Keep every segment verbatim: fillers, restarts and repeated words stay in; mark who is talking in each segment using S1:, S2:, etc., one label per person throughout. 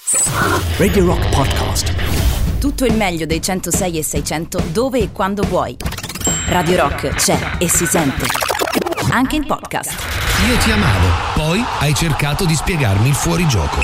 S1: Radio Rock Podcast.
S2: Tutto il meglio dei centosei e seicento dove e quando vuoi. Radio Rock c'è e si sente anche in podcast.
S3: Io ti amavo, poi hai cercato di spiegarmi il fuorigioco.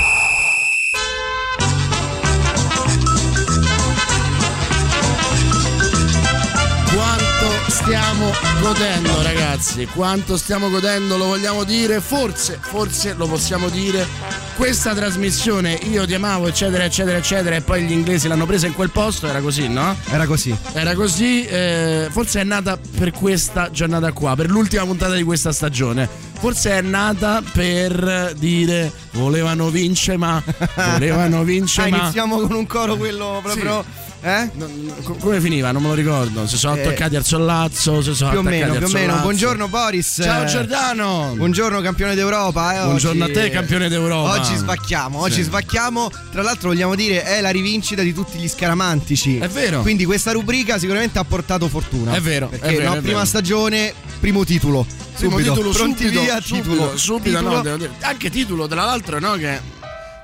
S4: Quanto stiamo godendo, ragazzi, quanto stiamo godendo, lo vogliamo dire? Forse, forse lo possiamo dire. Questa trasmissione, io ti amavo, eccetera, eccetera, eccetera, e poi gli inglesi l'hanno presa in quel posto, era così, no?
S5: Era così.
S4: Era così, eh, forse è nata per questa giornata qua, per l'ultima puntata di questa stagione. Forse è nata per dire volevano vincere, ma volevano vincere,
S5: ah,
S4: ma
S5: iniziamo con un coro quello proprio...
S4: Sì.
S5: Eh?
S4: No, no, come finiva? Non me lo ricordo. Si sono
S5: Eh,
S4: attaccati al sollazzo. Si sono
S5: più o
S4: attaccati
S5: meno,
S4: al
S5: più o meno.
S4: sollazzo.
S5: Buongiorno Boris.
S4: Ciao Giordano.
S5: Buongiorno campione d'Europa. Eh,
S4: Buongiorno
S5: oggi...
S4: a te, campione d'Europa.
S5: Oggi svacchiamo, oggi
S4: Sì.
S5: svacchiamo. Tra l'altro vogliamo dire è la rivincita di tutti gli scaramantici.
S4: È vero.
S5: Quindi questa rubrica sicuramente ha portato fortuna.
S4: È vero.
S5: Perché
S4: è vero,
S5: no,
S4: è
S5: prima
S4: vero.
S5: stagione, primo titolo.
S4: Primo
S5: subito.
S4: titolo,
S5: Pronti
S4: subito,
S5: via,
S4: subito,
S5: titolo.
S4: subito,
S5: titolo.
S4: no, devo dire. Anche titolo, tra l'altro, no, che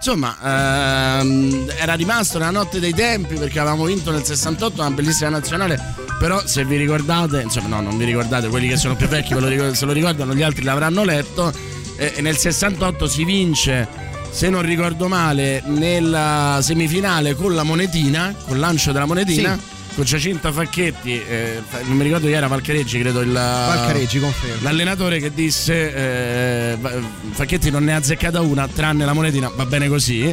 S4: insomma ehm, era rimasto nella notte dei tempi perché avevamo vinto nel sessantotto una bellissima nazionale. Però se vi ricordate, insomma no, non vi ricordate, quelli che sono più vecchi ve lo ricordano, se lo ricordano, gli altri l'avranno letto. E, e nel sessantotto si vince, se non ricordo male, nella semifinale con la monetina, col lancio della monetina.
S5: Sì.
S4: Con Giacinto Facchetti, eh, non mi ricordo chi era, Valcareggi credo, il
S5: Valcareggi, confermo.
S4: l'allenatore che disse eh, Facchetti non ne ha azzeccata una tranne la monetina, va bene così.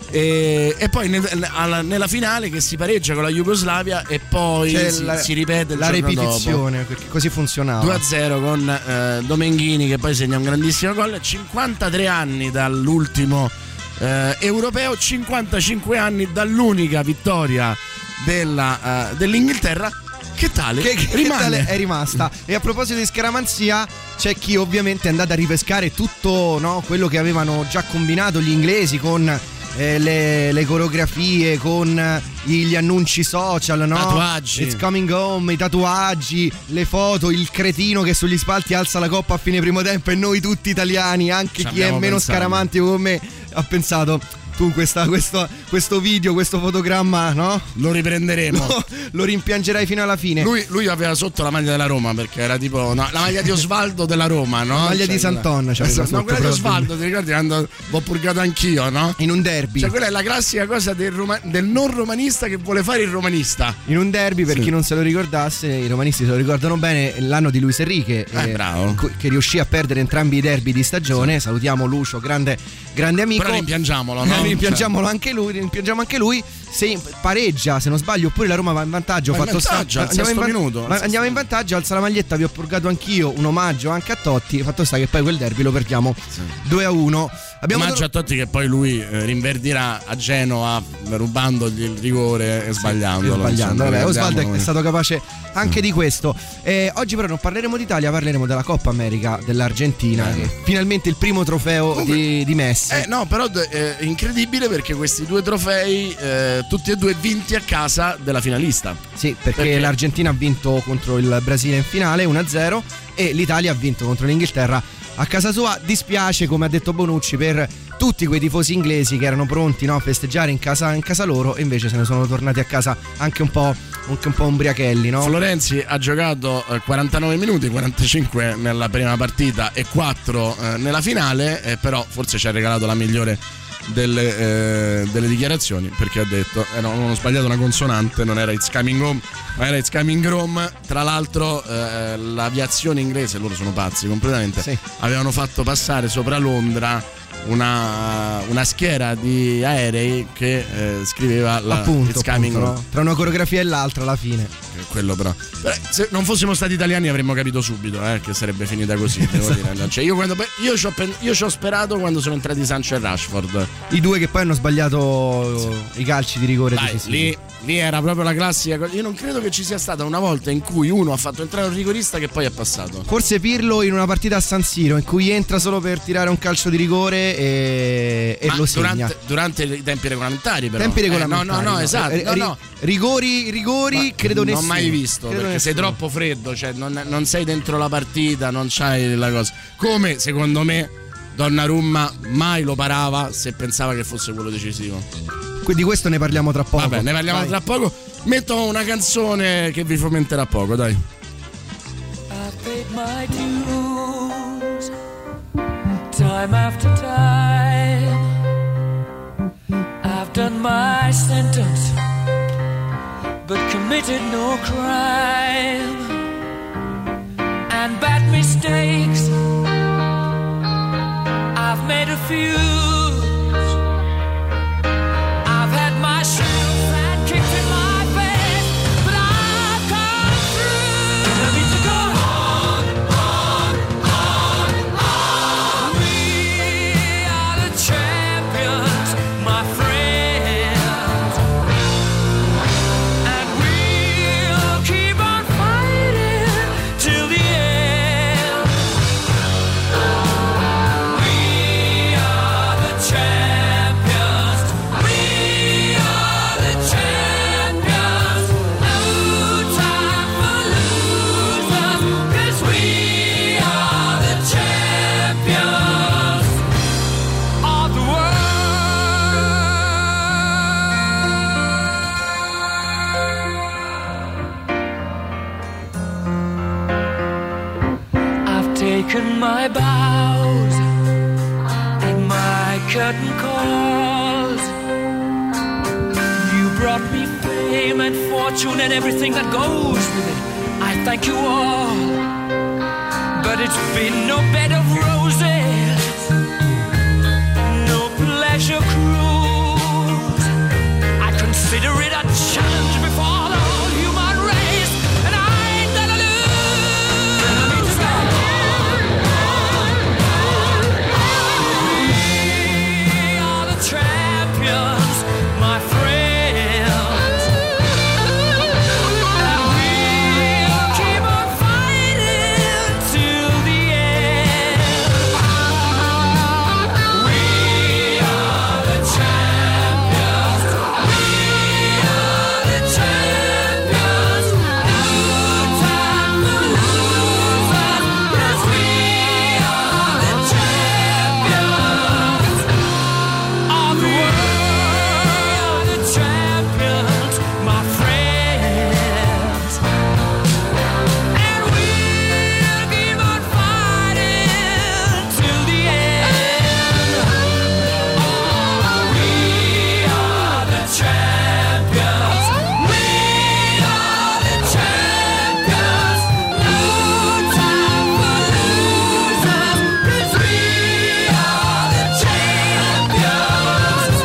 S4: E, e poi nel, alla, nella finale che si pareggia con la Jugoslavia e poi si,
S5: la,
S4: si ripete il
S5: la
S4: giorno
S5: ripetizione
S4: dopo.
S5: perché così funzionava.
S4: due a zero con eh, Domenghini che poi segna un grandissimo gol. cinquantatré anni dall'ultimo eh, europeo, cinquantacinque anni dall'unica vittoria della, uh, dell'Inghilterra. Che tale
S5: che, che
S4: rimane.
S5: tale è rimasta. E a proposito di scaramanzia, c'è chi ovviamente è andato a ripescare tutto, no, quello che avevano già combinato gli inglesi con eh, le, le coreografie, con gli annunci social, no?
S4: Tatuaggi.
S5: It's coming home, i tatuaggi, le foto, il cretino che sugli spalti alza la coppa a fine primo tempo e noi tutti italiani, anche
S4: Ci
S5: chi è
S4: abbiamo
S5: meno
S4: pensato.
S5: scaramante come me, ha pensato tu questa, questo, questo video, questo fotogramma, no?
S4: Lo riprenderemo.
S5: No, lo rimpiangerai fino alla fine.
S4: Lui, lui aveva sotto la maglia della Roma perché era tipo no, la maglia di Osvaldo della Roma, no?
S5: La maglia
S4: Cioè,
S5: di Sant'Onna c'aveva
S4: no,
S5: sotto,
S4: quella di
S5: proprio.
S4: Osvaldo, ti ricordi quando l'ho purgato anch'io, no?
S5: In un derby.
S4: Cioè quella è la classica cosa del, roma- del non romanista che vuole fare il romanista.
S5: In un derby, per
S4: Sì.
S5: chi non se lo ricordasse, i romanisti se lo ricordano bene, l'anno di Luis Enrique,
S4: Eh, bravo.
S5: cu- che riuscì a perdere entrambi i derby di stagione.
S4: Sì.
S5: Salutiamo Lucio, grande, grande amico.
S4: Però rimpiangiamolo, no?
S5: Rimpiangiamolo anche lui, rimpiangiamo anche lui. Se pareggia, se non sbaglio, oppure la Roma va in vantaggio.
S4: Va in
S5: fatto
S4: vantaggio,
S5: sta-
S4: al
S5: andiamo, in
S4: sesto
S5: van-
S4: minuto, al
S5: ma-
S4: sesto
S5: andiamo in
S4: minuto.
S5: vantaggio, alza la maglietta, vi ho purgato anch'io un omaggio anche a Totti. Fatto sta che poi quel derby lo perdiamo due a uno. Abbiamo
S4: Omaggio a Totti che poi lui eh, rinverdirà a Genova rubandogli il rigore e sbagliandolo.
S5: sbagliando,
S4: insomma,
S5: vabbè, Osvaldo
S4: vediamo
S5: è stato capace anche di questo. Eh, oggi però non parleremo d'Italia, parleremo della Coppa America dell'Argentina,
S4: Eh.
S5: che finalmente il primo trofeo
S4: Comunque-
S5: di, di Messi.
S4: Eh no, però è incredibile perché questi due trofei eh, tutti e due vinti a casa della finalista.
S5: Sì, perché,
S4: perché-
S5: l'Argentina ha vinto contro il Brasile in finale uno a zero e l'Italia ha vinto contro l'Inghilterra a casa sua. Dispiace, come ha detto Bonucci, per tutti quei tifosi inglesi che erano pronti, no, a festeggiare in casa, in casa loro, e invece se ne sono tornati a casa anche un po', anche un po' umbriachelli, no?
S4: Florenzi ha giocato eh, quarantanove minuti, quarantacinque nella prima partita e quattro eh, nella finale, eh, però forse ci ha regalato la migliore delle, eh, delle dichiarazioni, perché ha detto eh, no, non ho sbagliato una consonante, non era It's Coming Home ma era It's Coming Home. Tra l'altro eh, l'aviazione inglese, loro sono pazzi completamente,
S5: Sì.
S4: avevano fatto passare sopra Londra una, una schiera di aerei che eh, scriveva la
S5: Appunto,
S4: It's Coming
S5: appunto,
S4: Home.
S5: no? Tra una coreografia e l'altra alla fine.
S4: Quello però. Però se non fossimo stati italiani avremmo capito subito eh, che sarebbe finita così, devo dire. Cioè, io, quando, io, ci ho, pen- io ci ho sperato quando sono entrati Sancho e Rashford.
S5: I due che poi hanno sbagliato i calci di rigore
S4: Dai,
S5: decisivi.
S4: lì, lì era proprio la classica cosa. Io non credo che ci sia stata una volta in cui uno ha fatto entrare un rigorista che poi è passato.
S5: Forse Pirlo in una partita a San Siro in cui entra solo per tirare un calcio di rigore e, e
S4: Ma
S5: lo segna.
S4: durante, durante i tempi regolamentari però.
S5: Tempi
S4: Eh,
S5: regolamentari.
S4: no, no, no, esatto.
S5: Eh,
S4: No,
S5: ri-
S4: no.
S5: Rigori, rigori,
S4: Ma
S5: credo
S4: non
S5: nessuno.
S4: ho mai visto,
S5: Credo
S4: perché sei
S5: nessuno.
S4: troppo freddo, cioè non, non sei dentro la partita, non c'hai la cosa. Come secondo me Donnarumma mai lo parava se pensava che fosse quello decisivo.
S5: Quindi di questo ne parliamo tra poco.
S4: Vabbè, ne parliamo
S5: Vai.
S4: tra poco. Metto una canzone che vi fomenterà poco, dai.
S6: I've paid my dues time after time. I've done my sentence but committed no crime. And bad mistakes I've made a few. I've had my share of bad kicks in my face, but I've come through. And I need to go on, on, on, on. We are the champions, my friends, and we'll keep on fighting till the end. We are the champions. We are the champions. No time for losers, 'cause we are the champions of the world. I've taken my bows and my curtain calls. You brought me fame and fortune and everything that goes with it. I thank you all, but it's been no bed of roses, no pleasure cruise. I consider it a challenge before the whole human race, and I ain't gonna lose. And I need to go on, on, on, on. We are the champions, my friends, and we'll keep on fighting till the end. We are the champions. We are the champions. No time for losers, 'cause we are the champions of the world. The champions, my friends, and we'll keep on fighting till the end. Oh, we are the champions. We are the champions. No time for losers, 'cause we are the champions.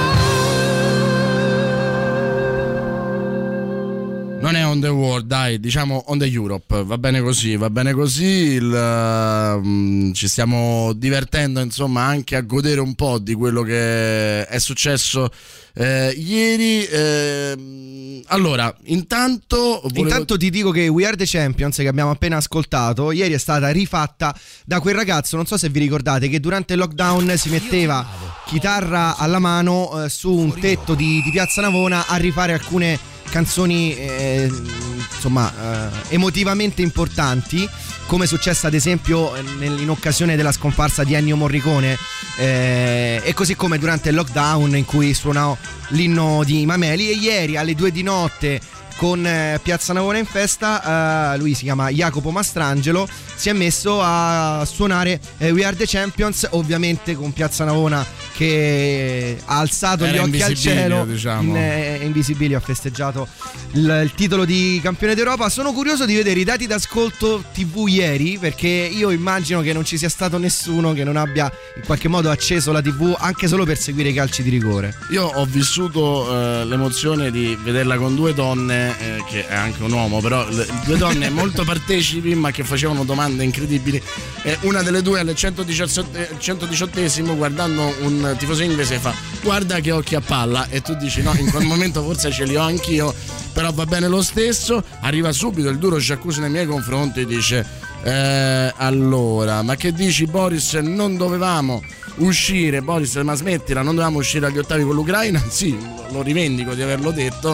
S4: Non è on the world, dai, diciamo on the Europe. Va bene così, va bene così. Il, mm, ci stiamo divertendo, insomma, anche a godere un po' di quello che è successo eh, ieri. Eh, allora, intanto volevo...
S5: Intanto ti dico che We Are the Champions, che abbiamo appena ascoltato, ieri è stata rifatta da quel ragazzo, non so se vi ricordate, che durante il lockdown si metteva chitarra alla mano eh, su un tetto di, di Piazza Navona a rifare alcune canzoni eh, insomma eh, emotivamente importanti, come è successo ad esempio nel, in occasione della scomparsa di Ennio Morricone, eh, e così come durante il lockdown in cui suonò l'inno di Mameli. E ieri alle due di notte con eh, Piazza Navona in festa, eh, lui si chiama Jacopo Mastrangelo, si è messo a suonare eh, We Are the Champions, ovviamente con Piazza Navona che ha alzato
S4: Era
S5: gli occhi al
S4: Invisibilio,
S5: cielo,
S4: diciamo.
S5: in eh, Invisibilio ha festeggiato il, il titolo di campione d'Europa. Sono curioso di vedere i dati d'ascolto tivù ieri, perché io immagino che non ci sia stato nessuno che non abbia in qualche modo acceso la tivù anche solo per seguire i calci di rigore.
S4: Io ho vissuto eh, l'emozione di vederla con due donne, eh, che è anche un uomo, però le, due donne molto partecipi ma che facevano domande incredibili. Eh, una delle due alle centodiciottesimo, guardando un tifoso inglese, fa: guarda che occhi a palla, e tu dici no, in quel momento forse ce li ho anch'io, però va bene lo stesso. Arriva subito il duro sciaccuso nei miei confronti e dice eh, allora, ma che dici Boris, non dovevamo uscire, Boris, ma smettila, non dovevamo uscire agli ottavi con l'Ucraina? Sì, lo rivendico di averlo detto.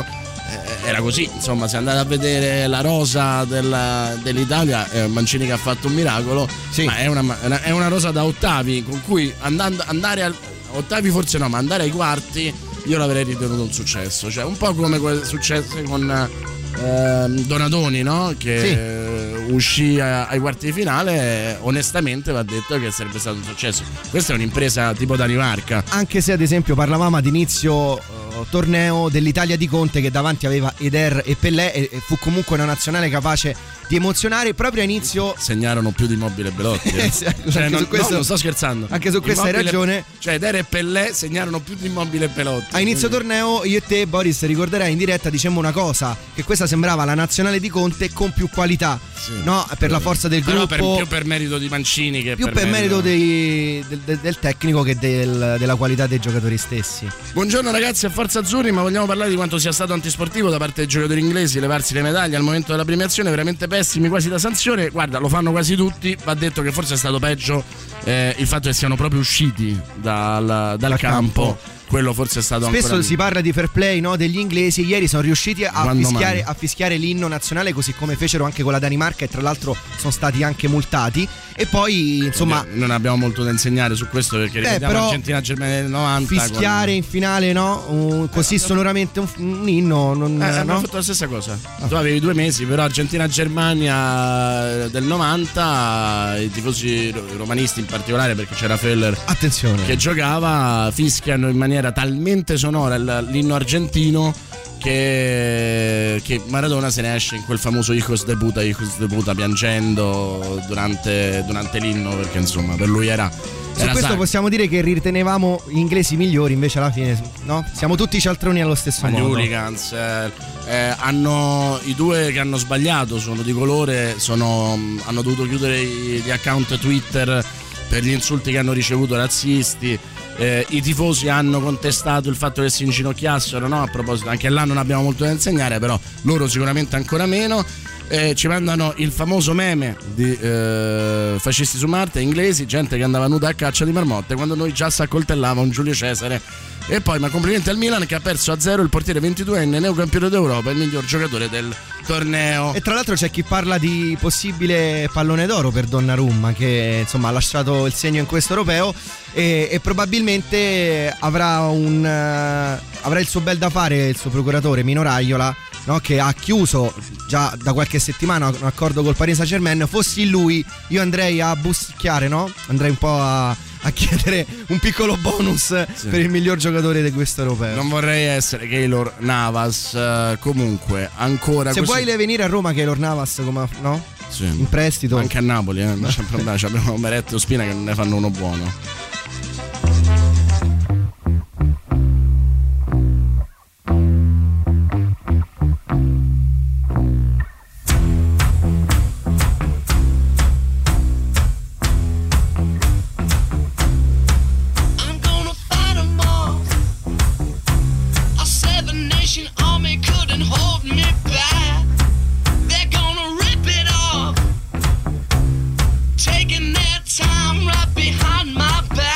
S4: eh, era così, insomma, se andate a vedere la rosa della, dell'Italia, eh, Mancini che ha fatto un miracolo,
S5: sì.
S4: ma è una, è una rosa da ottavi, con cui andando, andare al ottavi forse no, ma andare ai quarti io l'avrei ritenuto un successo, cioè un po' come quel successo con eh, Donadoni, no? Che sì. eh, uscì a, ai quarti di finale, onestamente va detto che sarebbe stato un successo. Questa è un'impresa tipo Danimarca,
S5: anche se ad esempio parlavamo ad inizio uh, torneo dell'Italia di Conte, che davanti aveva Eder e Pellè, e, e fu comunque una nazionale capace di emozionare. Proprio a inizio
S4: segnarono più di Immobile e Belotti, eh. Cioè, non,
S5: questo,
S4: no, non sto scherzando,
S5: anche su questo hai ragione,
S4: cioè Eder e Pellè segnarono più di Immobile e Belotti.
S5: A inizio quindi torneo io e te, Boris, ricorderai in diretta dicemmo una cosa, che questa sembrava la nazionale di Conte con più qualità, sì, no? Per sì. la forza del
S4: però
S5: gruppo,
S4: per, più per merito di Mancini che
S5: più
S4: per,
S5: per merito,
S4: merito
S5: dei, del, del, del tecnico che del, della qualità dei giocatori stessi.
S4: Buongiorno ragazzi a Forza Azzurri, ma vogliamo parlare di quanto sia stato antisportivo da parte dei giocatori inglesi levarsi le medaglie al momento della premiazione, veramente pessimi, quasi da sanzione. Guarda, lo fanno quasi tutti, va detto che forse è stato peggio eh, il fatto che siano proprio usciti dal, dal, dal campo. campo. Quello forse è stato
S5: spesso
S4: ancora
S5: si parla di fair play, no, degli inglesi. Ieri sono riusciti a fischiare, a fischiare l'inno nazionale, così come fecero anche con la Danimarca, e tra l'altro sono stati anche multati. E poi insomma
S4: eh, non abbiamo molto da insegnare su questo, perché ripetiamo Argentina-Germania del novanta,
S5: fischiare con... in finale, no, uh, così eh, sonoramente un, un inno non,
S4: eh,
S5: no?
S4: abbiamo fatto la stessa cosa. Ah. Tu avevi due mesi, però Argentina-Germania del novanta, i tifosi romanisti in particolare, perché c'era Feller,
S5: attenzione,
S4: che giocava, fischiano in maniera talmente sonora l'inno argentino che, che Maradona se ne esce in quel famoso Hijos de puta, Hijos de puta, piangendo durante, durante l'inno, perché insomma per lui era,
S5: su
S4: era
S5: questo
S4: sacro.
S5: Possiamo dire che ritenevamo gli inglesi migliori, invece alla fine no? Siamo tutti cialtroni allo stesso
S4: Gli
S5: modo.
S4: Gli hooligans eh, eh, hanno, i due che hanno sbagliato sono di colore, sono, hanno dovuto chiudere gli account Twitter per gli insulti che hanno ricevuto razzisti. Eh, I tifosi hanno contestato il fatto che si inginocchiassero, no? A proposito, anche là non abbiamo molto da insegnare, però loro sicuramente ancora meno. Eh, ci mandano il famoso meme di eh, fascisti su Marte, inglesi, gente che andava nuda a caccia di marmotte, quando noi già si accoltellava un Giulio Cesare. E poi, ma complimenti al Milan che ha perso a zero il portiere ventiduenne, neocampione d'Europa, il miglior giocatore del torneo.
S5: E tra l'altro c'è chi parla di possibile pallone d'oro per Donnarumma, che insomma ha lasciato il segno in questo europeo, e, e probabilmente avrà un uh, avrà il suo bel da fare il suo procuratore Mino Raiola, no? Che ha chiuso già da qualche settimana un accordo col Paris Saint-Germain. Fossi lui io andrei a buschiare, no? Andrei un po' a a chiedere un piccolo bonus, sì, per il miglior giocatore di questo europeo.
S4: Non vorrei essere Keylor Navas, uh, comunque ancora
S5: se
S4: così...
S5: vuoi venire a Roma Keylor Navas, come, no?
S4: Sì.
S5: In prestito.
S4: Anche a Napoli, eh? Non c'è problema, abbiamo Meretti e Ospina che non ne fanno uno buono.
S7: Taking their time right behind my back.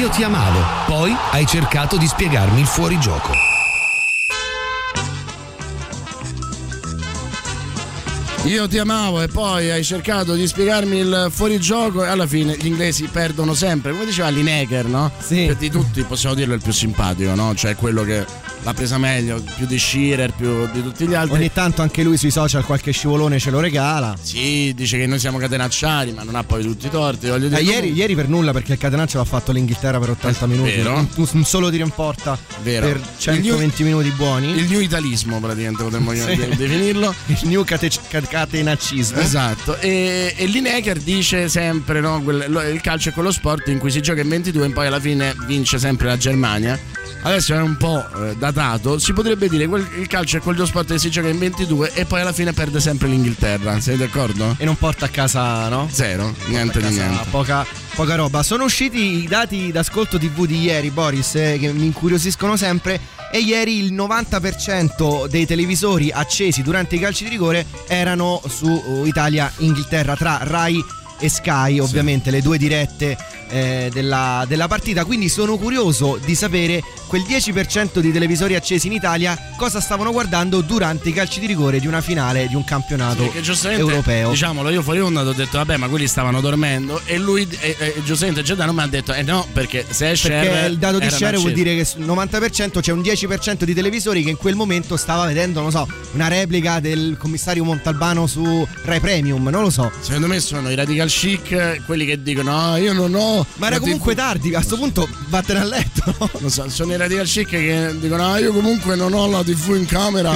S3: Io ti amavo, poi hai cercato di spiegarmi il fuorigioco.
S4: Io ti amavo e poi hai cercato di spiegarmi il fuorigioco e alla fine gli inglesi perdono sempre. Come diceva Lineker, no?
S5: Sì.
S4: Per di tutti possiamo dirlo il più simpatico, no? Cioè quello che l'ha presa meglio, più di Shearer, più di tutti gli altri.
S5: Ogni tanto anche lui sui social qualche scivolone ce lo regala.
S4: Sì, dice che noi siamo catenacciari, ma non ha poi tutti i torti. Voglio dire,
S5: eh, ieri, ieri per nulla, perché il catenaccio l'ha fatto l'Inghilterra per ottanta
S4: Eh,
S5: minuti.
S4: vero.
S5: Un, un solo tiro in porta
S4: Vero.
S5: per centoventi
S4: Il new-
S5: minuti buoni.
S4: Il new italismo praticamente potremmo
S5: Sì.
S4: de- definirlo.
S5: Il new cate- catenaccismo.
S4: Esatto, e, e Lineker dice sempre, no, quel- lo- il calcio è quello sport in cui si gioca in ventidue e poi alla fine vince sempre la Germania. Adesso è un po' eh, datato, si potrebbe dire che il calcio è quello sport che si gioca in ventidue e poi alla fine perde sempre l'Inghilterra, sei d'accordo?
S5: E non porta a casa, no?
S4: Zero, niente di niente.
S5: Poca, poca roba. Sono usciti i dati d'ascolto tivù di ieri, Boris, eh, che mi incuriosiscono sempre. E ieri il novanta per cento dei televisori accesi durante i calci di rigore erano su uh, Italia-Inghilterra, tra Rai e Sky, ovviamente, sì. Le due dirette eh, della, della partita. Quindi sono curioso di sapere quel dieci per cento di televisori accesi in Italia cosa stavano guardando durante i calci di rigore di una finale di un campionato
S4: sì,
S5: europeo.
S4: Diciamolo, io fuori onda ti ho detto vabbè, ma quelli stavano dormendo, e lui e, e, giustamente Giordano mi ha detto eh no, perché se è share,
S5: perché il dato di share vuol
S4: accesi.
S5: dire che sul novanta per cento c'è un dieci per cento di televisori che in quel momento stava vedendo, non so, una replica del commissario Montalbano su Rai Premium, non lo so.
S4: Secondo me sono i radical chic, quelli che dicono ah, io non ho.
S5: Ma era comunque tivù. Tardi, a sto punto vattene a letto, no?
S4: Non so, sono i radical chic che dicono ah, io comunque non ho la tivù in camera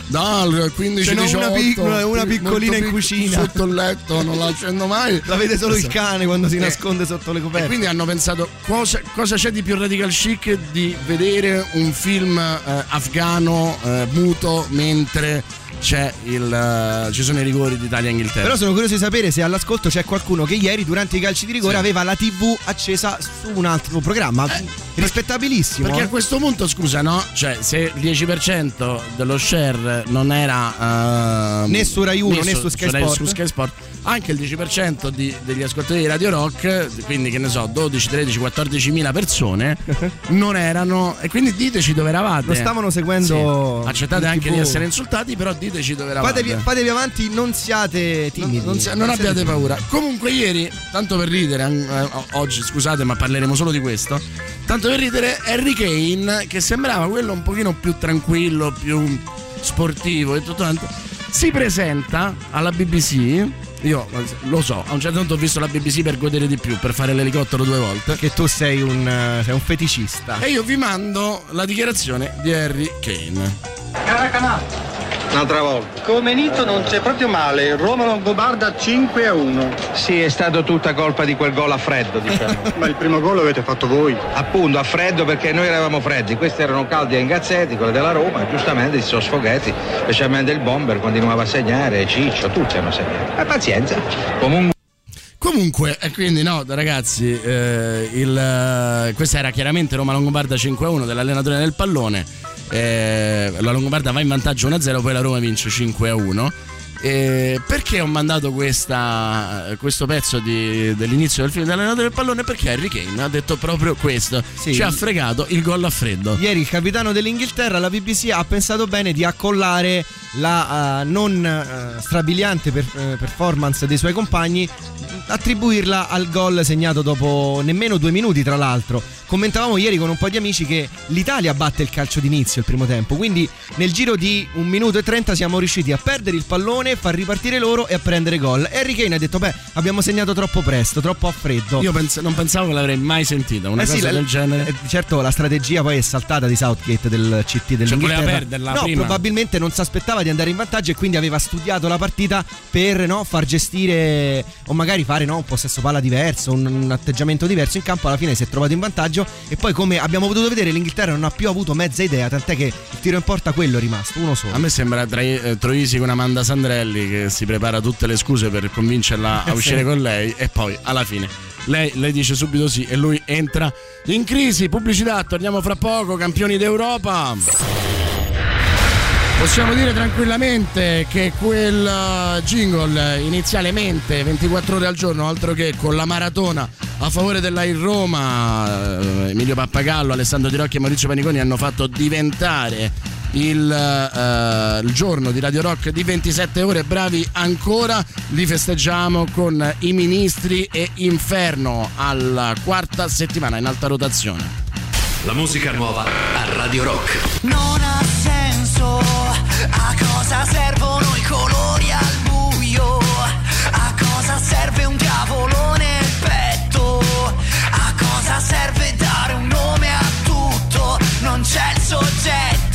S4: dal quindici diciotto,
S5: una, piccola, una piccolina in cucina
S4: sotto il letto, non la accendo mai.
S5: La vede solo il cane quando si nasconde sotto le coperte.
S4: E quindi hanno pensato cosa, cosa c'è di più radical chic di vedere un film eh, afghano eh, muto mentre c'è il, uh, ci sono i rigori d'Italia e Inghilterra.
S5: Però sono curioso di sapere se all'ascolto c'è qualcuno che ieri durante i calci di rigore sì. aveva la tivù accesa su un altro programma eh, rispettabilissimo.
S4: Perché a questo punto, scusa, no? Cioè, se il dieci per cento dello share non era uh,
S5: né su Rai uno né su, Sky,
S4: su,
S5: Sport.
S4: su Sky Sport, anche il dieci per cento di, degli ascoltatori di Radio Rock, quindi che ne so, dodici, tredici, quattordici mila persone non erano, e quindi diteci dove eravate.
S5: Lo stavano seguendo.
S4: Sì. Accettate anche tivù. Di essere insultati, però diteci dove eravate.
S5: Fatevi, fatevi avanti, non siate timidi.
S4: Non, non, si, non abbiate timidi. Paura. Comunque ieri, tanto per ridere, eh, oggi scusate ma parleremo solo di questo, tanto per ridere, Harry Kane, che sembrava quello un pochino più tranquillo, più sportivo e tutto quanto, si presenta alla B B C. Io lo so, a un certo punto ho visto la B B C per godere di più, per fare l'elicottero due volte.
S5: Che tu sei un, sei un feticista.
S4: E io vi mando la dichiarazione di Harry Kane.
S7: Caracanà.
S8: Un'altra volta.
S7: Come Nito non c'è proprio male, Roma Longobarda cinque a uno.
S8: Sì, è stato tutta colpa di quel gol a freddo, diciamo.
S7: Ma il primo gol l'avete fatto voi.
S8: Appunto, a freddo, perché noi eravamo freddi, questi erano caldi e ingazzetti, quelli della Roma, e giustamente si sono sfogati, specialmente il Bomber continuava a segnare, Ciccio, tutti hanno segnato. E pazienza. Comunque
S4: Comunque, e quindi no, ragazzi, eh, il, questa era chiaramente Roma Longobarda cinque a uno dell'allenatore del pallone. Eh, la Longobarda va in vantaggio uno a zero, poi la Roma vince cinque a uno. Eh, perché ho mandato questa, questo pezzo di, dell'inizio del film dell'allenatore del pallone? Perché Harry Kane ha detto proprio questo, sì. Ci ha fregato il gol a freddo.
S5: Ieri il capitano dell'Inghilterra, la B B C, ha pensato bene di accollare la uh, non uh, strabiliante per, uh, performance dei suoi compagni, attribuirla al gol segnato dopo nemmeno due minuti, tra l'altro. Commentavamo ieri con un po' di amici che l'Italia batte il calcio d'inizio il primo tempo, quindi nel giro di un minuto e trenta siamo riusciti a perdere il pallone, far ripartire loro e a prendere gol. Harry Kane ha detto beh, abbiamo segnato troppo presto, troppo a freddo.
S4: Io pens- non pensavo che l'avrei mai sentita una
S5: eh
S4: cosa
S5: sì,
S4: del
S5: la,
S4: genere.
S5: eh, certo, la strategia poi è saltata di Southgate del C T dell'Inghilterra.
S4: Cioè, voleva perderla
S5: no,
S4: prima.
S5: probabilmente non si aspettava di andare in vantaggio e quindi aveva studiato la partita per no, far gestire o magari fare no, un possesso palla diverso, un, un atteggiamento diverso in campo. Alla fine si è trovato in vantaggio e poi, come abbiamo potuto vedere, l'Inghilterra non ha più avuto mezza idea, tant'è che il tiro in porta quello è rimasto, uno solo.
S4: A me sembra tra, eh, Troisi con Amanda Sandrelli che si prepara tutte le scuse per convincerla a uscire sì. con lei, e poi alla fine lei, lei dice subito sì e lui entra in crisi. Pubblicità, torniamo fra poco, campioni d'Europa. Possiamo dire tranquillamente che quel jingle inizialmente ventiquattro ore al giorno, altro che con la maratona a favore della il Roma. Emilio Pappagallo, Alessandro Di Rocchi e Maurizio Paniconi hanno fatto diventare il, uh, il giorno di Radio Rock di ventisette ore. Bravi ancora, li festeggiamo con i Ministri e Inferno alla quarta settimana in alta rotazione.
S1: La musica nuova a Radio Rock.
S9: Non ha senso, a cosa servono i colori al buio? A cosa serve un diavolo nel petto? A cosa serve dare un nome a tutto? Non c'è il soggetto.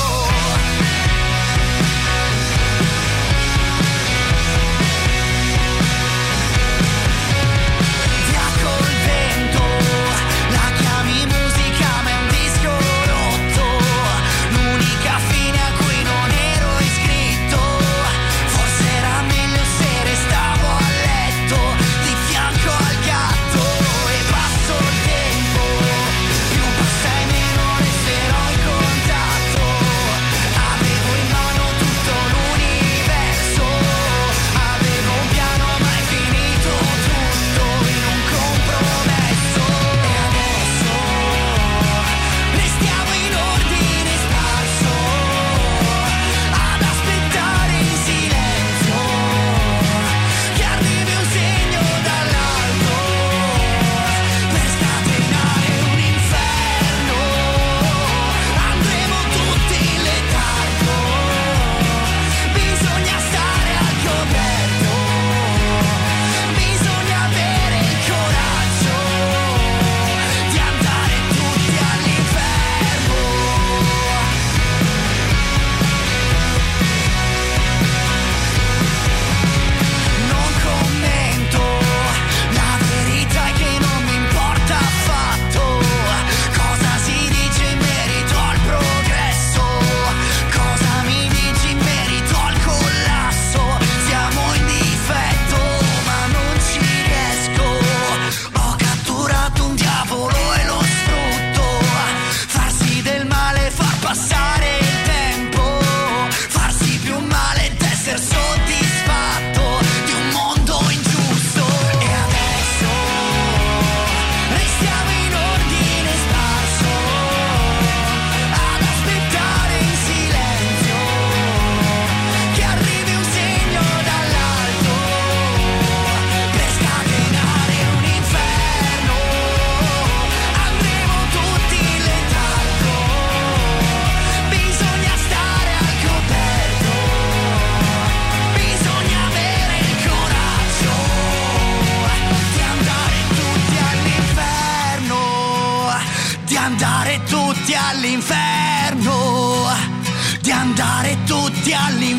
S10: all'inferno, di andare tutti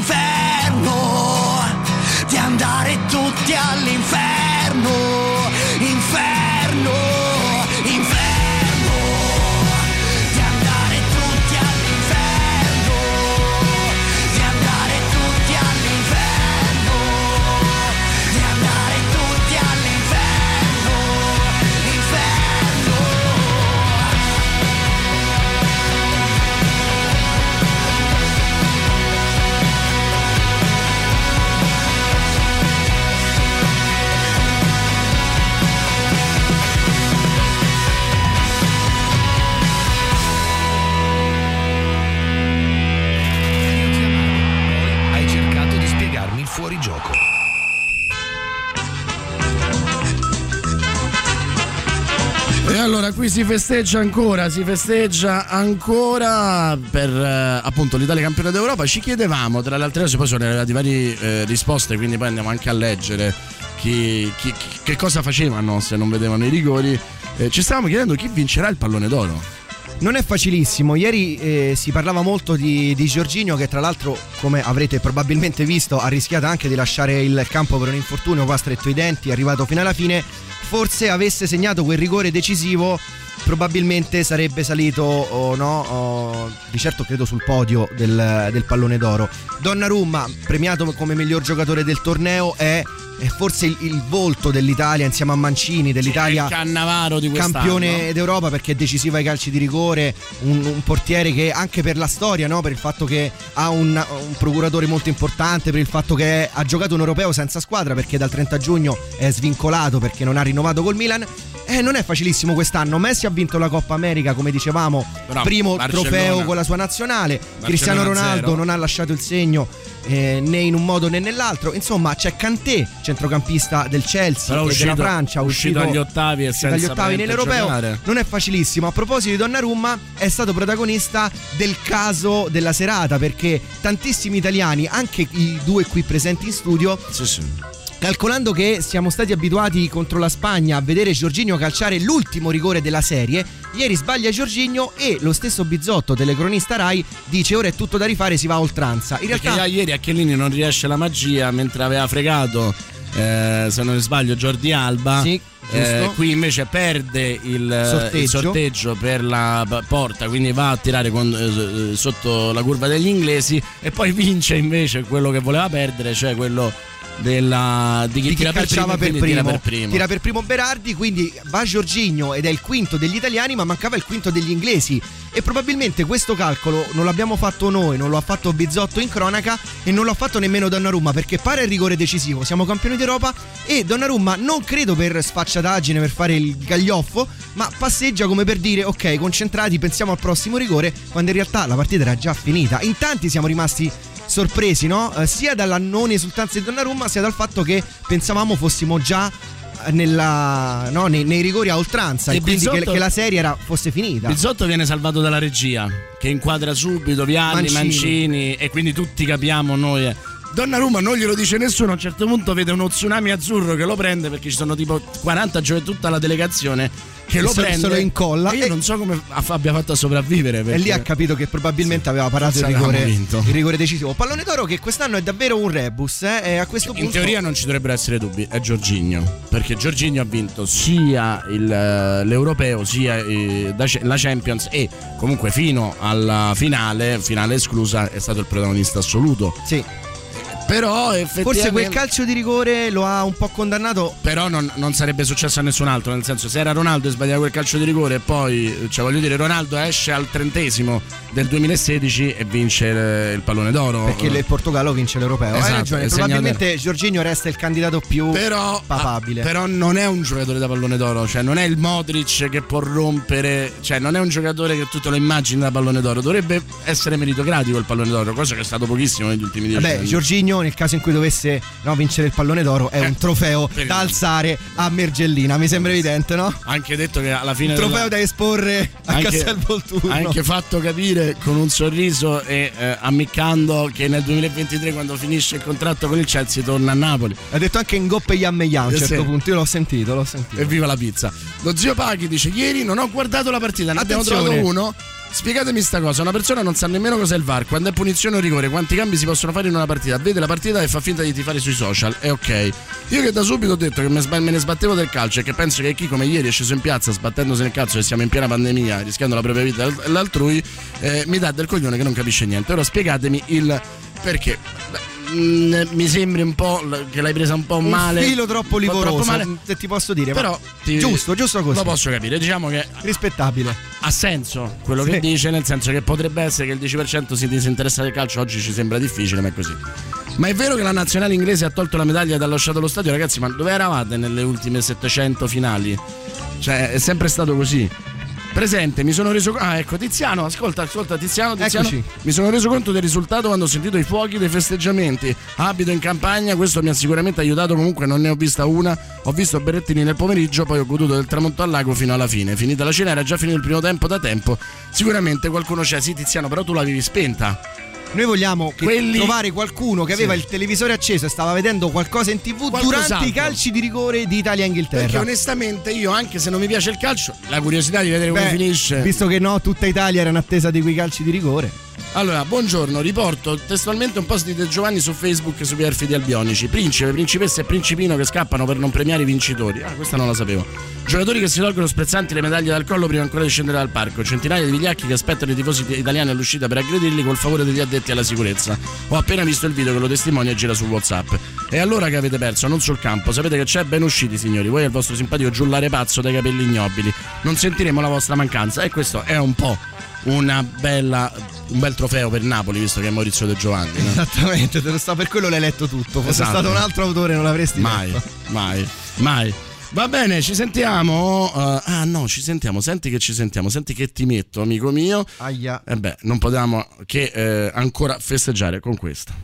S10: all'inferno, di andare tutti all'inferno, inferno, inferno, di andare tutti all'inferno, di andare tutti all'inferno, di andare tutti all'inferno, inferno.
S3: Hai cercato di spiegarmi il fuorigioco.
S4: E allora qui si festeggia ancora, si festeggia ancora per eh, appunto l'Italia campione d'Europa. Ci chiedevamo, tra le altre cose, poi sono arrivate varie eh, risposte, quindi poi andiamo anche a leggere chi, chi, chi, che cosa facevano se non vedevano i rigori. Eh, ci stavamo chiedendo chi vincerà il pallone d'oro.
S5: Non è facilissimo, ieri eh, si parlava molto di, di Jorginho, che tra l'altro, come avrete probabilmente visto, ha rischiato anche di lasciare il campo per un infortunio, poi ha stretto i denti, è arrivato fino alla fine. Forse avesse segnato quel rigore decisivo probabilmente sarebbe salito o no, o, di certo credo sul podio del, del pallone d'oro. Donnarumma, premiato come miglior giocatore del torneo, è è forse il, il volto dell'Italia insieme a Mancini, dell'Italia
S4: sì, Cannavaro di quest'anno,
S5: campione d'Europa, perché è decisivo ai calci di rigore, un, un portiere che anche per la storia, no? Per il fatto che ha un, un procuratore molto importante, per il fatto che ha giocato un europeo senza squadra, perché dal trenta giugno è svincolato perché non ha rinnovato col Milan. Eh, non è facilissimo quest'anno. Messi ha vinto la Coppa America, come dicevamo, però, primo Barcellona, trofeo con la sua nazionale. Barcellona Cristiano Ronaldo zero. Non ha lasciato il segno eh, né in un modo né nell'altro. Insomma, c'è Kanté, centrocampista del Chelsea
S4: però
S5: e
S4: uscito,
S5: della Francia,
S4: uscito, uscito agli ottavi e senza
S5: agli ottavi nell'europeo.
S4: Giocare.
S5: Non è facilissimo. A proposito di Donnarumma, è stato protagonista del caso della serata, perché tantissimi italiani, anche i due qui presenti in studio,
S4: sì, sì.
S5: calcolando che siamo stati abituati contro la Spagna a vedere Jorginho calciare l'ultimo rigore della serie, ieri sbaglia Jorginho e lo stesso Bizzotto, telecronista Rai, dice ora è tutto da rifare, si va a oltranza. In
S4: Perché
S5: realtà
S4: ieri a Chiellini non riesce la magia, mentre aveva fregato eh, se non sbaglio Jordi Alba.
S5: Sì.
S4: Eh, qui invece perde il sorteggio. il sorteggio per la porta, quindi va a tirare con, eh, sotto la curva degli inglesi, e poi vince invece quello che voleva perdere, cioè quello della, di chi,
S5: di chi
S4: tira, per primo,
S5: per primo.
S4: tira per primo
S5: tira per primo Berardi, quindi va Jorginho ed è il quinto degli italiani, ma mancava il quinto degli inglesi, e probabilmente questo calcolo non l'abbiamo fatto noi, non lo ha fatto Bizzotto in cronaca e non lo ha fatto nemmeno Donnarumma, perché pare il rigore decisivo, siamo campioni d'Europa e Donnarumma, non credo per sfacciataggine, per fare il gaglioffo, ma passeggia come per dire ok, concentrati, pensiamo al prossimo rigore, quando in realtà la partita era già finita. In tanti siamo rimasti sorpresi, no? Eh, sia dalla non esultanza di Donnarumma, sia dal fatto che pensavamo fossimo già nella, no, nei, nei rigori a oltranza, e, e quindi Bizzotto, che, che la serie era, fosse finita.
S4: Bizzotto viene salvato dalla regia, che inquadra subito Vialli, Mancini, Mancini e quindi tutti capiamo noi. Eh. Donnarumma non glielo dice nessuno, a un certo punto vede uno tsunami azzurro che lo prende, perché ci sono tipo quaranta giocatori, tutta la delegazione che lo prende,
S5: se lo incolla,
S4: e io e non so come abbia fatto a sopravvivere,
S5: e lì ha capito che probabilmente sì, aveva parato il rigore, il rigore decisivo. Pallone d'oro che quest'anno è davvero un rebus, eh? E a questo
S4: in
S5: punto
S4: in teoria non ci dovrebbero essere dubbi, è Jorginho, perché Jorginho ha vinto sia il, l'europeo sia eh, la Champions, e comunque fino alla finale finale esclusa è stato il protagonista assoluto.
S5: Sì.
S4: Però effettivamente
S5: forse quel calcio di rigore lo ha un po' condannato.
S4: Però non, non sarebbe successo a nessun altro, nel senso, se era Ronaldo e sbagliava quel calcio di rigore, e poi, cioè voglio dire, Ronaldo esce al trentesimo del duemilasedici e vince il, il pallone d'oro,
S5: perché il Portogallo vince l'europeo.
S4: Esatto,
S5: hai ragione, probabilmente Jorginho resta il candidato più
S4: però,
S5: papabile.
S4: Ah, però non è un giocatore da pallone d'oro, cioè non è il Modric che può rompere, cioè non è un giocatore che tu te lo immagini da pallone d'oro. Dovrebbe essere meritocratico il pallone d'oro, cosa che è stato pochissimo negli ultimi dieci
S5: Vabbè,
S4: anni.
S5: Jorginho, nel caso in cui dovesse no, vincere il pallone d'oro, è eh, un trofeo da alzare a Mergellina, mi sembra evidente, no?
S4: Anche detto che alla fine
S5: un trofeo
S4: della...
S5: da esporre a
S4: anche,
S5: Castel Volturno.
S4: Anche fatto capire con un sorriso e eh, ammiccando che nel duemilaventitré, quando finisce il contratto con il Chelsea, torna a Napoli.
S5: Ha detto anche Ngoppe Yammeyam a un certo
S4: sì.
S5: punto, io l'ho sentito, l'ho sentito.
S4: E viva la pizza. Lo zio Paghi dice: ieri non ho guardato la partita, ne abbiamo trovato uno. Spiegatemi sta cosa, una persona non sa nemmeno cos'è il V A R, quando è punizione o rigore, quanti cambi si possono fare in una partita, vede la partita e fa finta di tifare sui social, è ok. Io che da subito ho detto che me ne sbattevo del calcio e che penso che chi come ieri è sceso in piazza sbattendosi nel cazzo e siamo in piena pandemia, rischiando la propria vita e l'altrui, eh, mi dà del coglione che non capisce niente. Ora spiegatemi il perché. Beh, mi sembri un po' che l'hai presa un po' male,
S5: un filo troppo livoroso,
S4: male,
S5: se ti posso dire,
S4: però ti,
S5: giusto, giusto così.
S4: Lo posso capire, diciamo che
S5: rispettabile.
S4: Ha senso quello sì. che dice, nel senso che potrebbe essere che il dieci per cento si disinteressa del calcio, oggi ci sembra difficile, ma è così. Ma è vero che la nazionale inglese ha tolto la medaglia e ha lasciato lo stadio, ragazzi, ma dove eravate nelle ultime settecento finali? Cioè, è sempre stato così. Presente, mi sono reso ah ecco Tiziano, ascolta, ascolta Tiziano, Tiziano
S5: Eccoci.
S4: Mi sono reso conto del risultato quando ho sentito i fuochi dei festeggiamenti. Abito in campagna, questo mi ha sicuramente aiutato, comunque non ne ho vista una. Ho visto Berrettini nel pomeriggio, poi ho goduto del tramonto al lago fino alla fine. Finita la cena, era già finito il primo tempo da tempo. Sicuramente qualcuno c'è, sì Tiziano, però tu l'avevi spenta.
S5: Noi vogliamo che
S4: Quelli...
S5: trovare qualcuno che aveva sì. il televisore acceso e stava vedendo qualcosa in tv durante i calci di rigore di Italia e Inghilterra.
S4: Perché onestamente io, anche se non mi piace il calcio, la curiosità di vedere
S5: Beh,
S4: come finisce.
S5: Visto che no, tutta Italia era in attesa di quei calci di rigore.
S4: Allora, buongiorno, riporto testualmente un post di De Giovanni su Facebook sui perfidi albionici. Principe, principessa e principino che scappano per non premiare i vincitori. Ah, questa non la sapevo. Giocatori che si tolgono sprezzanti le medaglie dal collo prima ancora di scendere dal parco. Centinaia di vigliacchi che aspettano i tifosi italiani all'uscita per aggredirli col favore degli addetti alla sicurezza. Ho appena visto il video che lo testimonia e gira su WhatsApp. E allora che avete perso? Non sul campo. Sapete che c'è? Ben usciti, signori. Voi e il vostro simpatico giullare pazzo dai capelli ignobili. Non sentiremo la vostra mancanza. E questo è un po' una bella, un bel trofeo per Napoli, visto che è Maurizio De Giovanni, no?
S5: Esattamente, te lo sta, per quello l'hai letto tutto. Fosse
S4: Esatto.
S5: stato un altro autore non l'avresti
S4: mai,
S5: letto.
S4: mai, mai. Va bene, ci sentiamo. Uh, ah no, ci sentiamo. Senti che ci sentiamo. Senti che ti metto, amico mio.
S5: Aia.
S4: E beh, non potevamo che eh, ancora festeggiare con questa.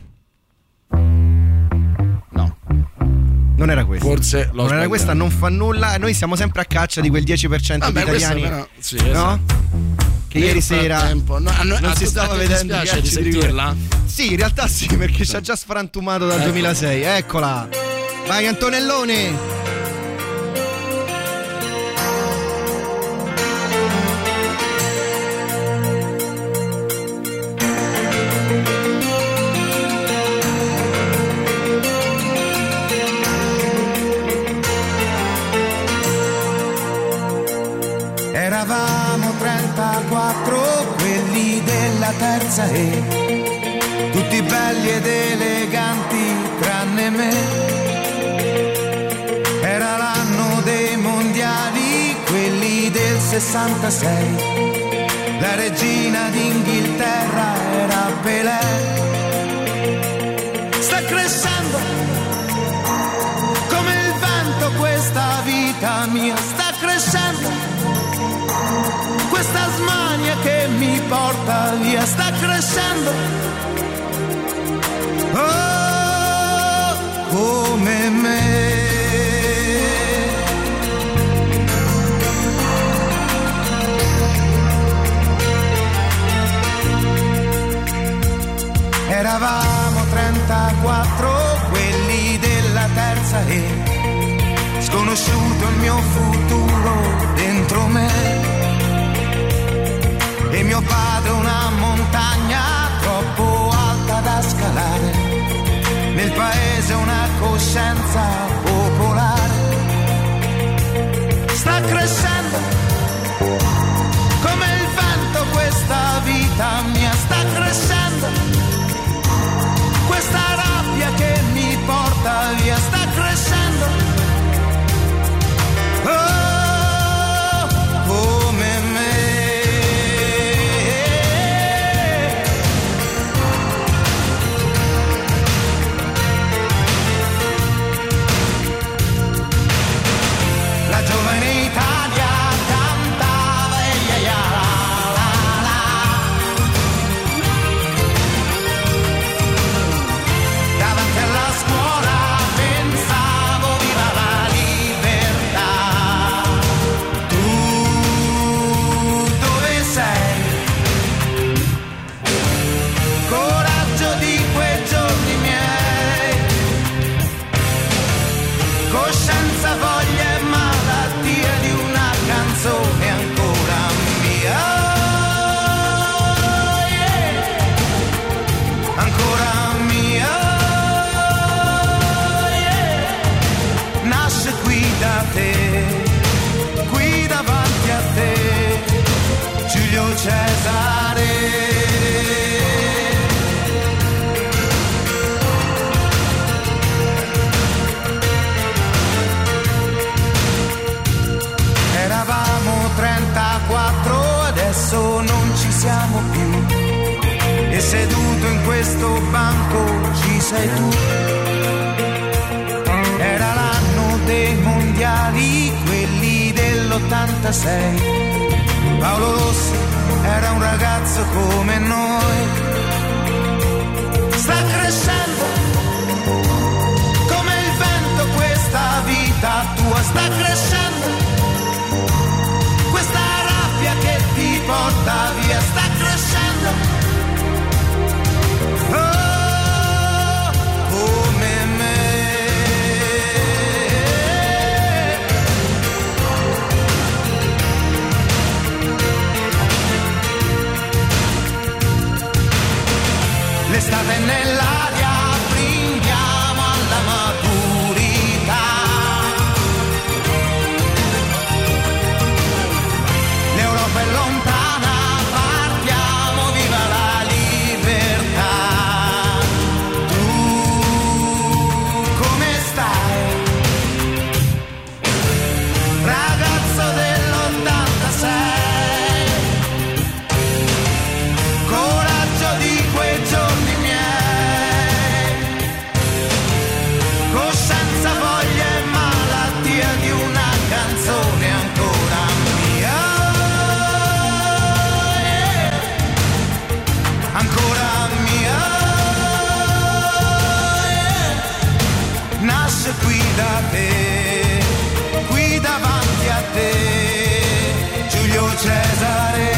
S4: No.
S5: Non era questa.
S4: Forse l'ho
S5: Non era
S4: sbagliato.
S5: questa, non fa nulla. Noi siamo sempre a caccia di quel dieci per cento
S4: Vabbè,
S5: di italiani.
S4: questa però, sì,
S5: no?
S4: esatto.
S5: Che
S4: Nel
S5: ieri sera
S4: frattempo- no, a noi-
S5: non
S4: a
S5: si
S4: tu-
S5: stava
S4: a te
S5: vedendo
S4: dispiace
S5: i
S4: di
S5: calci di
S4: sentirla?
S5: rigore. Sì, in realtà sì, perché ci ha già sfrantumato dal
S4: Ecco.
S5: duemilasei. Eccola. Vai Antonellone.
S9: Eravamo trentaquattro, quelli della terza E, tutti belli ed eleganti tranne me. Era l'anno dei mondiali, quelli del sessantasei. La regina d'Inghilterra era Pelé. Sta crescendo come il vento questa vita mia, sta crescendo questa smania che mi porta via, sta crescendo. Oh, come me. Eravamo trentaquattro, quelli della terza E, sconosciuto il mio futuro dentro me. E mio padre una montagna troppo alta da scalare, nel paese una coscienza popolare. Sta crescendo come il vento questa vita mia, sta crescendo questa rabbia che mi porta via, sta crescendo. Oh, come me. La giovane Italia cantava e ia, ia, la, la, la. Davanti alla scuola pensavo viva la libertà. Tu dove sei? Coraggio di quei giorni miei, coscienza, voglia e malattia di una canzone ancora mia. Oh, yeah. Ancora mia. Oh, yeah. Nasce qui da te, qui davanti a te, Giulio Cesare. Eravamo trentaquattro, adesso non ci siamo più, e seduto in questo banco ci sei tu. Era l'anno dei mondiali, quelli dell'ottantasei. Paolo Rossi era un ragazzo come noi. Sta crescendo come il vento questa vita tua, sta crescendo questa rabbia che ti porta via, sta crescendo. Oh, come me. risate nell'aria, brindiamo alla maturità. L'Europa è lontana, partiamo, viva la libertà. Tu come stai? Ragazzo dell'ottantasei, coraggio di quei giorni miei, coscienza, voglia e malattia di una canzone ancora mia, yeah. Ancora mia, yeah. Nasce qui da te, qui davanti a te, Giulio Cesare.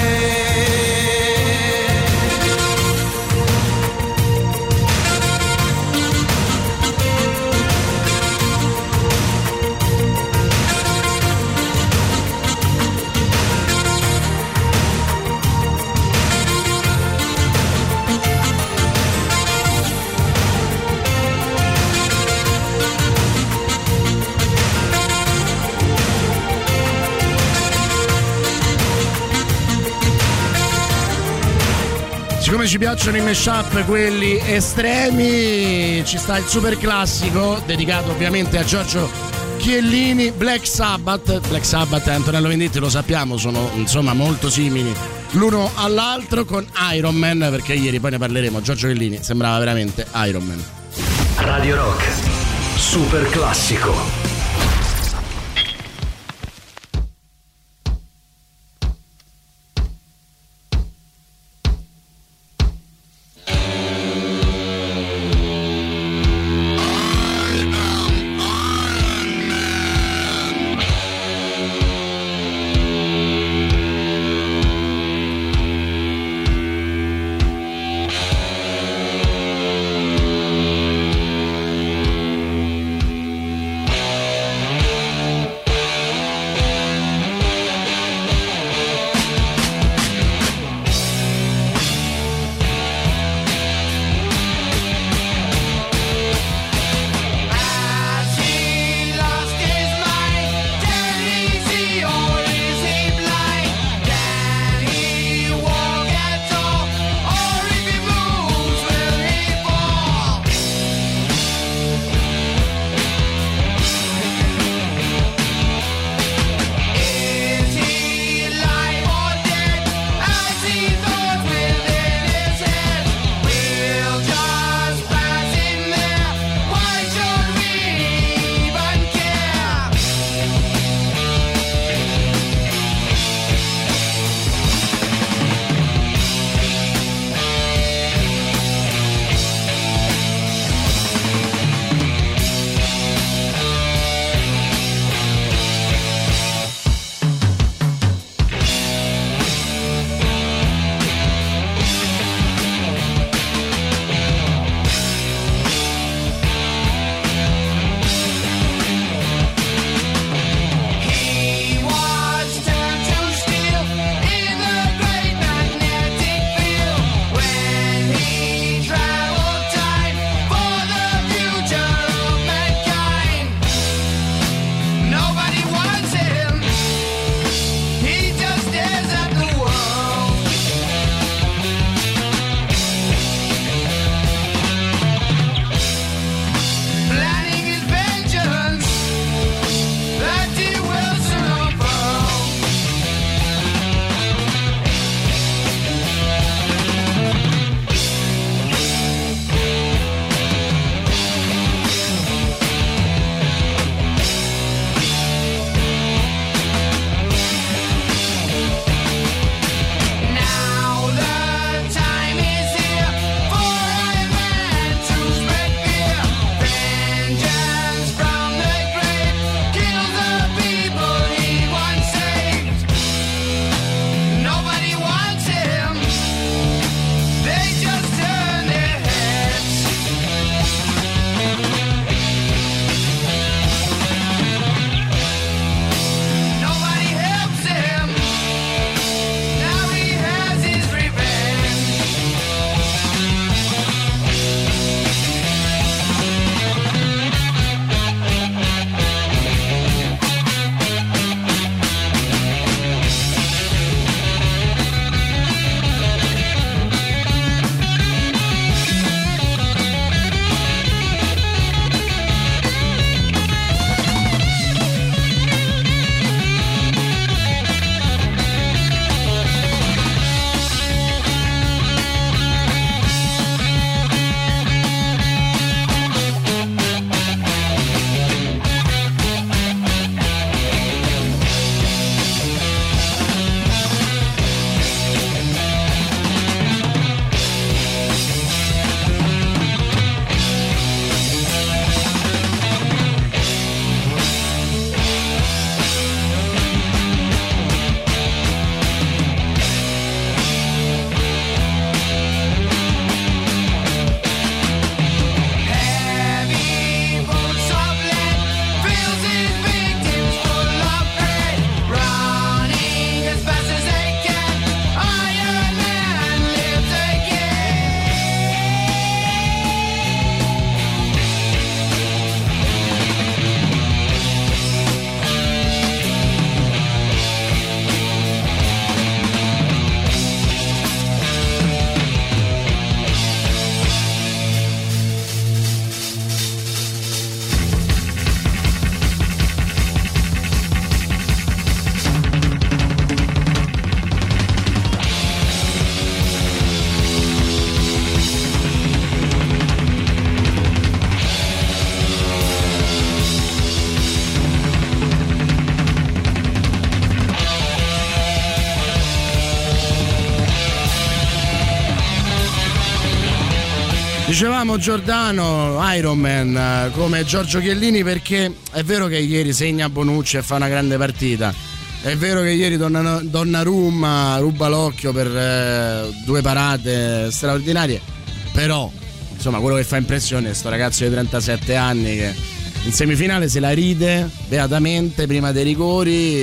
S4: Siccome ci piacciono i mashup, quelli estremi, ci sta il super classico dedicato ovviamente a Giorgio Chiellini, Black Sabbath. Black Sabbath e Antonello Venditti, lo sappiamo, sono insomma molto simili l'uno all'altro, con Iron Man, perché ieri poi ne parleremo. Giorgio Chiellini sembrava veramente Iron Man.
S1: Radio Rock, super classico.
S4: Dicevamo Giordano, Ironman, come Giorgio Chiellini, perché è vero che ieri segna Bonucci e fa una grande partita, è vero che ieri Donna, Donnarumma ruba l'occhio per eh, due parate straordinarie, però insomma quello che fa impressione è sto ragazzo di trentasette anni che in semifinale se la ride beatamente prima dei rigori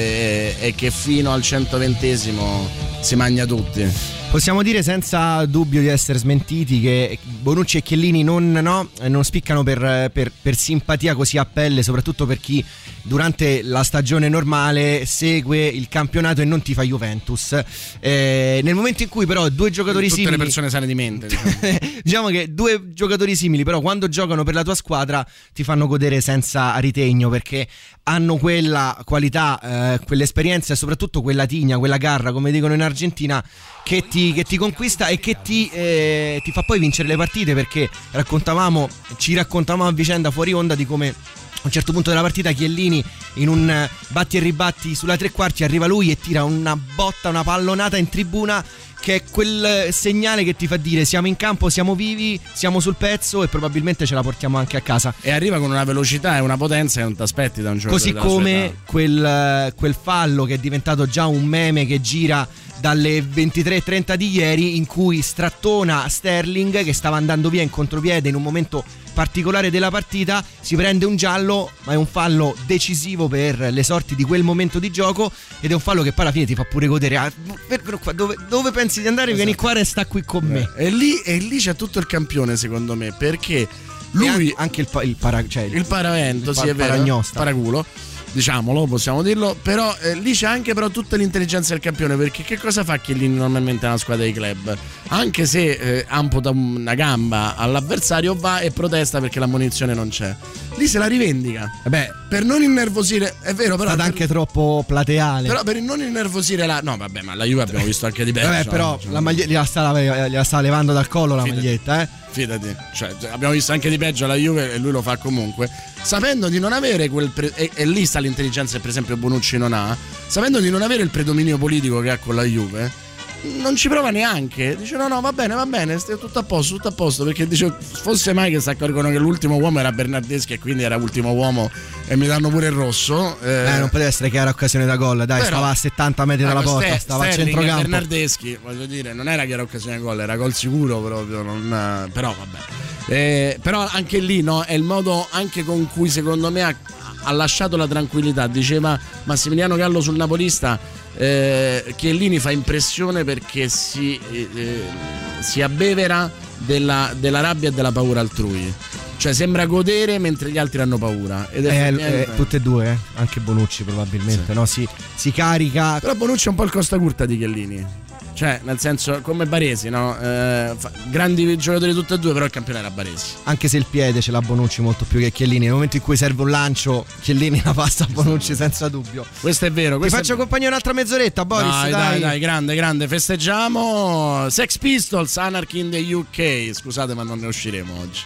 S4: e, e che fino al centoventesimo si mangia tutti.
S5: Possiamo dire senza dubbio di essere smentiti che Bonucci e Chiellini non, no, non spiccano per, per, per simpatia così a pelle, soprattutto per chi durante la stagione normale segue il campionato e non tifa Juventus. Eh, nel momento in cui però due giocatori
S4: tutte
S5: simili,
S4: le persone sane di mente, diciamo.
S5: diciamo che due giocatori simili però quando giocano per la tua squadra ti fanno godere senza ritegno, perché hanno quella qualità, eh, quell'esperienza e soprattutto quella tigna, quella garra, come dicono in Argentina, che ti, che ti conquista e che ti, eh, ti fa poi vincere le partite, perché raccontavamo, ci raccontavamo a vicenda fuori onda di come a un certo punto della partita Chiellini in un batti e ribatti sulla tre quarti arriva lui e tira una botta, una pallonata in tribuna, che è quel segnale che ti fa dire siamo in campo, siamo vivi, siamo sul pezzo e probabilmente ce la portiamo anche a casa.
S4: E arriva con una velocità e una potenza che non ti aspetti da un giocatore.
S5: Così come quel, quel fallo che è diventato già un meme che gira dalle ventitré e trenta di ieri, in cui strattona Sterling che stava andando via in contropiede in un momento particolare della partita, si prende un giallo, ma è un fallo decisivo per le sorti di quel momento di gioco ed è un fallo che poi alla fine ti fa pure godere. Ah, dove, dove pensi di andare? Esatto. Vieni qua, resta qui con me.
S4: E lì, e lì c'è tutto il campione secondo me, perché lui
S5: anche il, il, para, cioè il,
S4: il paravento,
S5: il
S4: sì, è vero,
S5: paragnosta,
S4: paraculo, diciamolo, possiamo dirlo, però eh, lì c'è anche però tutta l'intelligenza del campione, perché che cosa fa Chiellini normalmente è una squadra di club? Anche se eh, amputa una gamba all'avversario, va e protesta perché l'ammonizione non c'è. Lì se la rivendica.
S5: Vabbè,
S4: per non innervosire, è vero, però
S5: è
S4: per,
S5: anche troppo plateale.
S4: Però per non innervosire la no, vabbè, ma la Juve abbiamo visto anche di peggio.
S5: Vabbè, però cioè, la maglietta gliela sta, gliela sta levando dal collo la fidati, maglietta, eh.
S4: Fidati, cioè abbiamo visto anche di peggio la Juve e lui lo fa comunque, sapendo di non avere quel pre- e, e lì sta l'intelligenza che per esempio Bonucci non ha, sapendo di non avere il predominio politico che ha con la Juve. Non ci prova neanche, dice no no va bene va bene, stai tutto a posto, tutto a posto, perché dice fosse mai che si accorgono che l'ultimo uomo era Bernardeschi e quindi era ultimo uomo e mi danno pure il rosso, eh,
S5: eh non poteva essere chiara occasione da gol, dai, però, stava a settanta metri dalla porta, ste, stava a centrocampo.
S4: Bernardeschi, voglio dire, non era chiara occasione da gol, era gol sicuro proprio, non, però vabbè, eh, però anche lì no, è il modo anche con cui secondo me ha, ha lasciato la tranquillità. Diceva Massimiliano Gallo sul napolista, Eh, Chiellini fa impressione perché si, eh, si abbevera della, della rabbia e della paura altrui, cioè sembra godere mentre gli altri hanno paura ed è
S5: eh, eh, tutte e due, eh? Anche Bonucci probabilmente, sì. No? Si, si carica.
S4: Però Bonucci è un po' il Costa Curta di Chiellini, cioè nel senso come Baresi, no? Eh, fa, grandi giocatori tutti e due, però il campione era Baresi,
S5: anche se il piede ce l'ha Bonucci molto più che Chiellini. Nel momento in cui serve un lancio Chiellini la passa a Bonucci senza dubbio.
S4: Questo è vero.
S5: Ti faccio compagnia un'altra mezz'oretta, Boris,
S4: dai,
S5: dai
S4: dai dai grande grande, festeggiamo Sex Pistols, Anarchy in the U K. Scusate ma non ne usciremo oggi.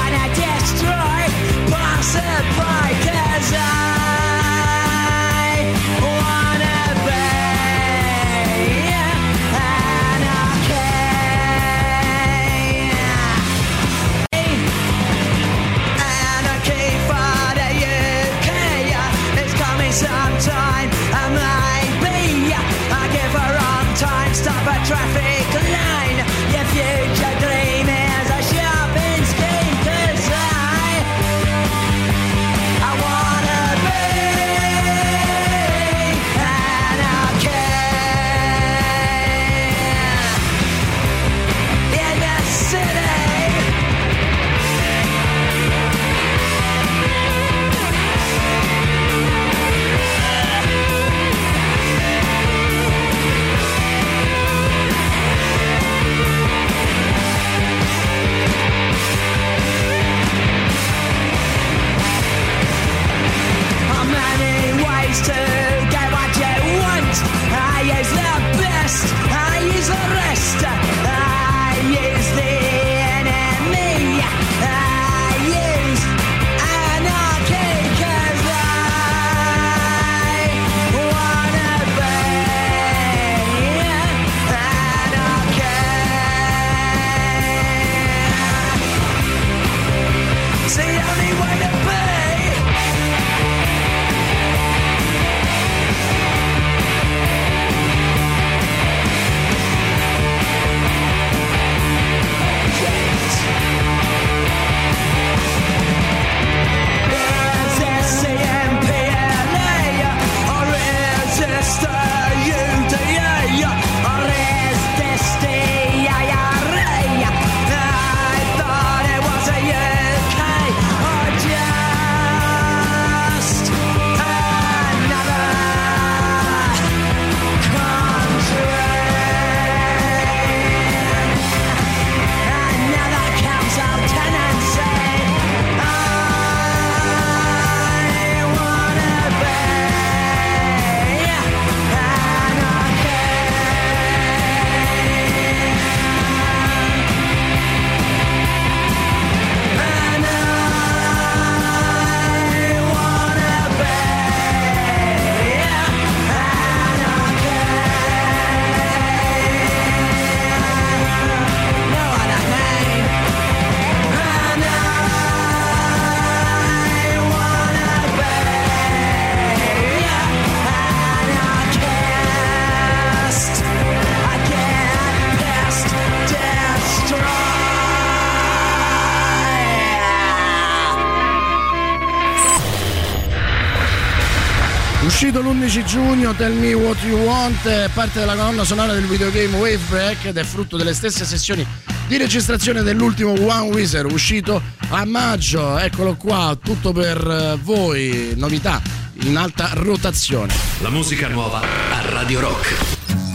S10: Cause I
S4: Uscito l'undici giugno, Tell Me What You Want, è parte della colonna sonora del videogame Wave Break ed è frutto delle stesse sessioni di registrazione dell'ultimo One Wizard, uscito a maggio. Eccolo qua, tutto per voi, novità in alta rotazione.
S1: La musica nuova a Radio Rock.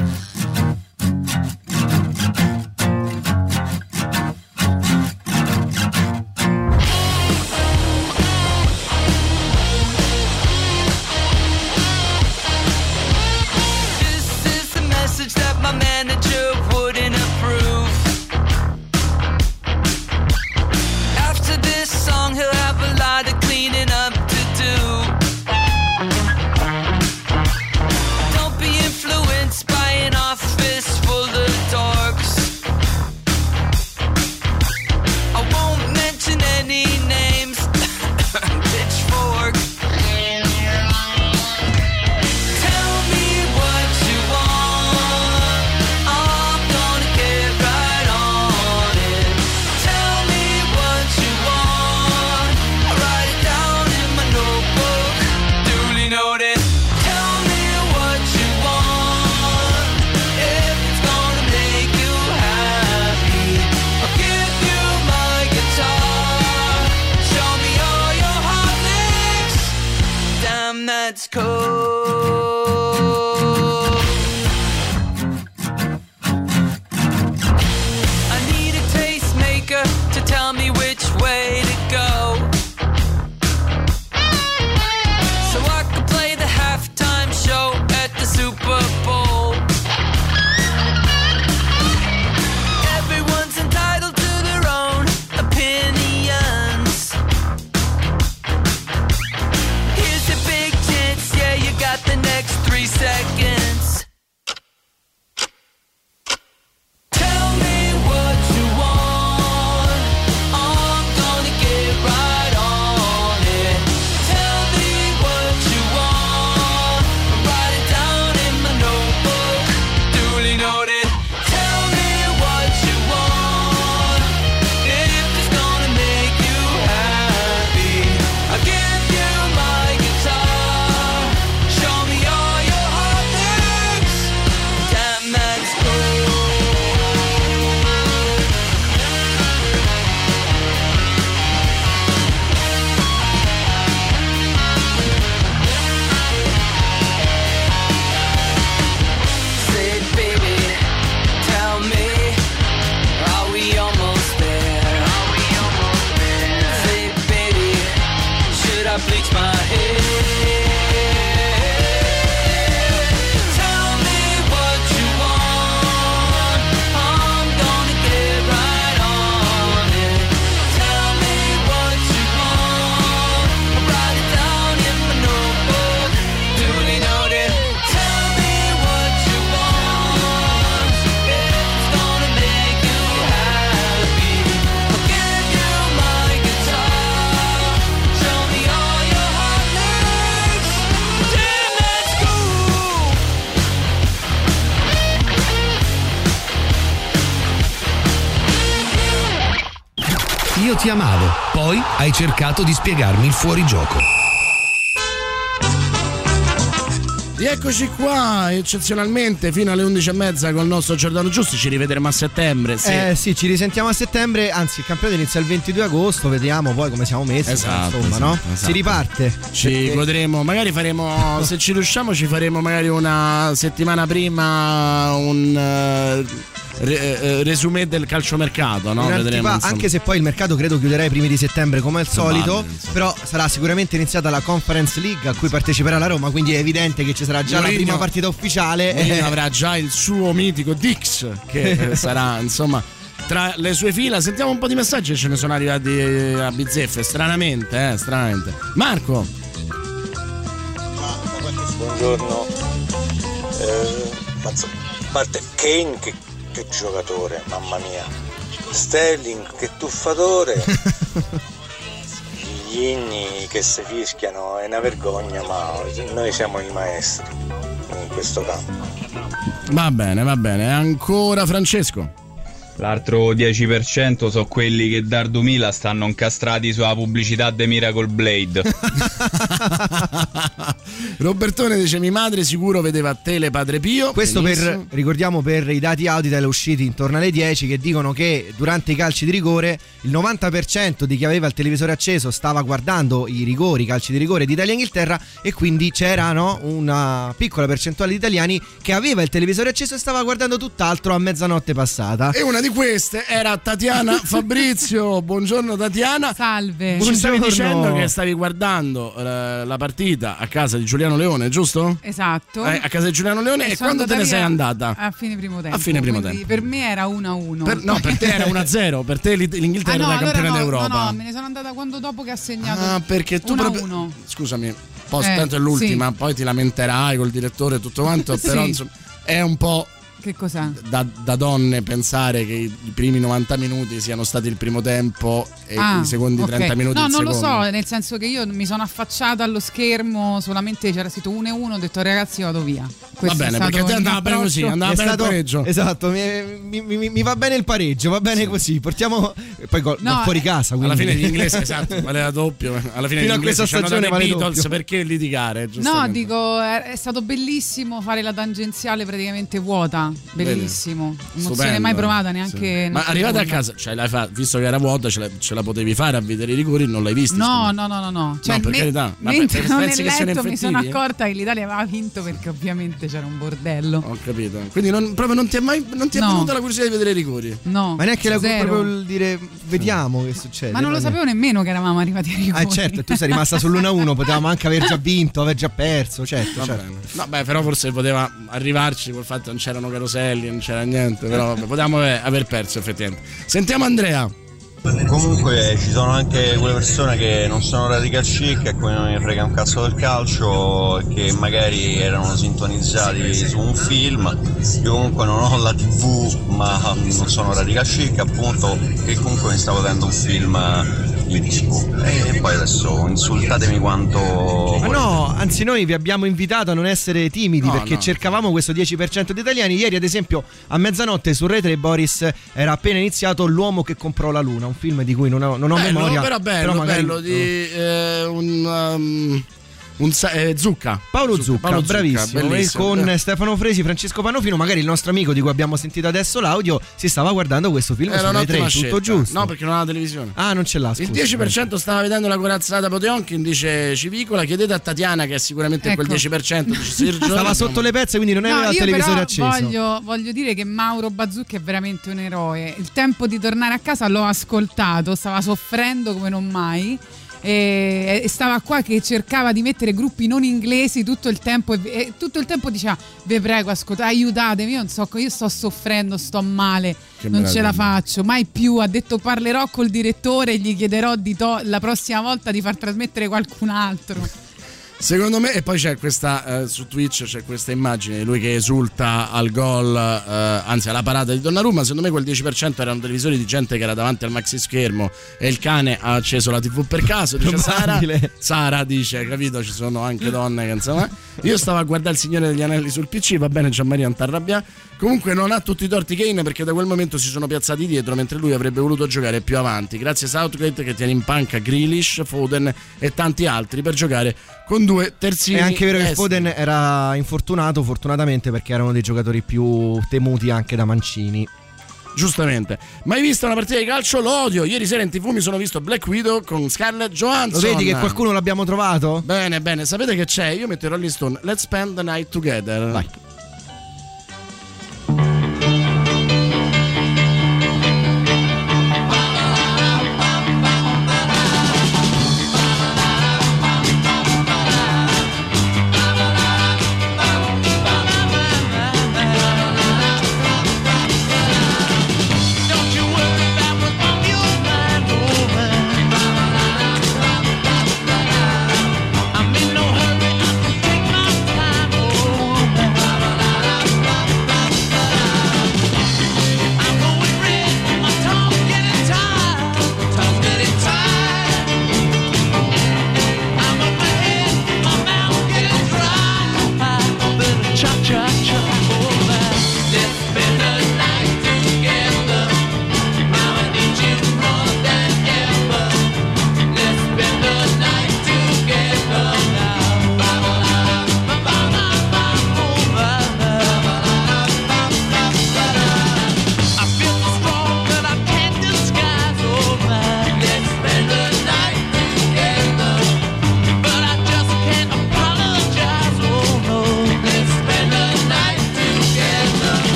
S3: Io ti amavo, poi hai cercato di spiegarmi il fuorigioco.
S4: Rieccoci qua, eccezionalmente fino alle undici e mezza con il nostro Giordano Giusti. Ci rivedremo a settembre. Sì.
S5: Eh sì, ci risentiamo a settembre. Anzi, il campionato inizia il ventidue agosto. Vediamo poi come siamo messi.
S4: Esatto,
S5: insomma,
S4: esatto,
S5: no?
S4: esatto.
S5: Si riparte.
S4: Ci
S5: perché...
S4: godremo. Magari faremo, se ci riusciamo, ci faremo magari una settimana prima un. Uh, Re, resumé del calciomercato, no? Vedremo,
S5: antipa- anche se poi il mercato credo chiuderà i primi di settembre come al solito, però sarà sicuramente iniziata la Conference League a cui parteciperà la Roma, quindi è evidente che ci sarà già Mourinho, la prima partita ufficiale
S4: e avrà già il suo mitico Dix che sarà insomma tra le sue fila. Sentiamo un po' di messaggi che ce ne sono arrivati a bizzeffe, stranamente, eh, stranamente. Marco.
S11: Buongiorno. Eh, ma a parte Kane che che giocatore, mamma mia. Sterling che tuffatore. Gli inni che si fischiano è una vergogna, ma noi siamo i maestri in questo campo.
S4: Va bene, va bene. Ancora Francesco.
S12: L'altro dieci per cento sono quelli che dal duemila stanno incastrati sulla pubblicità de Miracle Blade.
S4: Robertone dice: mia madre sicuro vedeva Tele Padre Pio.
S5: Questo
S4: Benissimo.
S5: per, ricordiamo, per i dati Auditel usciti intorno alle dieci, che dicono che durante i calci di rigore il novanta per cento di chi aveva il televisore acceso stava guardando i rigori, i calci di rigore di Italia-Inghilterra, e quindi c'era, no, una piccola percentuale di italiani che aveva il televisore acceso e stava guardando tutt'altro a mezzanotte passata.
S4: E una di queste era Tatiana Fabrizio. Buongiorno Tatiana.
S13: Salve.
S4: Ci stavi
S5: Buongiorno.
S4: dicendo che stavi guardando eh, la partita a casa di Giuliano Leone, giusto?
S13: Esatto.
S4: Eh, a casa di Giuliano Leone. E,
S13: sono
S4: quando te ne
S13: andata
S4: sei
S13: via
S4: andata?
S13: A fine primo tempo.
S4: A fine primo
S13: Quindi
S4: tempo.
S13: Per me era uno a uno.
S4: Per, no, per te era uno a zero. Per te l'I- l'Inghilterra
S13: Ah, no,
S4: era
S13: allora
S4: campione
S13: no,
S4: d'Europa.
S13: No, no, me ne sono andata quando dopo che ha segnato.
S4: Ah, perché tu
S13: uno a
S4: proprio.
S13: uno.
S4: Scusami, poi
S13: Eh,
S4: tanto è l'ultima,
S13: sì.
S4: poi ti lamenterai col direttore e tutto quanto.
S13: Sì.
S4: Però insomma, è un po'.
S13: Che cos'è?
S4: Da, da donne pensare che i, i primi novanta minuti siano stati il primo tempo e
S13: Ah,
S4: i secondi
S13: ok.
S4: trenta minuti
S13: no,
S4: il
S13: non
S4: secondo.
S13: lo so, nel senso che io mi sono affacciata allo schermo, solamente c'era scritto uno e uno, ho detto ragazzi vado via.
S4: Va
S13: Questo
S4: bene,
S13: è stato
S4: perché a te
S13: il mio
S4: andava bene così,
S13: approccio.
S4: andava
S5: È
S4: bene
S5: stato-
S4: il pareggio.
S5: Esatto, mi, mi- mi- mi va bene il pareggio, va bene così. Portiamo poi gol,
S13: No,
S5: gol fuori casa. Quindi.
S4: Alla fine gli inglesi, esatto, valeva doppio. Alla fine
S5: Fino
S4: gli
S5: a
S4: inglesi
S5: questa
S4: ci hanno
S5: stagione
S4: dato i
S5: vale
S4: Beatles,
S5: doppio.
S4: perché litigare?
S13: No,
S4: giustamente.
S13: dico, è, è stato bellissimo fare la tangenziale praticamente vuota, bellissimo. Emozione
S4: Stupendo.
S13: mai provata neanche.
S4: Sì. Ma
S13: nel
S4: arrivata a
S13: secondo.
S4: casa, cioè l'hai fa- visto che era vuota, ce la, ce la potevi fare a vedere i rigori, non l'hai vista?
S13: No, no, no, no, no. Cioè,
S4: No, per
S13: me-
S4: carità. Ma
S13: mentre
S4: pensi
S13: ero
S4: che
S13: nel
S4: siano
S13: letto mi sono
S4: infettivi?
S13: accorta che l'Italia aveva vinto perché ovviamente c'era un bordello.
S4: Ho capito. Quindi non, proprio non ti è mai non ti è
S13: No.
S4: venuta la curiosità di vedere i rigori?
S13: No.
S5: Ma neanche la,
S13: zero.
S5: proprio il dire vediamo che succede.
S13: Ma non lo sapevo nemmeno che eravamo arrivati ai rigori.
S5: Ah, certo, tu sei rimasta sull'uno a uno, potevamo anche aver già vinto, aver già perso, certo,
S4: Va
S5: certo.
S4: bene. No, beh, però forse poteva arrivarci col fatto che non c'erano caroselli, non c'era niente, però vabbè, potevamo aver, aver perso effettivamente. Sentiamo Andrea.
S14: Comunque ci sono anche quelle persone che non sono radical chic e cui non gli frega un cazzo del calcio e che magari erano sintonizzati su un film. Io comunque non ho la tivù, ma non sono radical chic, appunto, e comunque mi stavo vedendo un film in tivù. E poi adesso insultatemi quanto.
S5: Ma no, anzi noi vi abbiamo invitato a non essere timidi,
S14: No,
S5: perché
S14: no.
S5: cercavamo questo dieci per cento di italiani. Ieri ad esempio a mezzanotte su Rai tre Boris era appena iniziato L'uomo che comprò la luna, un film di cui non ho, non ho
S4: Bello,
S5: memoria.
S4: però bello,
S5: magari-
S4: bello di eh, un um, un sa- eh, Zucca.
S5: Paolo Zucca,
S4: Paolo
S5: bravissimo,
S4: bellissimo.
S5: con
S4: Eh.
S5: Stefano Fresi, Francesco Pannofino. Magari il nostro amico di cui abbiamo sentito adesso l'audio si stava guardando questo film
S4: Era
S5: su Rai tre,
S4: un'ottima
S5: tutto
S4: scelta.
S5: giusto.
S4: No, perché non ha la televisione.
S5: Ah, non ce l'ha, scusa.
S4: Il dieci per cento stava vedendo la corazzata Potionkin, dice Civicola. Chiedete a Tatiana, che è sicuramente
S13: Ecco.
S4: quel dieci per cento. Dice Sergio.
S5: Stava sotto le pezze, quindi non
S13: No,
S5: aveva il
S13: io
S5: televisore
S13: però
S5: acceso.
S13: voglio, voglio dire che Mauro Bazzucchi è veramente un eroe. Il tempo di tornare a casa l'ho ascoltato, stava soffrendo come non mai. E, e stava qua che cercava di mettere gruppi non inglesi tutto il tempo e, e tutto il tempo diceva vi prego ascoltate, aiutatemi, io non so, io sto soffrendo, sto male,
S4: Che
S13: non ce la
S4: meraviglia.
S13: faccio mai più. Ha detto parlerò col direttore e gli chiederò di to- la prossima volta di far trasmettere qualcun altro.
S4: Secondo me, e poi c'è questa eh, su Twitch c'è questa immagine di lui che esulta al gol, eh, anzi alla parata di Donnarumma. Secondo me quel dieci per cento erano televisori di gente che era davanti al maxi schermo e il cane ha acceso la tivù per caso. Dice Sara,
S5: Probabile.
S4: Sara dice, capito, ci sono anche donne che insomma. Io stavo a guardare Il Signore degli Anelli sul P C, va bene Gianmaria, non t'arrabbiare. Comunque non ha tutti i torti Kane, perché da quel momento si sono piazzati dietro mentre lui avrebbe voluto giocare più avanti. Grazie a Southgate che tiene in panca Grealish, Foden e tanti altri per giocare con due terzini.
S5: È anche vero che
S4: esteri.
S5: Foden era infortunato, fortunatamente, perché era uno dei giocatori più temuti anche da Mancini.
S4: Giustamente. Mai vista una partita di calcio? Lo odio. Ieri sera in tivù mi sono visto Black Widow con Scarlett Johansson.
S5: Lo vedi che qualcuno l'abbiamo trovato?
S4: Bene, bene. Sapete che c'è? Io metto i Rolling Stone. Let's spend the night together.
S5: Vai.
S10: Don't you worry about what's on your mind, woman. I'm in no hurry, I can take my time, oh woman.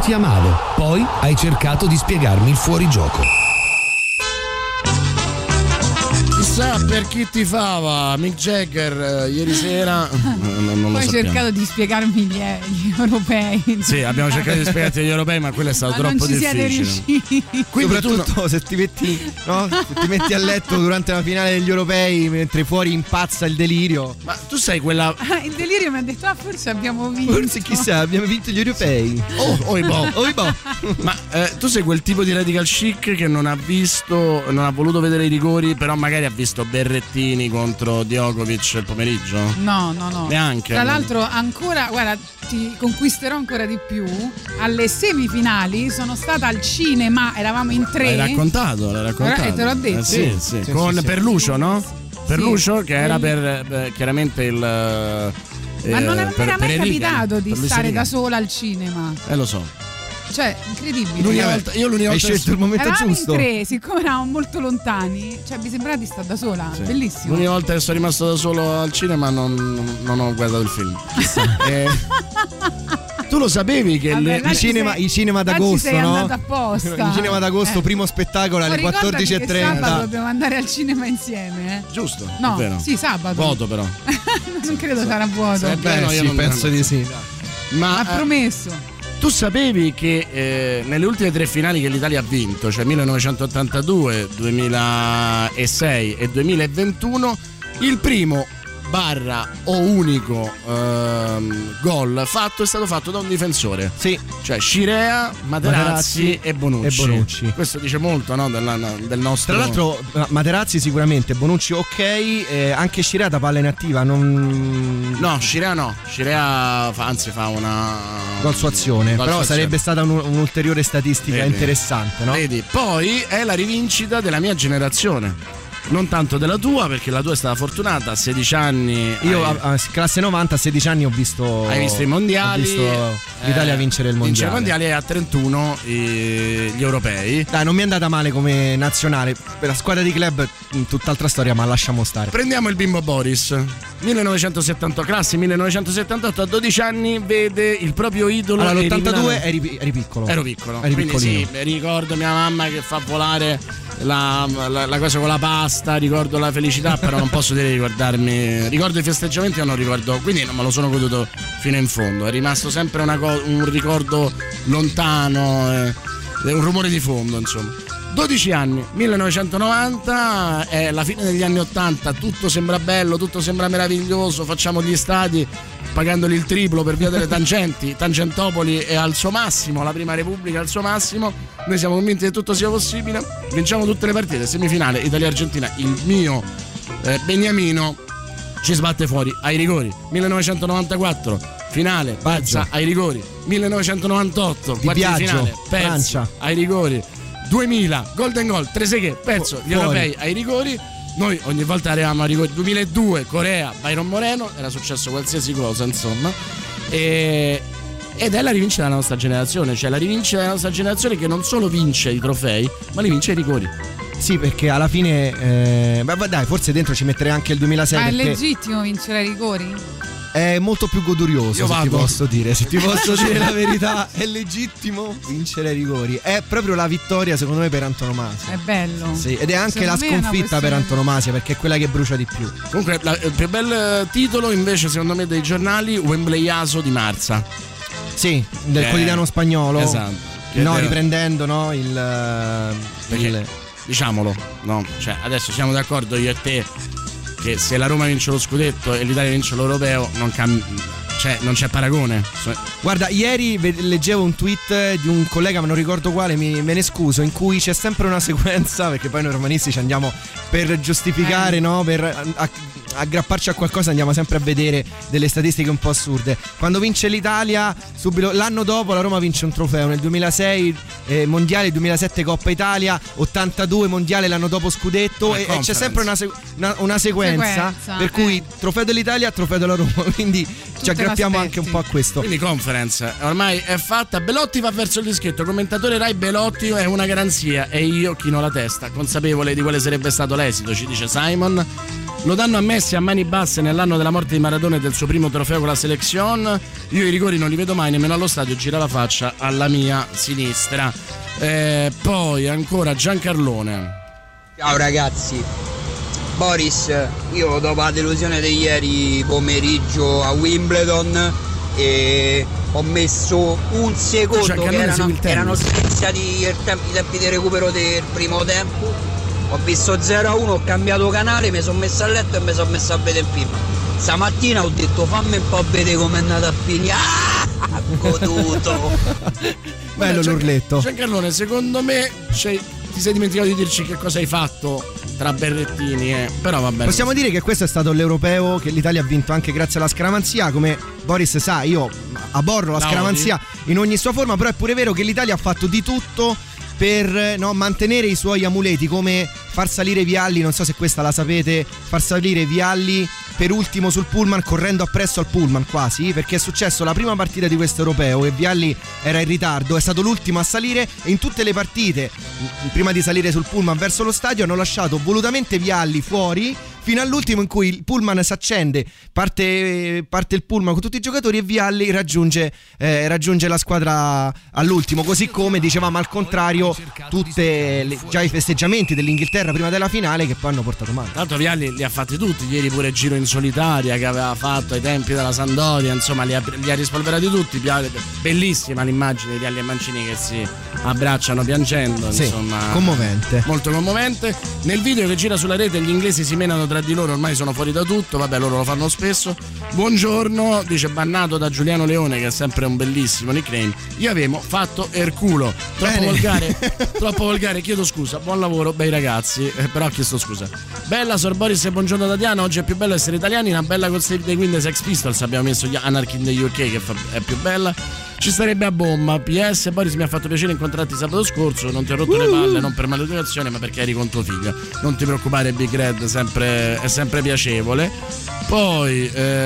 S3: ti amavo, poi hai cercato di spiegarmi il fuorigioco.
S4: Chissà per chi ti fava Mick Jagger eh, ieri sera. Non, non
S13: Poi
S4: lo
S13: hai
S4: sappiamo.
S13: cercato di spiegarmi gli, gli europei.
S4: Sì, abbiamo cercato di spiegarti agli europei, ma quello è stato
S13: Ma
S4: troppo
S13: non ci siete
S4: difficile.
S13: riusciti.
S4: Quindi tu
S5: Soprattutto se ti metti, no? Se ti metti a letto durante la finale degli europei mentre fuori impazza il delirio.
S4: Ma tu sei quella.
S13: Ah, il delirio mi ha detto: ah, forse abbiamo vinto.
S5: Forse chissà, abbiamo vinto gli europei.
S4: Oh, oibò.
S5: Oibò.
S4: Ma eh, tu sei quel tipo di radical chic che non ha visto, non ha voluto vedere i rigori, però magari ha visto Berrettini contro Djokovic il pomeriggio?
S13: No, no, no.
S4: Neanche.
S13: Tra l'altro, ancora, guarda, ti conquisterò ancora di più. Alle semifinali sono stata al cinema, eravamo in tre.
S4: L'hai raccontato, l'hai raccontato.
S13: Eh, te l'ho detto.
S4: Eh, sì, sì,
S5: Sì,
S4: con
S5: sì, sì.
S4: Perlucio, no? Perlucio che era
S13: Il-
S4: per eh, chiaramente il.
S13: Ma non
S4: eh,
S13: mi
S4: per-
S13: era mai
S4: per Enrica,
S13: capitato di
S4: per Luis
S13: stare
S4: Enrica.
S13: da sola al cinema.
S4: Eh, lo so.
S13: Cioè, incredibile.
S4: L'unica volta, io l'unica
S5: Hai
S4: volta
S5: scelto il momento
S13: Eravamo
S5: giusto.
S13: in tre, siccome eravamo molto lontani, cioè mi sembrava di stare da sola.
S4: Sì.
S13: Bellissimo.
S4: L'unica volta che sono rimasto da solo al cinema non, non ho guardato il film. Eh, tu lo sapevi che
S13: Vabbè,
S4: le,
S13: là
S5: I
S13: ci
S5: cinema,
S13: sei-
S5: i cinema
S13: là ci
S5: d'agosto,
S13: sei
S5: no?
S13: andato apposta.
S5: Il cinema d'agosto,
S13: Eh.
S5: primo spettacolo alle
S13: Poi ricordati
S5: quattordici e
S13: che sabato
S5: trenta.
S13: dobbiamo andare al cinema insieme, eh?
S4: Giusto?
S13: No,
S4: è vero.
S13: sì, sabato.
S4: Voto però.
S13: Non credo sarà vuoto.
S4: Se è vero,
S5: Beh,
S4: io
S5: sì,
S4: non-
S5: penso
S4: non
S5: di
S4: so.
S5: sì.
S4: Ma
S13: Ha
S4: eh,
S13: promesso.
S4: tu sapevi che eh, nelle ultime tre finali che l'Italia ha vinto, cioè millenovecentottantadue, duemilasei e duemilaventuno, il primo barra o unico ehm, gol fatto è stato fatto da un difensore.
S5: Sì.
S4: Cioè Scirea, Materazzi,
S5: Materazzi
S4: e Bonucci.
S5: e Bonucci.
S4: Questo dice molto, no, della- del nostro.
S5: Tra l'altro Materazzi sicuramente, Bonucci ok, eh, anche Scirea da palla inattiva, non...
S4: No, Scirea no. Scirea fa, anzi fa una
S5: gol su azione,
S4: gol
S5: però
S4: su azione.
S5: sarebbe stata un- un'ulteriore statistica
S4: Vedi.
S5: interessante, no?
S4: Vedi, poi è la rivincita della mia generazione. Non tanto della tua, perché la tua è stata fortunata, a sedici anni.
S5: Io
S4: hai,
S5: a, a classe novanta, a sedici anni ho visto
S4: hai visto i mondiali.
S5: Ho visto l'Italia
S4: eh,
S5: vincere il
S4: Vincere
S5: mondiale.
S4: i mondiali e a trentuno i- gli europei.
S5: Dai, non mi è andata male come nazionale. Per la squadra di club, mh, tutt'altra storia, ma lasciamo stare.
S4: Prendiamo il bimbo Boris. millenovecentosettanta, classe millenovecentosettantotto, a dodici anni vede il proprio idolo.
S5: Allora, l'ottantadue
S4: eliminare-
S5: eri, eri piccolo.
S4: Ero piccolo,
S5: Eri
S4: quindi
S5: piccolino.
S4: sì, ricordo mia mamma che fa volare la, la- la cosa con la pasta, ricordo la felicità, però non posso dire di ricordarmi. Ricordo i festeggiamenti, ma non ricordo, quindi non me lo sono goduto fino in fondo. È rimasto sempre una co- un ricordo lontano, eh, un rumore di fondo, insomma. dodici anni, millenovecentonovanta, è la fine degli anni ottanta, tutto sembra bello, tutto sembra meraviglioso, facciamo gli stadi pagandoli il triplo per via delle tangenti, Tangentopoli è al suo massimo, la Prima Repubblica è al suo massimo, noi siamo convinti che tutto sia possibile, vinciamo tutte le partite, semifinale Italia-Argentina, il mio eh, Beniamino ci sbatte fuori ai rigori, millenovecentonovantaquattro, finale, persa ai rigori, millenovecentonovantotto,
S5: Di
S4: quarti di
S5: Biagio,
S4: finale, persa
S5: Francia.
S4: ai rigori, duemila, Golden Goal, Trezeguet, perso gli
S5: Fuori.
S4: europei ai rigori. Noi ogni volta arrivavamo ai rigori. duemiladue, Corea, Byron Moreno, era successo qualsiasi cosa, insomma. E, ed è la rivincita della nostra generazione, cioè la rivincita della nostra generazione che non solo vince i trofei, ma li vince i rigori.
S5: Sì, perché alla fine eh, beh, dai, forse dentro ci metterei anche il duemilasei,
S13: Ma è
S5: perché
S13: legittimo vincere ai rigori?
S5: è molto più godurioso.
S4: Io
S5: se ti
S4: vado.
S5: posso dire, se ti posso dire la verità, è legittimo vincere ai rigori. È proprio la vittoria, secondo me, per antonomasia.
S13: È bello.
S5: Sì, ed è anche
S13: Secondo
S5: la
S13: me è una
S5: sconfitta per
S13: questione-
S5: antonomasia, perché è quella che brucia di più.
S4: Comunque, la- il più bel eh, titolo invece, secondo me, dei giornali, Wembleyaso di Marza.
S5: Sì, del
S4: Eh,
S5: quotidiano spagnolo.
S4: Esatto. Che
S5: No,
S4: è-
S5: riprendendo, no, il, eh,
S4: Perché,
S5: il-
S4: diciamolo, no? Cioè, adesso siamo d'accordo io e te che se la Roma vince lo scudetto e l'Italia vince l'europeo, non cambia. Cioè, non c'è paragone. So-
S5: Guarda, ieri ve- leggevo un tweet di un collega, ma non ricordo quale, mi, me ne scuso, in cui c'è sempre una sequenza, perché poi noi romanisti ci andiamo per giustificare,
S13: Eh.
S5: no? Per a- aggrapparci a qualcosa, andiamo sempre a vedere delle statistiche un po' assurde. Quando vince l'Italia, subito l'anno dopo la Roma vince un trofeo, nel duemilasei eh, mondiale, duemilasette Coppa Italia, ottantadue mondiale, l'anno dopo scudetto,
S4: Una
S5: e, e c'è
S4: conference.
S5: sempre una, se- una- una sequenza,
S13: Sequenza,
S5: per cui
S13: eh.
S5: trofeo dell'Italia, trofeo della Roma, quindi ci aggrappiamo anche un po' a questo.
S4: Quindi conference ormai è fatta. Belotti va verso il dischetto. Commentatore Rai, Belotti è una garanzia. E io chino la testa, consapevole di quale sarebbe stato l'esito, ci dice Simon. lo danno a Messi a mani basse nell'anno della morte di Maradona e del suo primo trofeo con la selezione. Io i rigori non li vedo mai, nemmeno allo stadio, gira la faccia alla mia sinistra. Eh, poi ancora Giancarlone.
S15: Ciao ragazzi, Boris, io dopo la delusione di ieri pomeriggio a Wimbledon e ho messo un secondo
S4: Cioè,
S15: che erano,
S4: segui il tennis.
S15: erano schizzati i tempi, i tempi di recupero del primo tempo. Ho visto zero a uno, ho cambiato canale, mi sono messo a letto e mi sono messo a vedere il film. Stamattina ho detto fammi un po' vedere com'è andata a finire. Ah, goduto.
S5: Bello l'urletto.
S4: Giancarlone, secondo me cioè, ti sei dimenticato di dirci che cosa hai fatto tra berrettini, eh. Però va bene.
S5: Possiamo dire che questo è stato l'europeo che l'Italia ha vinto anche grazie alla scaramanzia. Come Boris sa, io aborro la
S4: No,
S5: scaramanzia in ogni sua forma, però è pure vero che l'Italia ha fatto di tutto per no, mantenere i suoi amuleti, come far salire Vialli, non so se questa la sapete, far salire Vialli per ultimo sul pullman correndo appresso al pullman quasi, perché è successo la prima partita di questo europeo e Vialli era in ritardo, è stato l'ultimo a salire e in tutte le partite prima di salire sul pullman verso lo stadio hanno lasciato volutamente Vialli fuori fino all'ultimo in cui il pullman si accende, parte, parte il pullman con tutti i giocatori e Vialli raggiunge, eh, raggiunge la squadra all'ultimo, così come dicevamo al contrario tutte le, già i festeggiamenti dell'Inghilterra prima della finale che poi hanno portato male.
S4: Tanto Vialli li ha fatti tutti, ieri pure giro in solitaria che aveva fatto ai tempi della Sampdoria, insomma li ha, li ha rispolverati tutti. Bellissima l'immagine di Vialli e Mancini che si abbracciano piangendo,
S5: sì,
S4: insomma
S5: commovente,
S4: molto commovente. Nel video che gira sulla rete gli inglesi si menano tra di loro, ormai sono fuori da tutto, vabbè loro lo fanno spesso. Buongiorno, dice bannato da Giuliano Leone che è sempre un bellissimo nickname, io avevo fatto Erculo, troppo
S5: Bene.
S4: volgare, troppo volgare, chiedo scusa, buon lavoro, bei ragazzi, eh, però ho chiesto scusa. Bella Sor Boris e buongiorno Tatiana, oggi è più bello essere italiani, una bella con Save the Queen dei Sex Pistols, abbiamo messo gli Anarchy in the U K che fa, è più bella. Ci starebbe a bomba. P S Boris, mi ha fatto piacere incontrarti sabato scorso, non ti ho rotto uh. le palle, non per maleducazione ma perché eri con tuo figlio, non ti preoccupare Big Red, sempre, è sempre piacevole. Poi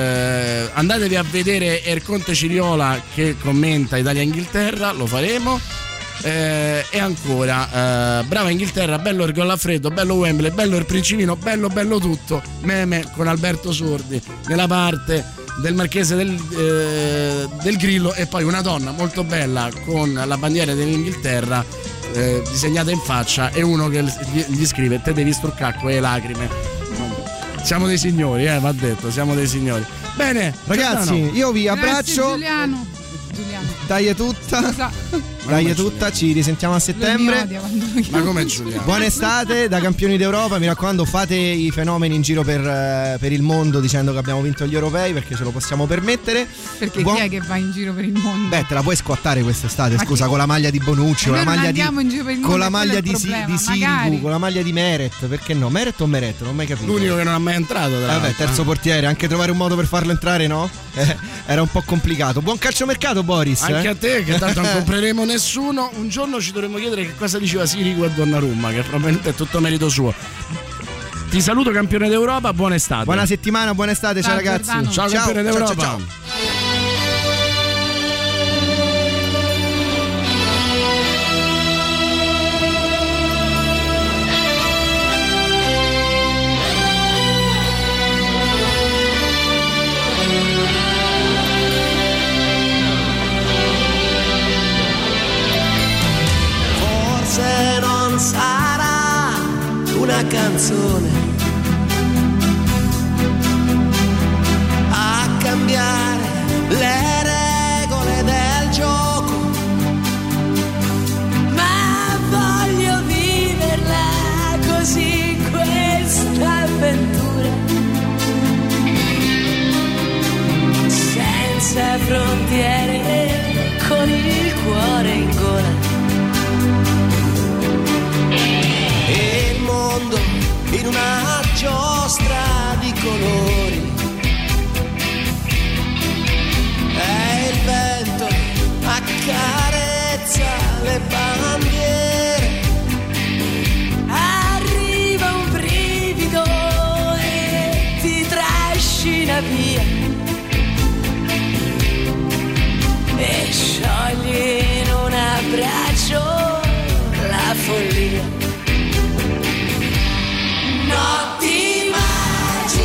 S4: eh, andatevi a vedere Erconte Ciriola che commenta Italia-Inghilterra, lo faremo. Eh, e ancora eh, brava Inghilterra, bello il gol a freddo, bello Wembley, bello il Principino, bello bello tutto, meme con Alberto Sordi nella parte del Marchese del, eh, del Grillo e poi una donna molto bella con la bandiera dell'Inghilterra eh, disegnata in faccia e uno che gli, gli scrive te devi struccare quelle lacrime. Siamo dei signori, eh, va detto, siamo dei signori. Bene
S5: ragazzi,
S4: Giordano.
S5: Io vi
S13: Grazie,
S5: abbraccio.
S13: Giuliano. Giuliano.
S5: Dai è tutta.
S13: Scusa.
S5: Dai è tutta, ci risentiamo a settembre.
S4: Ma come Giuliano?
S5: Buona estate da campioni d'Europa, mi raccomando fate i fenomeni in giro per, per il mondo dicendo che abbiamo vinto gli europei perché ce lo possiamo permettere.
S13: Perché
S5: Buon...
S13: chi è che va in giro per il mondo?
S5: Beh, te la puoi squattare quest'estate,
S13: Ma
S5: scusa,
S13: chi...
S5: con la maglia di Bonucci, con la maglia di
S13: in giro per il mondo,
S5: con la maglia di,
S13: problema,
S5: di Sirigu, con la maglia di Meret, perché no? Meret o Meret? Non ho mai capito.
S4: L'unico che non ha mai entrato.
S5: Vabbè, terzo portiere, anche trovare un modo per farlo entrare, no? Eh, era un po' complicato. Buon calciomercato, Boris.
S4: Anche
S5: eh?
S4: a te, che tanto non compreremo nessuno. Un giorno ci dovremmo chiedere che cosa diceva Sirigu a Donnarumma, che probabilmente è tutto merito suo. Ti saluto campione d'Europa, buona estate.
S5: Buona settimana, buona estate, ciao, ciao ragazzi.
S4: Ciao, ciao campione
S5: ciao,
S4: d'Europa.
S5: Ciao, ciao.
S9: Forse non sarà una canzone a cambiare le regole del gioco, ma voglio viverla così questa avventura, senza frontiere, con il cuore in gola. E il mondo in una giostra di colori, e il vento accarezza le bandiere, arriva un brivido e ti trascina via e scioglie in un abbraccio la follia. Notti magiche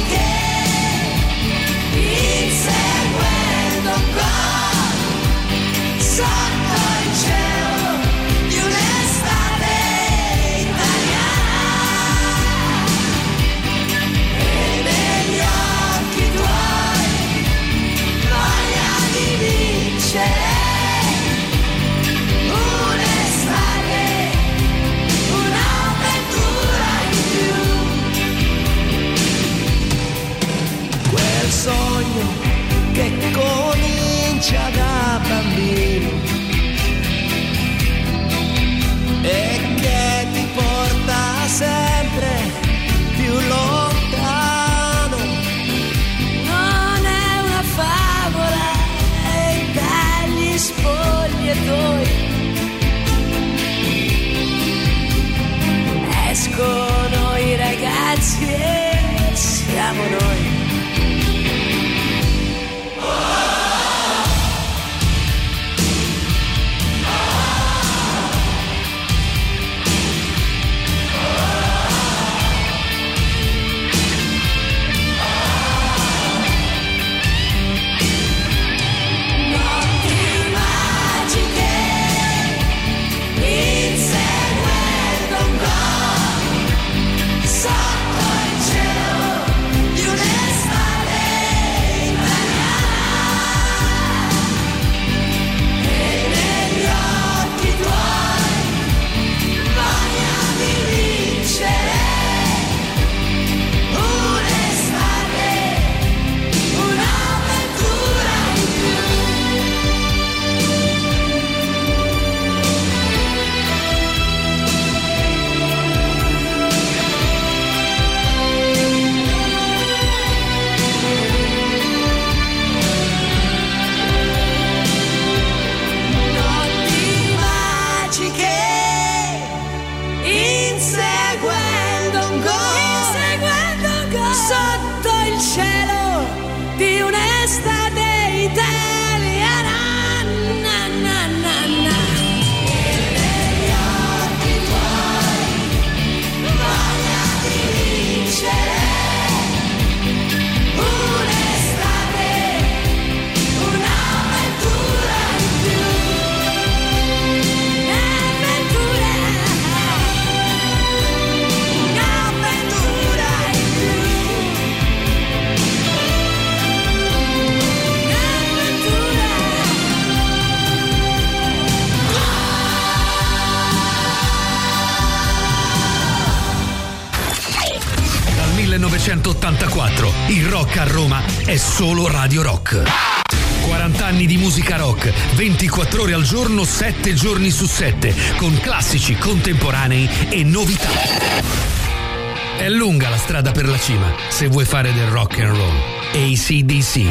S3: millenovecentottantaquattro. Il rock a Roma è solo Radio Rock. quaranta anni di musica rock, ventiquattro ore al giorno, sette giorni su sette, con classici, contemporanei e novità. È lunga la strada per la cima, se vuoi fare del rock and roll. A C D C.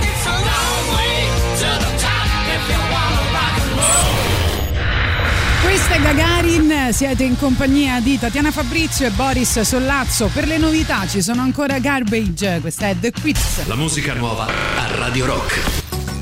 S13: Questa è Gagarin, siete in compagnia di Tatiana Fabrizio e Boris Sollazzo. Per le novità ci sono ancora Garbage, questa è The Quiz.
S1: La musica nuova a Radio Rock.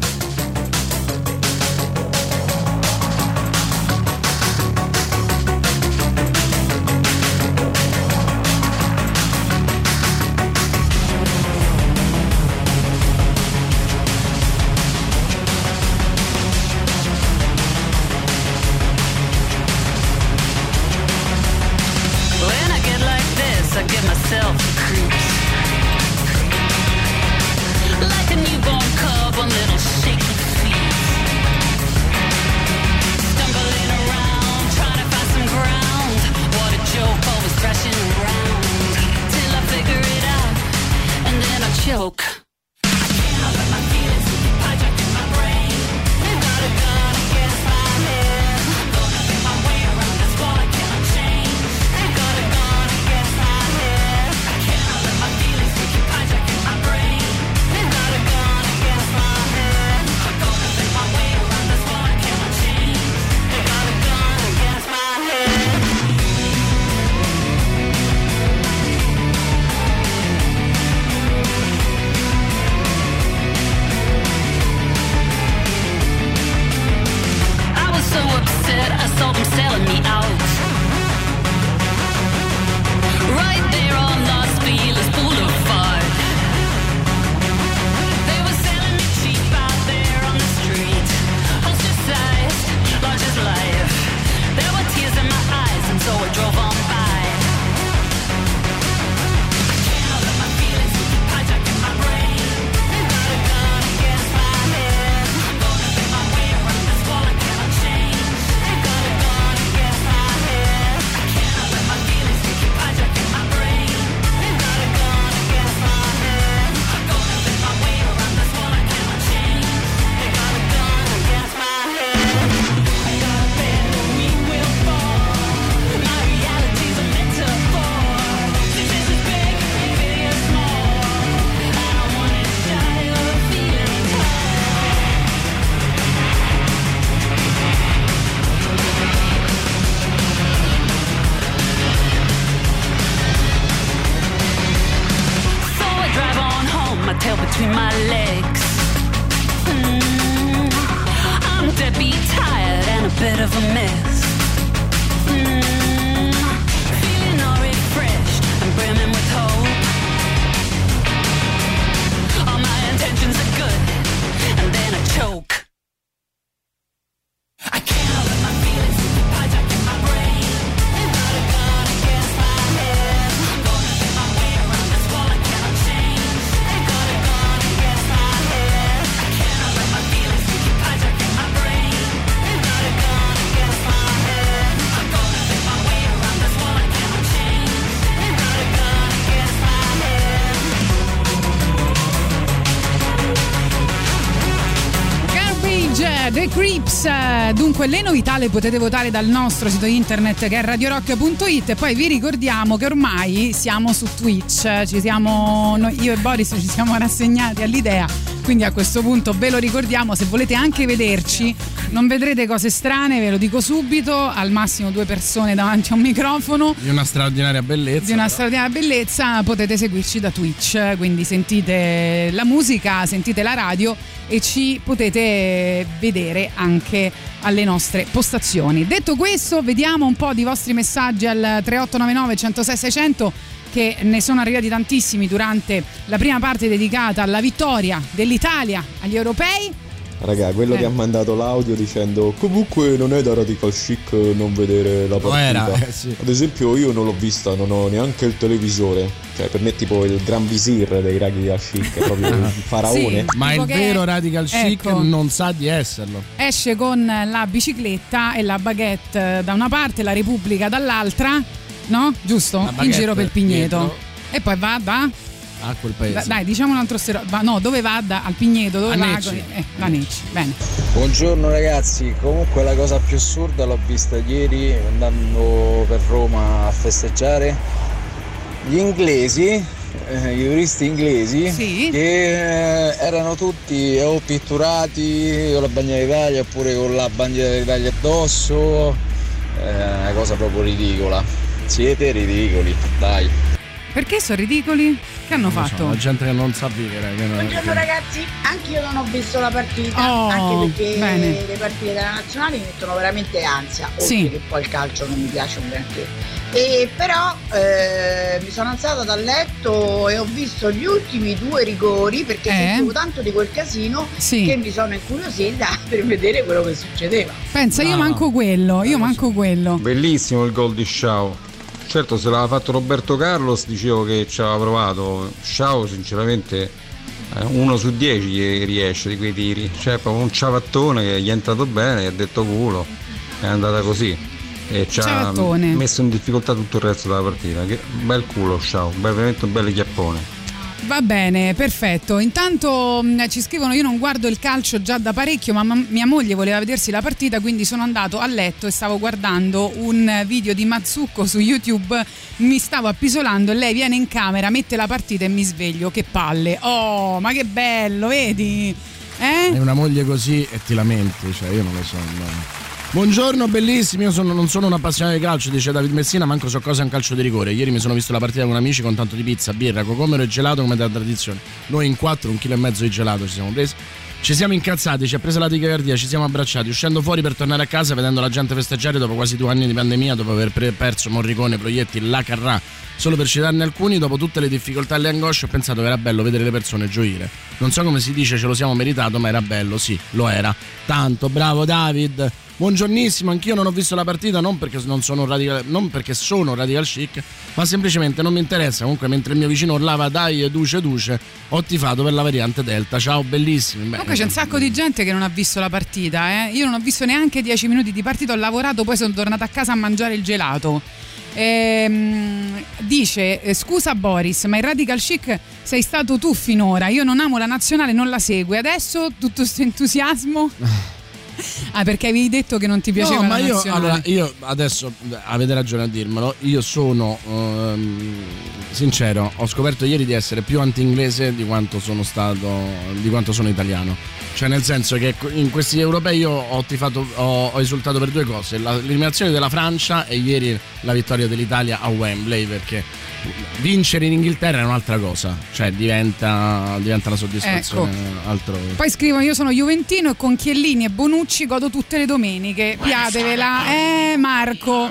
S13: The Creeps. Dunque le novità le potete votare dal nostro sito internet che è radio rock punto it e poi vi ricordiamo che ormai siamo su Twitch, ci siamo noi, io e Boris ci siamo rassegnati all'idea, quindi a questo punto ve lo ricordiamo, se volete anche vederci non vedrete cose strane, ve lo dico subito, al massimo due persone davanti a un microfono
S4: di una straordinaria bellezza
S13: di una
S4: però.
S13: straordinaria bellezza, potete seguirci da Twitch, quindi sentite la musica, sentite la radio e ci potete vedere anche alle nostre postazioni. Detto questo, vediamo un po' di vostri messaggi al tre otto nove nove uno zero sei sei zero zero, che ne sono arrivati tantissimi durante la prima parte dedicata alla vittoria dell'Italia agli europei.
S16: Raga, quello
S13: Eh.
S16: che ha mandato l'audio dicendo comunque non è da radical chic non vedere la partita.
S4: era, eh, sì.
S16: Ad esempio io non l'ho vista, non ho neanche il televisore. Cioè per me è tipo il gran visir dei radical chic, è proprio il faraone.
S4: Sì, ma il
S13: che-
S4: vero radical chic
S13: ecco.
S4: non sa di esserlo.
S13: Esce con la bicicletta e la baguette da una parte, la Repubblica dall'altra, no? Giusto?
S4: La
S13: In
S4: baguette
S13: giro per Pigneto.
S4: dietro.
S13: E poi va da
S4: a quel paese.
S13: Dai, diciamo un altro stereotipo. No, dove vada? Al Pigneto, dove
S4: A
S13: va?
S4: Necci.
S13: Eh, va Necci, bene.
S17: Buongiorno ragazzi, comunque la cosa più assurda l'ho vista ieri andando per Roma a festeggiare. Gli inglesi, eh, i turisti inglesi,
S13: sì.
S17: che eh, erano tutti o pitturati con la bandiera d'Italia oppure con la bandiera d'Italia addosso, è una cosa proprio ridicola. Siete ridicoli, dai.
S13: Perché sono ridicoli? Che hanno
S4: Non lo so,
S13: fatto?
S4: la gente che non sa vivere. Che non-
S18: Buongiorno
S4: che-
S18: ragazzi, anche io non ho visto la partita,
S13: Oh,
S18: anche perché
S13: bene.
S18: le partite della nazionale mi mettono veramente ansia, oltre
S13: Sì.
S18: che poi il calcio non mi piace un granché. E però eh, mi sono alzata dal letto e ho visto gli ultimi due rigori perché
S13: Eh?
S18: sentivo tanto di quel casino
S13: Sì.
S18: che mi sono incuriosita per vedere quello che succedeva.
S13: Pensa, io
S17: No.
S13: manco quello, io manco quello.
S17: Bellissimo il gol di Shaw. Certo, se l'aveva fatto Roberto Carlos dicevo che ci aveva provato. Shaw sinceramente eh, uno su dieci gli riesce di quei tiri. Cioè proprio un ciabattone che gli è entrato bene, gli ha detto culo. È andata così. E ci ha
S13: Ciabattone.
S17: messo in difficoltà tutto il resto della partita. Che bel culo Shaw, bel- veramente un bel chiappone.
S13: Va bene, perfetto. Intanto mh, ci scrivono: io non guardo il calcio già da parecchio, ma ma- mia moglie voleva vedersi la partita, quindi sono andato a letto e stavo guardando un video di Mazzucco su YouTube. Mi stavo appisolando e lei viene in camera, mette la partita e mi sveglio. Che palle! Oh, ma che bello, vedi? Eh?
S4: Hai una moglie così e ti lamenti, cioè io non lo so. no. Buongiorno bellissimi, io sono- non sono un appassionato di calcio, dice David Messina, manco so cosa è un calcio di rigore. Ieri mi sono visto la partita con amici con tanto di pizza, birra, cocomero e gelato come da tradizione. Noi in quattro, un chilo e mezzo di gelato ci siamo presi. Ci siamo incazzati, ci ha presa la tachicardia, ci siamo abbracciati, uscendo fuori per tornare a casa, vedendo la gente festeggiare dopo quasi due anni di pandemia, dopo aver pre- perso Morricone, Proietti, La Carrà. Solo per citarne alcuni, dopo tutte le difficoltà e le angosce, ho pensato che era bello vedere le persone gioire. Non so come si dice, ce lo siamo meritato, ma era bello, sì, lo era. Tanto, bravo David. Buongiornissimo, anch'io non ho visto la partita, non perché, non sono radical, non perché sono radical chic, ma semplicemente non mi interessa. Comunque, mentre il mio vicino urlava dai, duce, duce, ho tifato per la variante Delta. Ciao, bellissimi. Beh,
S13: Comunque c'è un sacco di gente che non ha visto la partita, eh. Io non ho visto neanche dieci minuti di partita, ho lavorato, poi sono tornata a casa a mangiare il gelato. Ehm, dice eh, scusa Boris, ma il radical chic sei stato tu finora, io non amo la nazionale, non la segui, adesso tutto questo entusiasmo? Ah, perché avevi detto che non ti piaceva
S4: no,
S13: la
S4: ma io,
S13: nazionale.
S4: allora, io adesso avete ragione a dirmelo. Io sono ehm, sincero, ho scoperto ieri di essere più anti-inglese di quanto sono stato, di quanto sono italiano. Cioè, nel senso che in questi europei io ho tifato, ho, ho esultato per due cose: la- l'eliminazione della Francia e ieri la vittoria dell'Italia a Wembley, perché vincere in Inghilterra è un'altra cosa, cioè diventa, diventa la soddisfazione
S13: Ecco.
S4: altrove.
S13: Poi scrivono io sono juventino e con Chiellini e Bonucci godo tutte le domeniche, piatevela, eh Marco.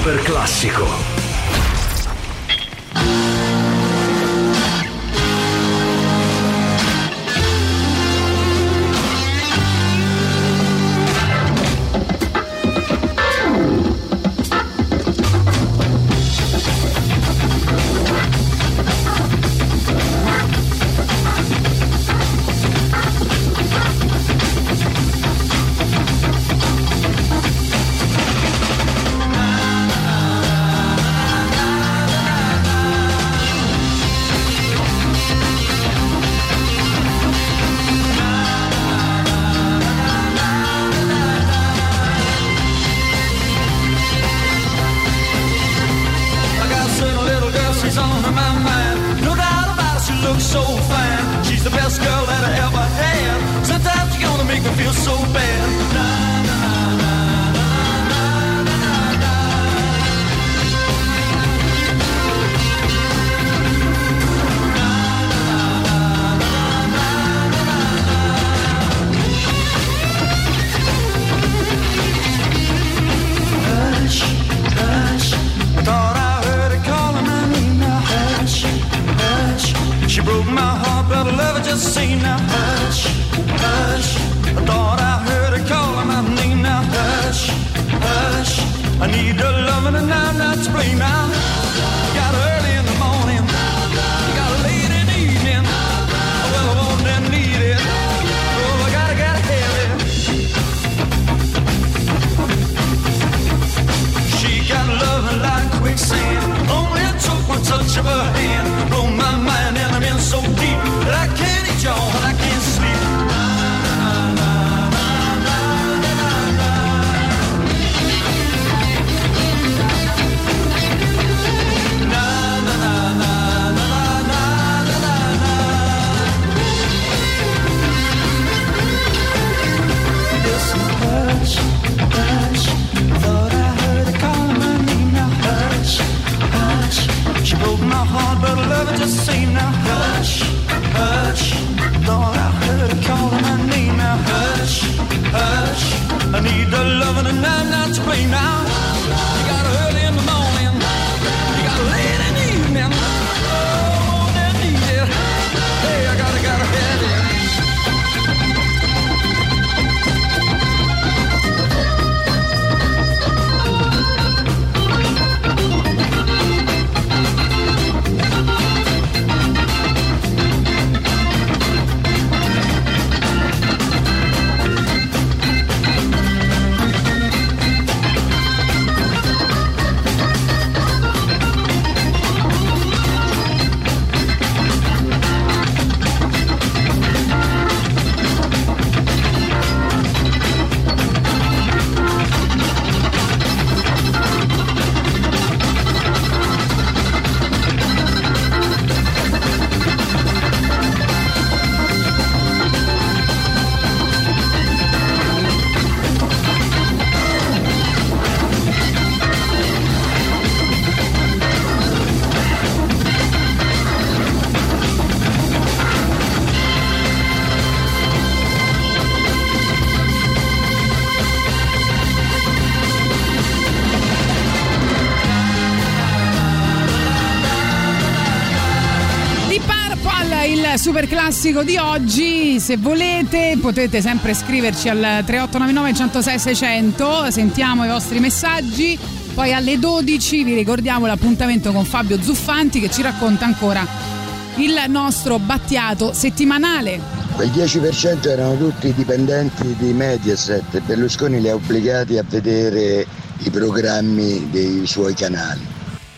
S3: super classico.
S13: Super classico di oggi. Se volete potete sempre scriverci al tre otto nove nove, uno zero sei, sei zero zero. Sentiamo i vostri messaggi. Poi alle dodici vi ricordiamo l'appuntamento con Fabio Zuffanti, che ci racconta ancora il nostro Battiato settimanale.
S19: Quel dieci per cento erano tutti dipendenti di Mediaset e Berlusconi li ha obbligati a vedere i programmi dei suoi canali.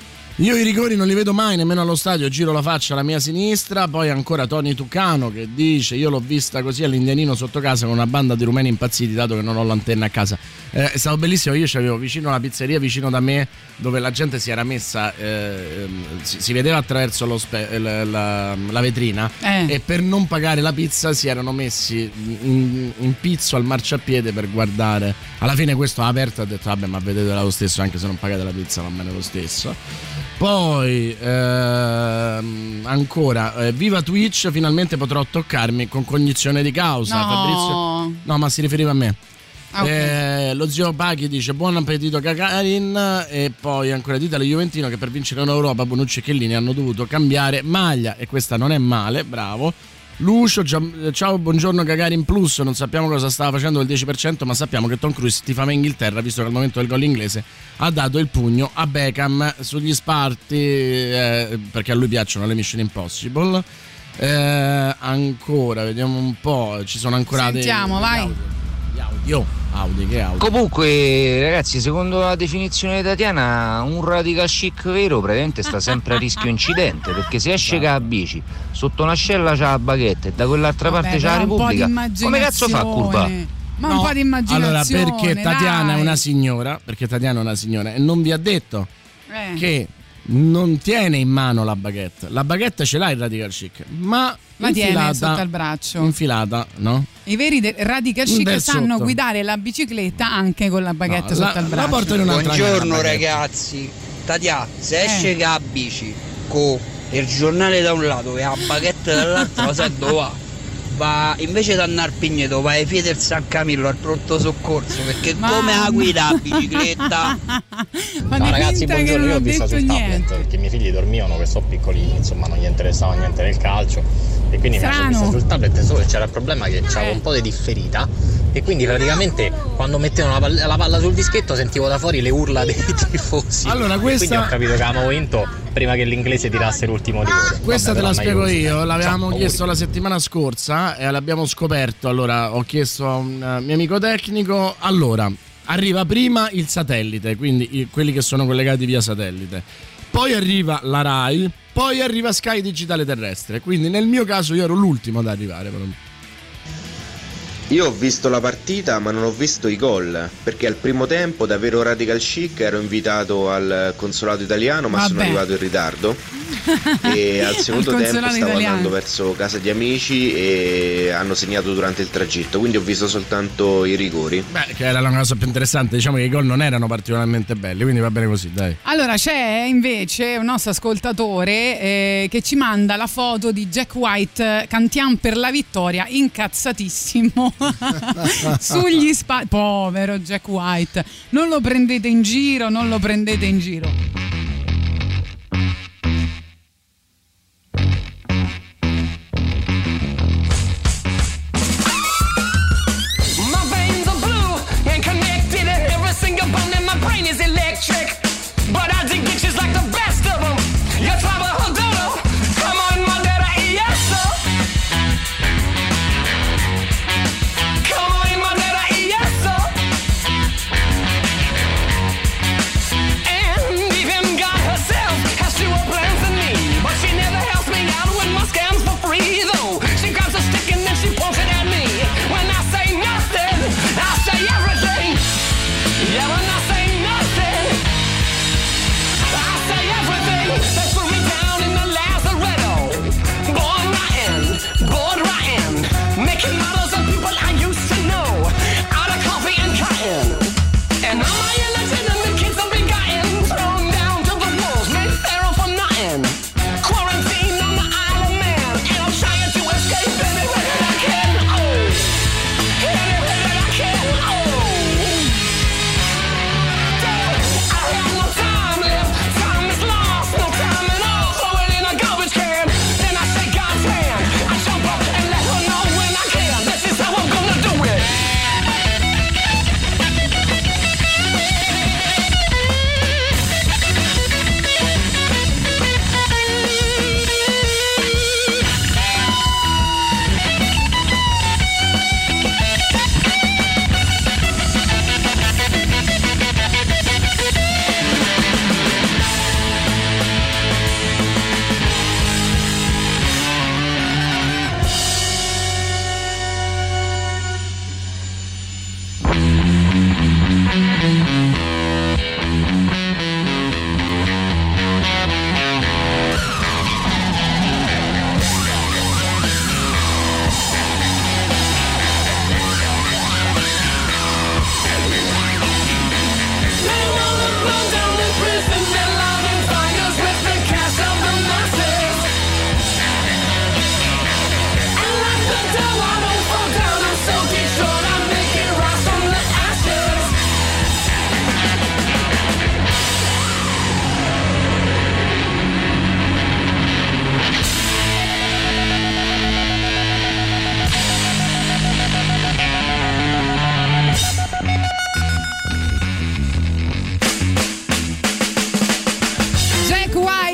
S4: Io i rigori non li vedo mai nemmeno allo stadio, giro la faccia alla mia sinistra. Poi ancora Tony Tucano che dice: io l'ho vista così all'Indianino sotto casa con una banda di rumeni impazziti, dato che non ho l'antenna a casa. Eh, è stato bellissimo. Io c'avevo vicino alla pizzeria, vicino da me, dove la gente si era messa, eh, si, si vedeva attraverso lo spe- la, la, la vetrina, eh. e per non pagare la pizza si erano messi in, in pizzo al marciapiede per guardare. Alla fine questo ha aperto e ha detto: vabbè, ma vedetela lo stesso, anche se non pagate la pizza va bene lo stesso. Poi ehm, ancora eh, viva Twitch, finalmente potrò toccarmi con cognizione di causa.
S13: No.
S4: Fabrizio, no, ma si riferiva a me.
S13: Ah, okay.
S4: eh, lo zio Pachi dice buon appetito Gagarin, e poi ancora D'Italia Juventino che per vincere in Europa Bonucci e Chiellini hanno dovuto cambiare maglia, e questa non è male, bravo. Lucio, ciao, buongiorno Gagarin Plus, non sappiamo cosa stava facendo del dieci per cento, ma sappiamo che Tom Cruise tifava Inghilterra, visto che al momento del gol inglese ha dato il pugno a Beckham sugli sparti, eh, perché a lui piacciono le Mission Impossible. Eh, ancora, vediamo un po', ci sono ancora
S13: Sentiamo,
S4: dei,
S13: vai.
S4: degli audio. Audi, che audio?
S20: Comunque, ragazzi, secondo la definizione di Tatiana, un radical chic vero praticamente sta sempre a rischio incidente, perché se esce che ha bici, sotto un'ascella c'ha la baguette e da quell'altra
S13: Vabbè,
S20: parte c'ha la
S13: però un po' di
S20: Repubblica, come cazzo fa a curvare?
S13: Ma
S4: No,
S13: un po' di immaginazione.
S4: Allora, perché Tatiana
S13: dai.
S4: è una signora, perché Tatiana è una signora e non vi ha detto
S13: Eh.
S4: che non tiene in mano la baguette. La baguette ce l'ha il radical chic, ma
S13: La tiene
S4: infilata,
S13: sotto al braccio.
S4: infilata, no?
S13: I veri de- radical chic
S4: Del
S13: sanno
S4: sotto.
S13: guidare la bicicletta anche con la baguette
S4: No,
S13: sotto
S4: la-
S13: al
S4: la
S13: braccio.
S4: portano in un'altra
S15: Buongiorno
S4: camera,
S15: ragazzi, Tatia, se
S13: Eh.
S15: esce che ha bici con il giornale da un lato e la baguette dall'altro, sai dove va? Va invece da andare al Pigneto, va ai piedi del San Camillo al pronto soccorso, perché
S13: Mamma.
S15: come la guida la bicicletta?
S13: Ma
S21: Ciao
S13: di
S21: ragazzi,
S13: finta che
S21: buongiorno.
S13: non
S21: Io
S13: ho
S21: ho visto
S13: detto
S21: sul tablet
S13: niente.
S21: perché i miei figli dormivano, che sono piccolini, insomma non gli interessava niente del calcio, e quindi mi sono
S13: Strano.
S21: visto sul tablet, solo che c'era il problema che c'avevo
S13: Eh.
S21: un po' di differita, e quindi praticamente quando mettevano la palla, la palla sul dischetto sentivo da fuori le urla dei tifosi.
S4: Allora,
S21: E
S4: questa-
S21: quindi ho capito che avevamo vinto prima che l'inglese tirasse l'ultimo rigore.
S4: Questa
S21: Vabbè,
S4: te la
S21: però
S4: spiego
S21: meglio così.
S4: io, l'avevamo
S21: Ciao,
S4: chiesto
S21: auguri.
S4: la settimana scorsa e l'abbiamo scoperto. Allora ho chiesto a un eh, mio amico tecnico. Allora, arriva prima il satellite, quindi i- quelli che sono collegati via satellite, poi arriva la Rai, poi arriva Sky Digitale Terrestre, quindi nel mio caso io ero l'ultimo ad arrivare però.
S22: Io ho visto la partita ma non ho visto i gol, perché al primo tempo da vero radical chic ero invitato al consolato italiano ma sono
S13: Vabbè.
S22: arrivato in ritardo e al secondo
S13: Al
S22: tempo
S13: consolato
S22: stavo
S13: italiano.
S22: andando verso casa di amici e hanno segnato durante il tragitto, quindi ho visto soltanto i rigori.
S4: Beh, che era la cosa più interessante, diciamo che i gol non erano particolarmente belli, quindi va bene così, dai.
S13: Allora c'è invece un nostro ascoltatore eh, che ci manda la foto di Jack White, cantiamo per la vittoria, incazzatissimo sugli spalti. Povero Jack White, non lo prendete in giro, non lo prendete in giro.
S10: My veins are blue and connected, and every single bone in my brain is electric. But I dig bitches like the best of them. You travel Hodoro, come on, Madera, yes, sir. Come on, Madera, yes, sir. And even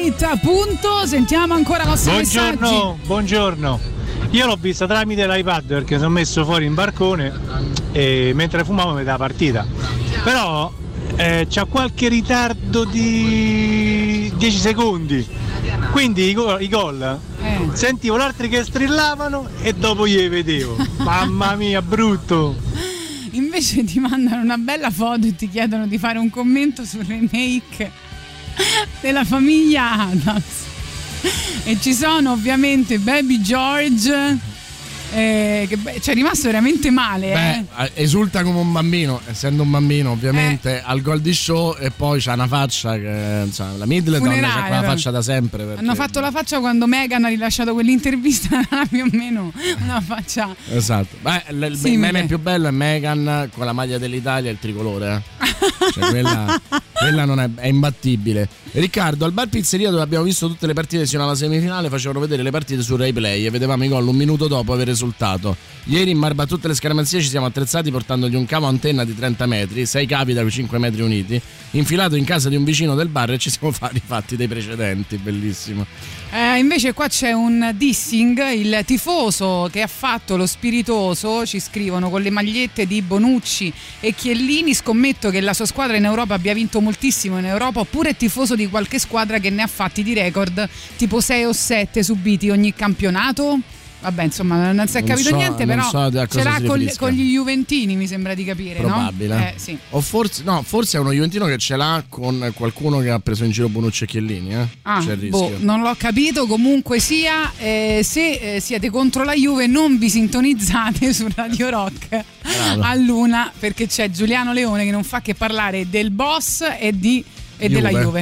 S13: Night, appunto. Sentiamo ancora i vostri
S2: buongiorno,
S13: messaggi.
S2: Buongiorno, io l'ho vista tramite l'iPad perché sono messo fuori in barcone e mentre fumavo mi dava partita. Però eh, c'ha qualche ritardo di dieci secondi. Quindi i gol, i gol
S13: eh.
S2: sentivo gli altri che strillavano e dopo gli vedevo. Mamma mia, brutto.
S13: Invece ti mandano una bella foto e ti chiedono di fare un commento sul remake della famiglia Adams. E ci sono ovviamente Baby George, eh, che beh, ci è rimasto veramente male.
S4: Beh,
S13: eh.
S4: esulta come un bambino, essendo un bambino ovviamente eh. al Goldie Show, e poi c'ha una faccia che insomma, la Middleton c'ha quella faccia da sempre. Perché...
S13: Hanno fatto la faccia quando Meghan ha rilasciato quell'intervista, era più o meno una faccia.
S4: Esatto. Beh, l- il simile. Meme più bello è Meghan con la maglia dell'Italia e il tricolore. Eh. Cioè, quella, quella non è, è imbattibile. Riccardo, al bar pizzeria dove abbiamo visto tutte le partite sino alla semifinale facevano vedere le partite su Rai Play e vedevamo i gol un minuto dopo aver risultato. Ieri in barba a tutte le scaramanzie ci siamo attrezzati portandogli un cavo antenna di trenta metri, sei cavi da cinque metri uniti, infilato in casa di un vicino del bar e ci siamo rifatti dei precedenti. Bellissimo.
S13: Eh, invece qua c'è un dissing, il tifoso che ha fatto lo spiritoso, ci scrivono, con le magliette di Bonucci e Chiellini. Scommetto che la sua squadra in Europa abbia vinto moltissimo in Europa, oppure è tifoso di qualche squadra che ne ha fatti di record tipo sei o sette subiti ogni campionato. Vabbè, insomma, non si è capito
S4: so,
S13: niente, però
S4: so
S13: ce l'ha con, con gli Juventini, mi sembra di capire.
S4: Probabile.
S13: No? Eh, sì.
S4: O forse, no, forse è uno Juventino che ce l'ha con qualcuno che ha preso in giro Bonucci e Chiellini. Eh?
S13: Ah,
S4: C'è il rischio.
S13: Boh, non l'ho capito. Comunque sia, eh, se eh, siete contro la Juve, non vi sintonizzate su Radio Rock
S4: Bravo.
S13: a luna, perché c'è Giuliano Leone che non fa che parlare del boss e, di, e
S4: Juve.
S13: della Juve.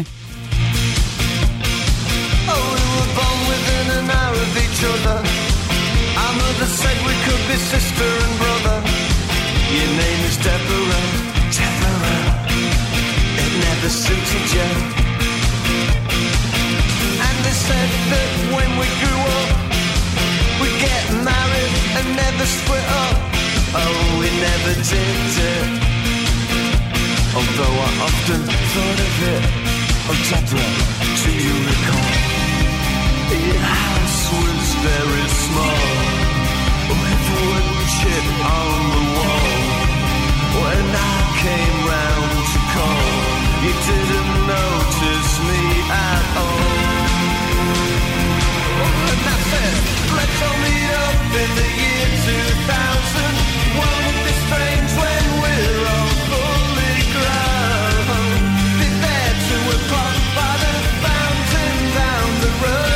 S9: Oh, we were born within an hour of each other. Our mother said we could be sister and brother. Your name is Deborah, Deborah. It never suited you. And they said that when we grew up, we'd get married and never split up. Oh, we never did it. Although I often thought of it. Oh, Deborah, do you recall? Your house was very small, with wood chip on the wall. When I came round to call, you didn't notice me at all. And I said, let's all meet up in the year two thousand. Won't it be strange when we're all fully grown? Be there to a clock by the fountain down the road.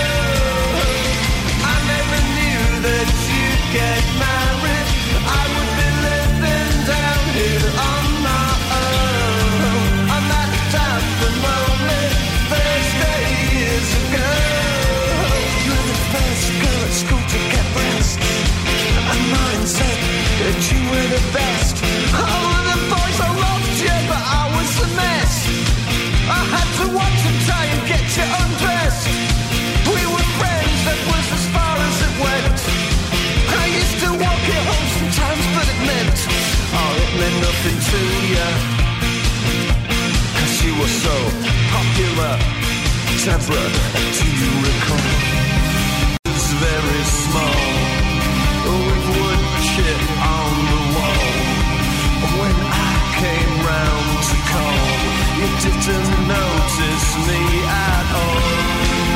S9: Get married, I would be living down here on my own. On that damp and lonely Thursday years ago. You were the first girl at school to get breasts, and mine said that you were the best. All of the boys I loved you, but I was a mess. I had to watch and try and get you undressed. We were friends, that was as far as it went. I used to walk you home sometimes, but it meant, oh, it meant nothing to you. Cause you were so popular. Deborah, do you recall? It was very small, with wood chip on the wall. When I came round to call, you didn't notice me at all.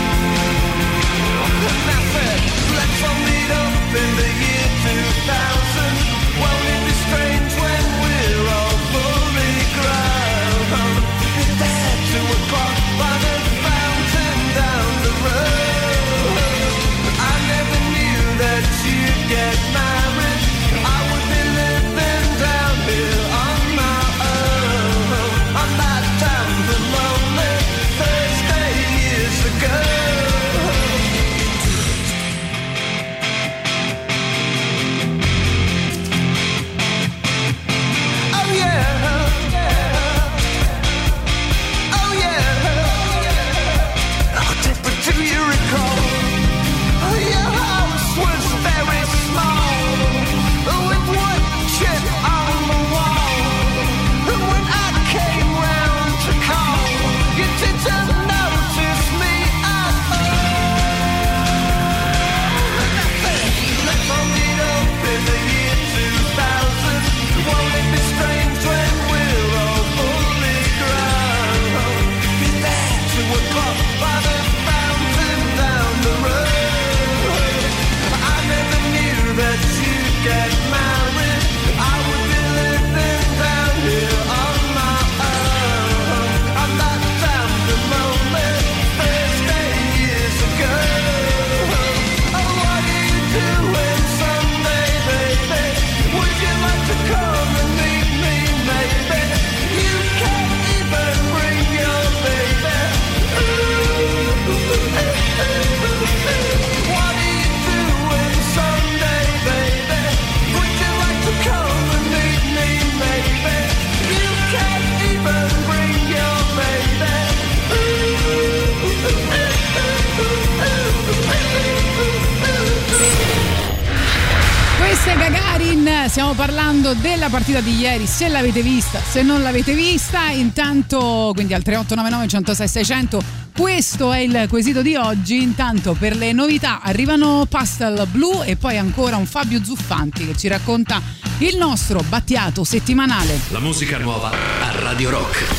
S9: And I said, let's all meet up in the year two thousand. Won't it be strange when we're all fully grown? Be there two o'clock by the fountain down the road.
S13: stiamo parlando della partita di ieri, se l'avete vista, se non l'avete vista. Intanto, quindi al tre otto nove nove, centosei, seicento, questo è il quesito di oggi. Intanto per le novità arrivano Pastel Blu e poi ancora un Fabio Zuffanti che ci racconta il nostro Battiato settimanale.
S1: La musica nuova a Radio Rock.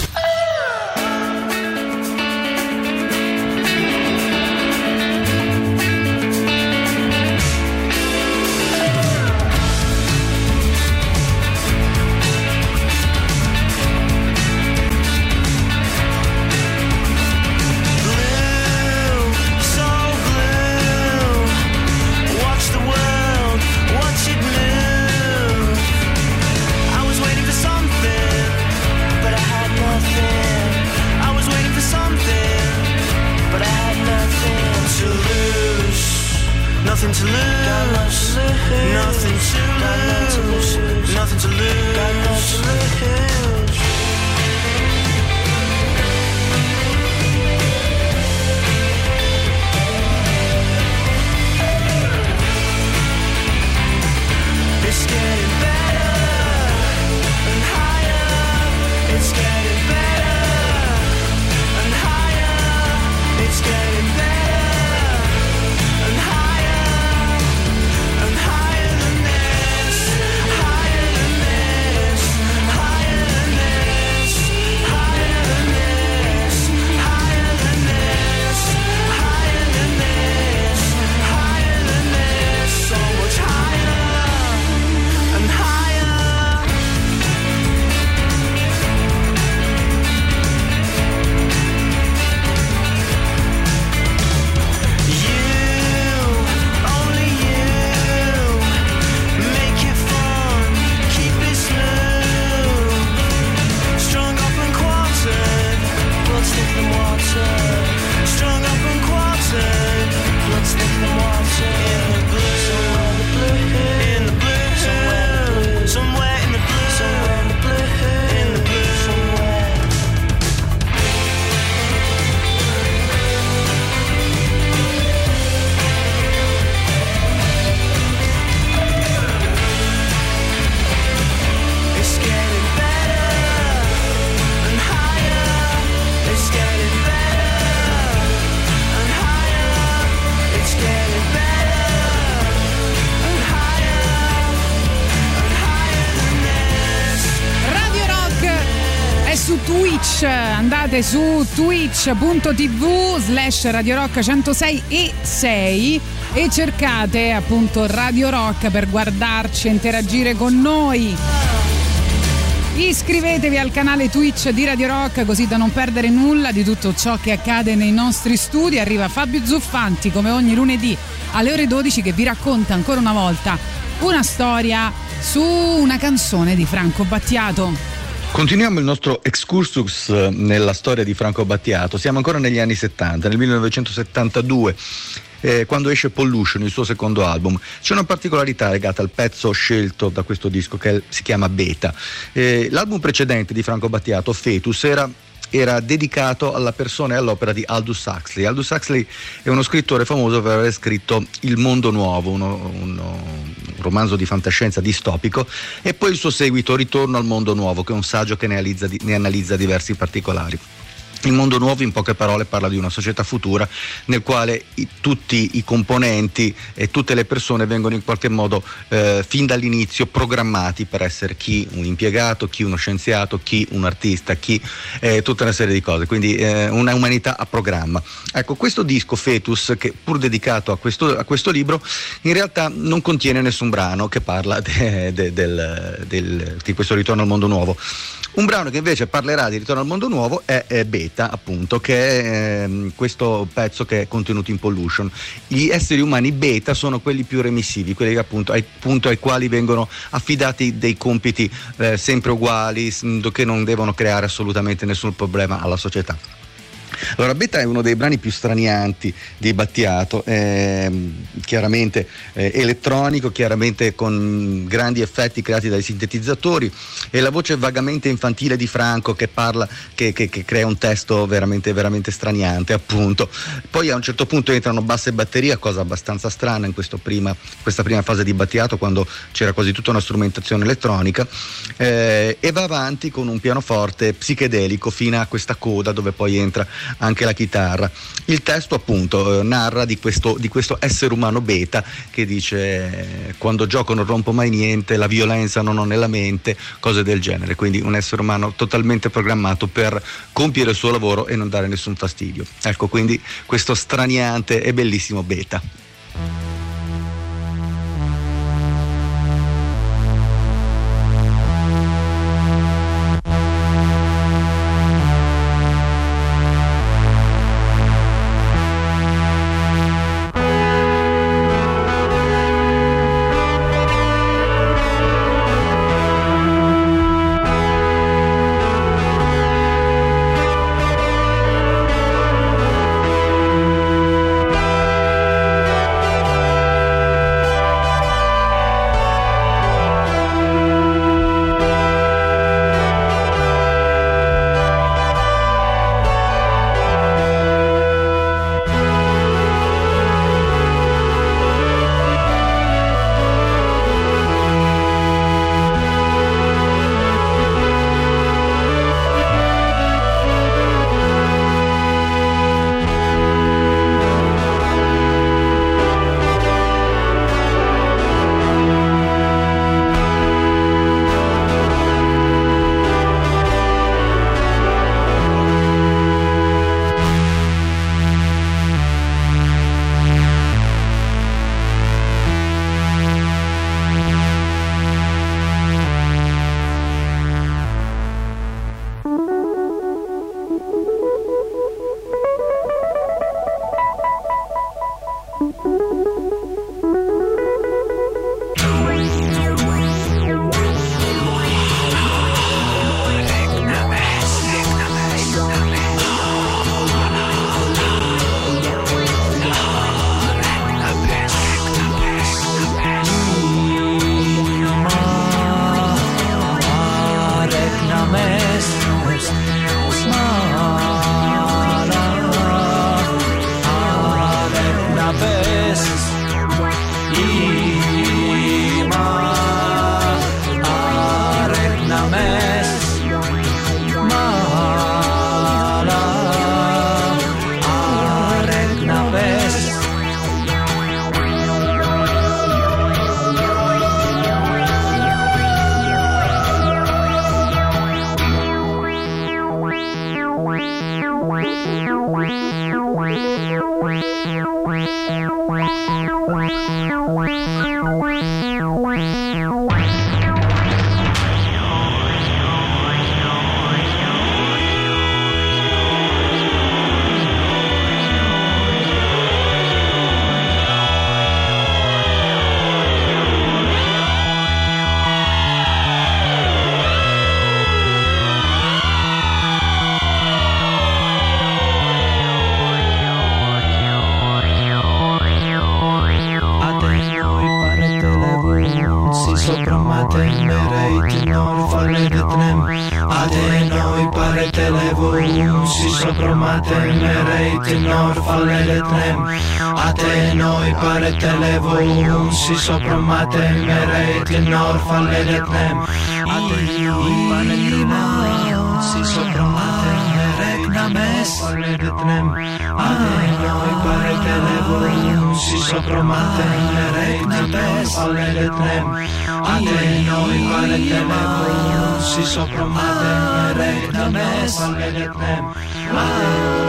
S9: Nothing to lose, nothing to lose, nothing to lose. It's getting better and higher. It's getting better and higher. It's getting better.
S13: Andate su twitch.tv slash Radio Rock centosei e sei e cercate appunto Radio Rock per guardarci e interagire con noi. Iscrivetevi al canale Twitch di Radio Rock così da non perdere nulla di tutto ciò che accade nei nostri studi. Arriva Fabio Zuffanti come ogni lunedì alle ore dodici che vi racconta ancora una volta una storia su una canzone di Franco Battiato.
S6: Continuiamo il nostro excursus nella storia di Franco Battiato. Siamo ancora negli anni settanta, nel millenovecentosettantadue, eh, quando esce Pollution, il suo secondo album. C'è una particolarità legata al pezzo scelto da questo disco che si chiama Beta. Eh, l'album precedente di Franco Battiato, Fetus, era era dedicato alla persona e all'opera di Aldous Huxley. Aldous Huxley è uno scrittore famoso per aver scritto Il Mondo Nuovo, uno, uno, un romanzo di fantascienza distopico, e poi il suo seguito Ritorno al Mondo Nuovo, che è un saggio che ne analizza, ne analizza diversi particolari. Il Mondo Nuovo, in poche parole, parla di una società futura nel quale i, tutti i componenti e tutte le persone vengono in qualche modo eh, fin dall'inizio programmati per essere chi un impiegato, chi uno scienziato, chi un artista, chi eh, tutta una serie di cose, quindi eh, una umanità a programma. Ecco, questo disco Fetus, che pur dedicato a questo, a questo libro, in realtà non contiene nessun brano che parla de, de, del, del, di questo Ritorno al Mondo Nuovo. Un brano che invece parlerà di Ritorno al Mondo Nuovo è, è Beta, appunto, che è ehm, questo pezzo che è contenuto in Pollution. Gli esseri umani beta sono quelli più remissivi, quelli che appunto ai, appunto, ai quali vengono affidati dei compiti eh, sempre uguali, che non devono creare assolutamente nessun problema alla società. Allora, Beta è uno dei brani più stranianti di Battiato, ehm, chiaramente eh, elettronico, chiaramente con grandi effetti creati dai sintetizzatori, e la voce vagamente infantile di Franco che parla, che, che, che crea un testo veramente, veramente straniante, appunto. Poi a un certo punto entrano basse e batteria, cosa abbastanza strana in questo prima, questa prima fase di Battiato, quando c'era quasi tutta una strumentazione elettronica, eh, e va avanti con un pianoforte psichedelico fino a questa coda dove poi entra anche la chitarra. Il testo appunto eh, narra di questo, di questo essere umano Beta che dice: quando gioco non rompo mai niente, la violenza non ho nella mente, cose del genere. Quindi un essere umano totalmente programmato per compiere il suo lavoro e non dare nessun fastidio. Ecco, quindi questo straniante e bellissimo Beta.
S9: Si sopra mate merete nor falle de trem Ima si sopra mate merek na mes falle de trem Ade noi pare televon si sopra mate merek na mes falle de trem Ade noi pare televon si sopra mate merek na mes falle de trem Ade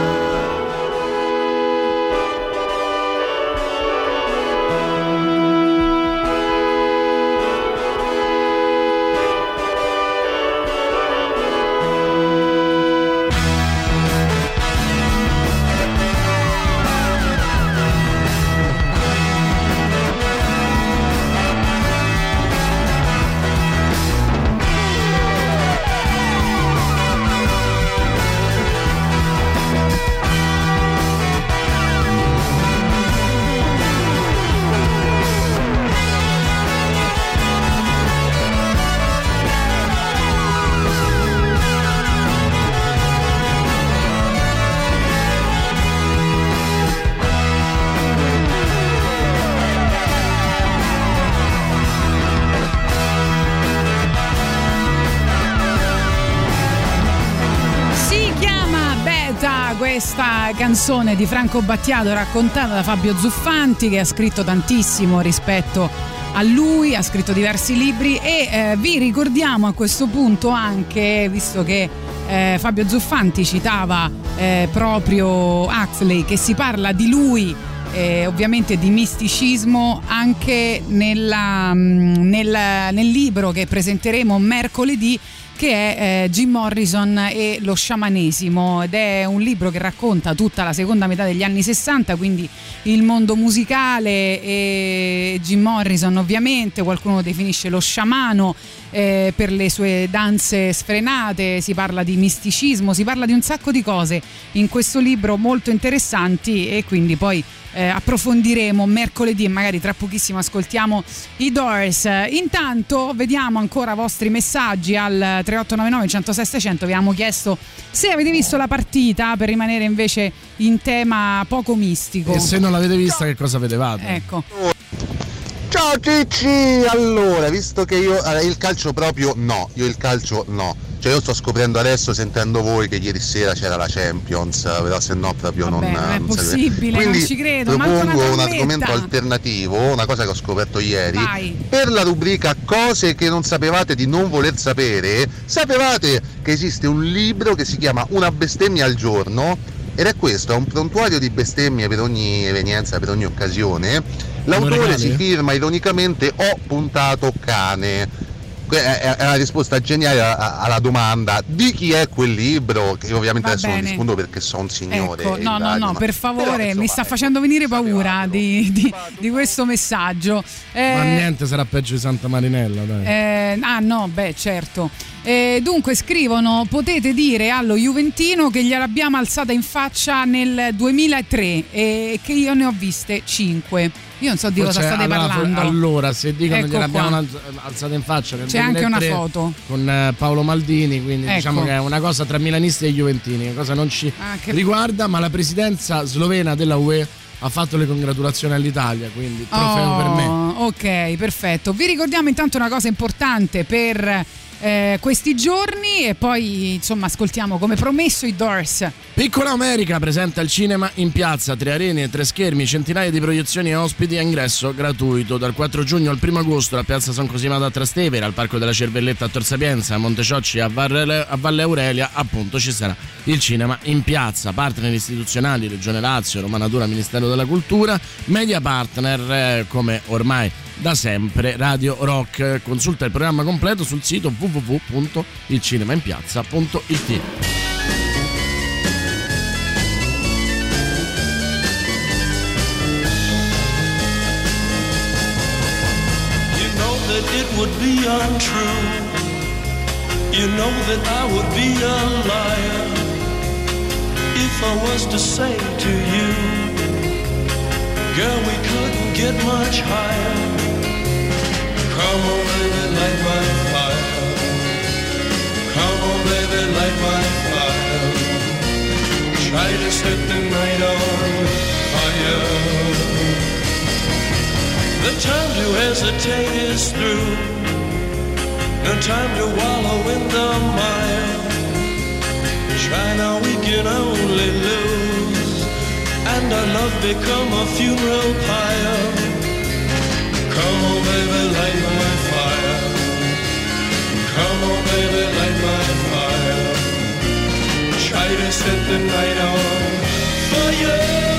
S13: questa canzone di Franco Battiato raccontata da Fabio Zuffanti, che ha scritto tantissimo rispetto a lui, ha scritto diversi libri e eh, vi ricordiamo a questo punto anche, visto che eh, Fabio Zuffanti citava eh, proprio Huxley, che si parla di lui, eh, ovviamente di misticismo, anche nella, nel, nel libro che presenteremo mercoledì, che è eh, Jim Morrison e lo sciamanesimo, ed è un libro che racconta tutta la seconda metà degli anni sessanta, quindi il mondo musicale e Jim Morrison ovviamente, qualcuno lo definisce lo sciamano eh, per le sue danze sfrenate, si parla di misticismo, si parla di un sacco di cose in questo libro molto interessanti e quindi poi Eh, approfondiremo mercoledì e magari tra pochissimo ascoltiamo i Doors. Intanto vediamo ancora vostri messaggi al tre otto nove nove uno zero sei sei zero zero. Vi abbiamo chiesto se avete visto la partita, per rimanere invece in tema poco mistico,
S4: e se non l'avete vista che cosa vedevate.
S13: Ecco.
S7: Ciao Cicci, allora, visto che io allora, il calcio proprio no, io il calcio no, cioè io sto scoprendo adesso, sentendo voi, che ieri sera c'era la Champions, però se no proprio
S13: Vabbè,
S7: non,
S13: non è
S7: non
S13: possibile,
S7: Quindi
S13: non ci credo, manca una
S7: propongo un
S13: trombetta.
S7: argomento alternativo, una cosa che ho scoperto ieri.
S13: Vai.
S7: Per la rubrica cose che non sapevate di non voler sapere, sapevate che esiste un libro che si chiama Una bestemmia al giorno? Ed è questo, è un prontuario di bestemmie per ogni evenienza, per ogni occasione. L'autore si firma ironicamente "ho puntato cane". Que- È è una risposta geniale a- alla domanda di chi è quel libro, che io ovviamente
S13: Va
S7: adesso non
S13: bene.
S7: rispondo perché sono un signore.
S13: Ecco, no,
S7: in
S13: no,
S7: radio,
S13: no,
S7: ma-
S13: per favore,
S7: però, insomma,
S13: mi sta facendo venire paura di, di- di questo messaggio. Eh,
S4: Ma niente sarà peggio di Santa Marinella, dai.
S13: Eh, ah no, beh certo. Eh, dunque scrivono: potete dire allo Juventino che gliel'abbiamo alzata in faccia nel duemilatré e che io ne ho viste cinque. Io non so di cosa
S4: Forse,
S13: state
S4: allora,
S13: parlando.
S4: Allora, se dicono
S13: Ecco
S4: che l'abbiamo
S13: qua.
S4: alz- alzata in faccia nel
S13: C'è anche una
S4: duemilatré
S13: foto.
S4: con eh, Paolo Maldini, quindi
S13: Ecco.
S4: diciamo che è una cosa tra milanisti e juventini, una cosa non ci
S13: Ah, che-
S4: riguarda, ma la presidenza slovena della U E ha fatto le congratulazioni all'Italia, quindi trofeo
S13: Oh,
S4: per me.
S13: Ok, perfetto. Vi ricordiamo intanto una cosa importante per eh, questi giorni e poi insomma ascoltiamo come promesso i Doors.
S4: Piccola America presenta il cinema in piazza, tre arene e tre schermi, centinaia di proiezioni e ospiti a ingresso gratuito. Dal quattro giugno al primo agosto a Piazza San Cosimato a Trastevere, al Parco della Cervelletta a Tor Sapienza, a Monteciocci a Valle, a Valle Aurelia, appunto ci sarà il cinema in piazza. Partner istituzionali Regione Lazio, Roma Natura, Ministero della Cultura, media partner eh, come ormai da sempre Radio Rock. Consulta il programma completo sul sito w w w punto il cinema in piazza punto i t.
S8: You know that it would be untrue. You know that I would be a liar if I was to say to you, girl, we couldn't get much higher. Come on, baby, light my fire. Come on, baby, light my fire. Try to set the night on fire. The time to hesitate is through. No time to wallow in the mire. Try now, we can only lose, and our love become a funeral pyre. Come on, baby, light my fire. Come on, baby, light my fire. Try to set the night on fire.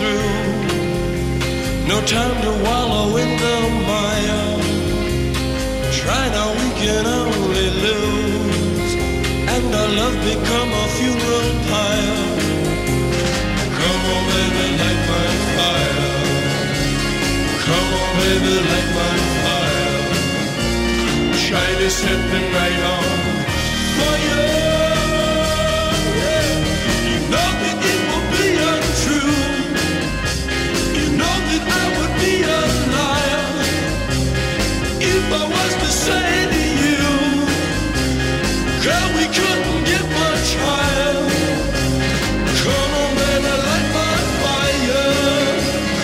S8: through. No time to wallow in the mire. Try now, we can only lose. And our love become a funeral pyre. Come on, baby, light my fire. Come on, baby, light my fire. Shine is stepping right on fire. You know that it will be untrue. You know that I would be a liar if I was to say to you, girl, we couldn't get much higher. Come on, baby, light my fire.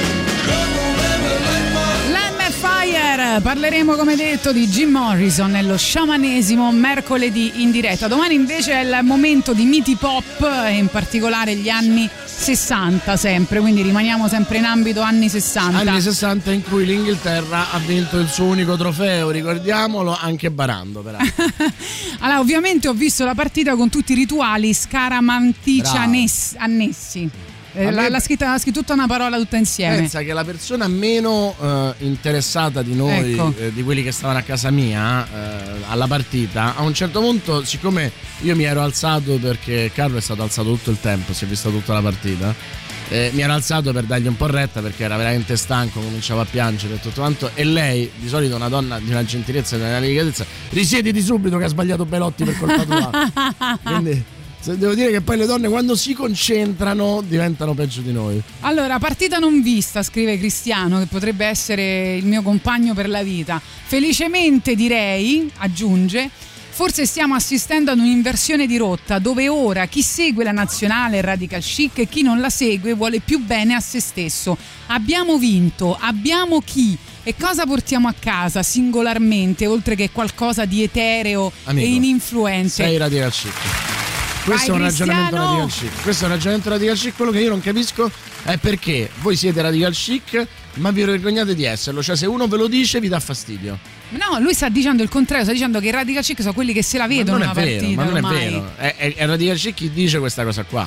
S8: Come on, baby, light my
S13: Light my fire. Parleremo, come detto, di Jim Morrison nello Sciamanesimo mercoledì in diretta. Domani invece è il momento di miti pop e in particolare gli anni sessanta sempre, quindi rimaniamo sempre in ambito anni sessanta.
S4: Anni sessanta in cui l'Inghilterra ha vinto il suo unico trofeo, ricordiamolo, anche barando peraltro.
S13: Allora, ovviamente ho visto la partita con tutti i rituali scaramantici annessi. annessi. Eh,
S4: A
S13: la,
S4: me-
S13: la scritta, ha scritto tutta una parola tutta insieme.
S4: Pensa che la persona meno eh, interessata di noi,
S13: Ecco.
S4: eh, di quelli che stavano a casa mia eh, alla partita, a un certo punto, siccome io mi ero alzato perché Carlo è stato alzato tutto il tempo, si è vista tutta la partita, eh, mi ero alzato per dargli un po' retta perché era veramente stanco, cominciava a piangere e tutto quanto, e lei, di solito una donna di una gentilezza e di una delicatezza, risiediti subito che ha sbagliato Belotti per colpa tua. Quindi se devo dire che poi le donne quando si concentrano diventano peggio di noi.
S13: Allora, partita non vista, scrive Cristiano, che potrebbe essere il mio compagno per la vita. Felicemente direi, aggiunge, forse stiamo assistendo ad un'inversione di rotta, dove ora chi segue la nazionale radical chic e chi non la segue vuole più bene a se stesso. Abbiamo vinto, abbiamo chi? E cosa portiamo a casa singolarmente, oltre che qualcosa di etereo
S4: Amico,
S13: e ininfluente?
S4: sei radical chic. Questo
S13: Vai,
S4: è un ragionamento
S13: Cristiano!
S4: radical chic. Questo è un ragionamento radical chic. Quello che io non capisco è perché voi siete radical chic, ma vi vergognate di esserlo. Cioè, se uno ve lo dice, vi dà fastidio.
S13: No, lui sta dicendo il contrario, sta dicendo che i radical chic sono quelli che se la vedono
S4: ma non
S13: una
S4: è vero,
S13: partita
S4: ma non
S13: ormai.
S4: è vero. È, è, è radical chic chi dice questa cosa qua.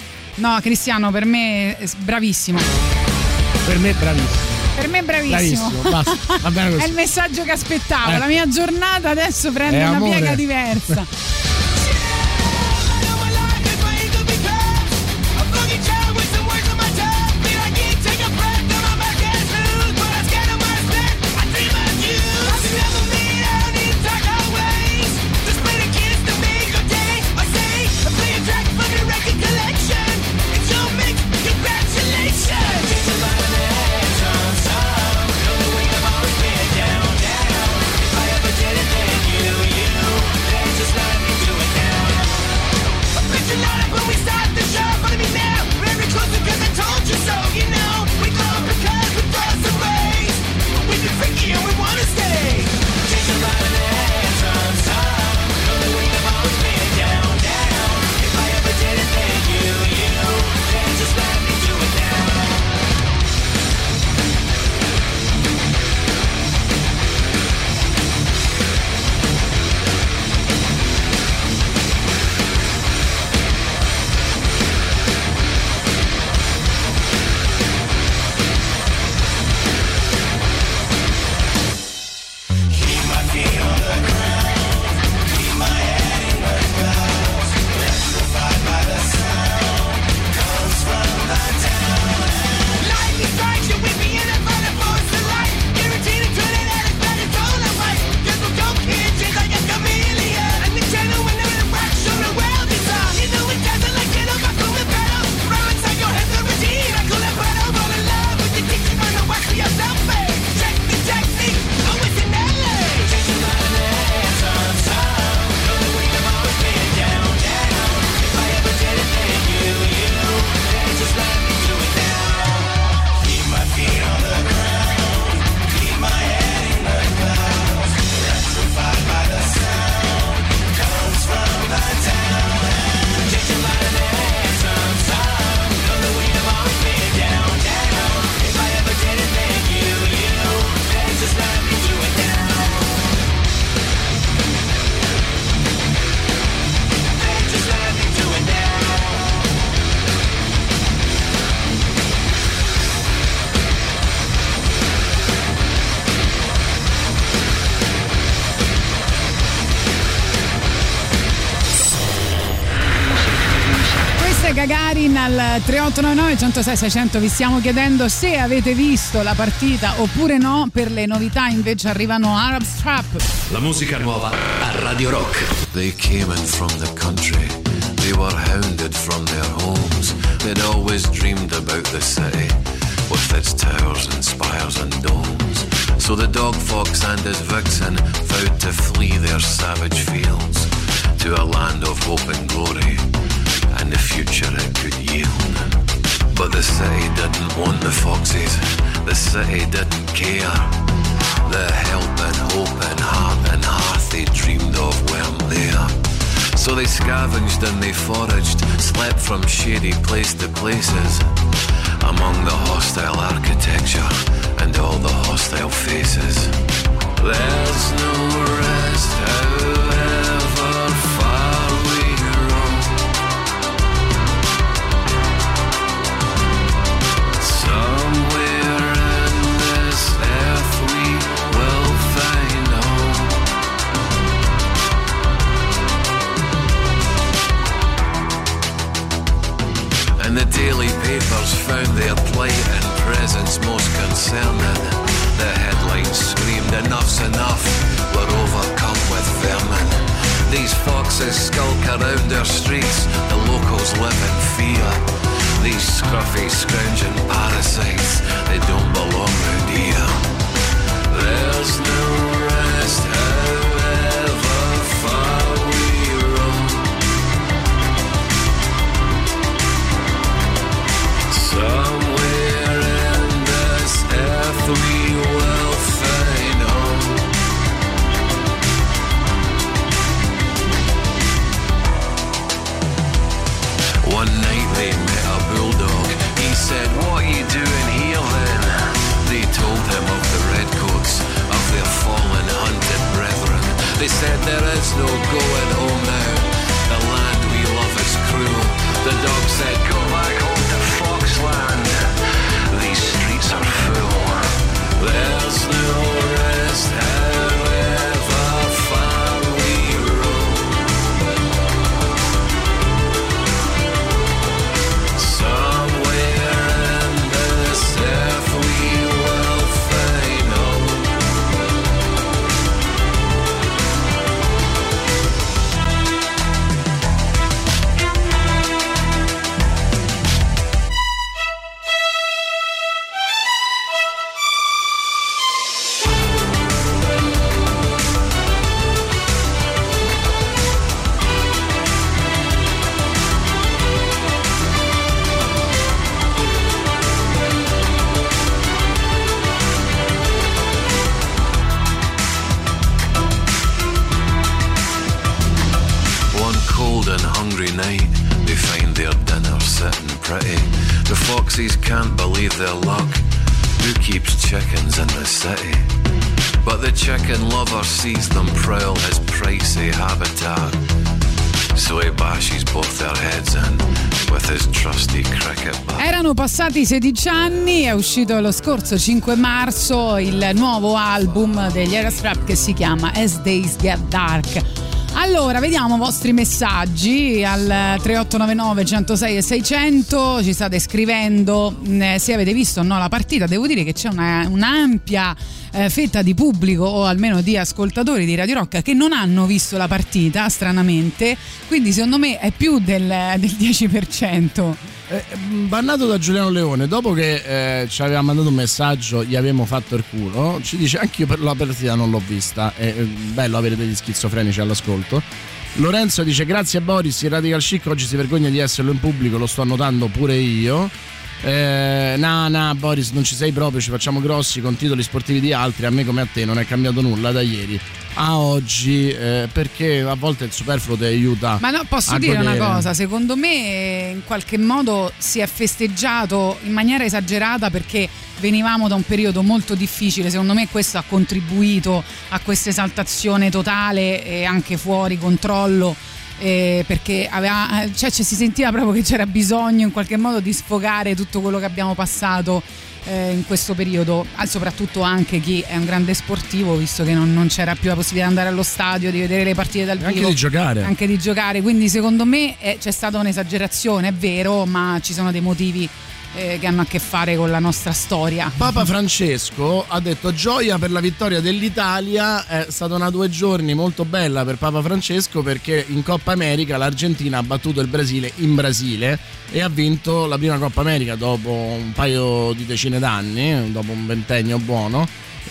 S13: No, Cristiano, per me è bravissimo.
S4: Per me è bravissimo.
S13: Per me è bravissimo.
S4: Bravissimo, basta. Va bene così.
S13: È il messaggio che aspettavo.
S4: Eh.
S13: La mia giornata adesso prende
S4: È
S13: una
S4: amore.
S13: piega diversa.
S9: Just let me
S13: Gagarin al tre otto nove nove uno zero sei sei zero zero. Vi stiamo chiedendo se avete visto la partita oppure no. Per le novità invece arrivano Arab Strap.
S1: La musica nuova a Radio Rock.
S11: They came in from the country. They were hounded from their homes. They'd always dreamed about the city with its towers and spires and domes. So the dog fox and his vixen vowed to flee their savage fields to a land of hope and glory and the future it could yield. But the city didn't want the foxes, the city didn't care. The help and hope and heart and hearth they dreamed of weren't there. So they scavenged and they foraged, slept from shady place to places, among the hostile architecture and all the hostile faces. There's no rest, however far we roam. Somewhere in this earth we will find home. And the daily papers found their plight and presence most concerning. The headlines screamed, enough's enough, we're overcome with vermin. These foxes skulk around our streets, the locals live in fear. These scruffy, scrounging parasites, they don't belong round here. There's no rest, however far we roam. Somewhere in this earth we will find home. One night they met a bulldog. He said, "What are you doing here then?" They told him of the redcoats, of their fallen hunted brethren. They said, "There is no going home now. The land we love is cruel." The dog said, "Go back home to Foxland. These streets are full. There's no rest, however far we roam. Somewhere in this earth we will find home." Cold and hungry night, they find their dinner sitting pretty. The foxes can't believe their luck. Who keeps chickens in the city? But the chicken lover sees them prowl his pricey habitat. So he bashes both their heads in with his trusty cricket bat.
S13: Erano passati sedici anni, è uscito lo scorso cinque marzo il nuovo album degli Aerostrap che si chiama As Days Get Dark. Allora, vediamo i vostri messaggi al tre otto nove nove uno zero sei sei zero zero. Ci state scrivendo eh, se avete visto o no la partita. Devo dire che c'è una, un'ampia eh, fetta di pubblico, o almeno di ascoltatori di Radio Rock, che non hanno visto la partita, stranamente. Quindi secondo me è più del, del dieci per cento.
S4: Eh, bannato da Giuliano Leone, dopo che eh, ci aveva mandato un messaggio, gli abbiamo fatto il culo, ci dice: anch'io per la partita non l'ho vista. È bello avere degli schizofrenici all'ascolto. Lorenzo dice: grazie a Boris, il Radical Chic oggi si vergogna di esserlo in pubblico, lo sto annotando pure io. Eh, no, no, Boris, non ci sei proprio, ci facciamo grossi con titoli sportivi di altri. A me come a te non è cambiato nulla da ieri a oggi, eh, perché a volte il superfluo ti aiuta.
S13: Ma no, posso
S4: a
S13: dire
S4: godere.
S13: una cosa, secondo me in qualche modo si è festeggiato in maniera esagerata perché venivamo da un periodo molto difficile. Secondo me questo ha contribuito a questa esaltazione totale e anche fuori controllo, eh, perché aveva, cioè, cioè, si sentiva proprio che c'era bisogno in qualche modo di sfogare tutto quello che abbiamo passato eh, in questo periodo, soprattutto anche chi è un grande sportivo, visto che non, non c'era più la possibilità di andare allo stadio, di vedere le partite dal vivo,
S4: anche di giocare.
S13: Anche di giocare, quindi secondo me eh, c'è stata un'esagerazione, è vero, ma ci sono dei motivi eh, che hanno a che fare con la nostra storia.
S4: Papa Francesco ha detto gioia per la vittoria dell'Italia, è stata una due giorni molto bella per Papa Francesco perché in Coppa America l'Argentina ha battuto il Brasile in Brasile e ha vinto la prima Coppa America dopo un paio di decine d'anni, dopo un ventennio buono,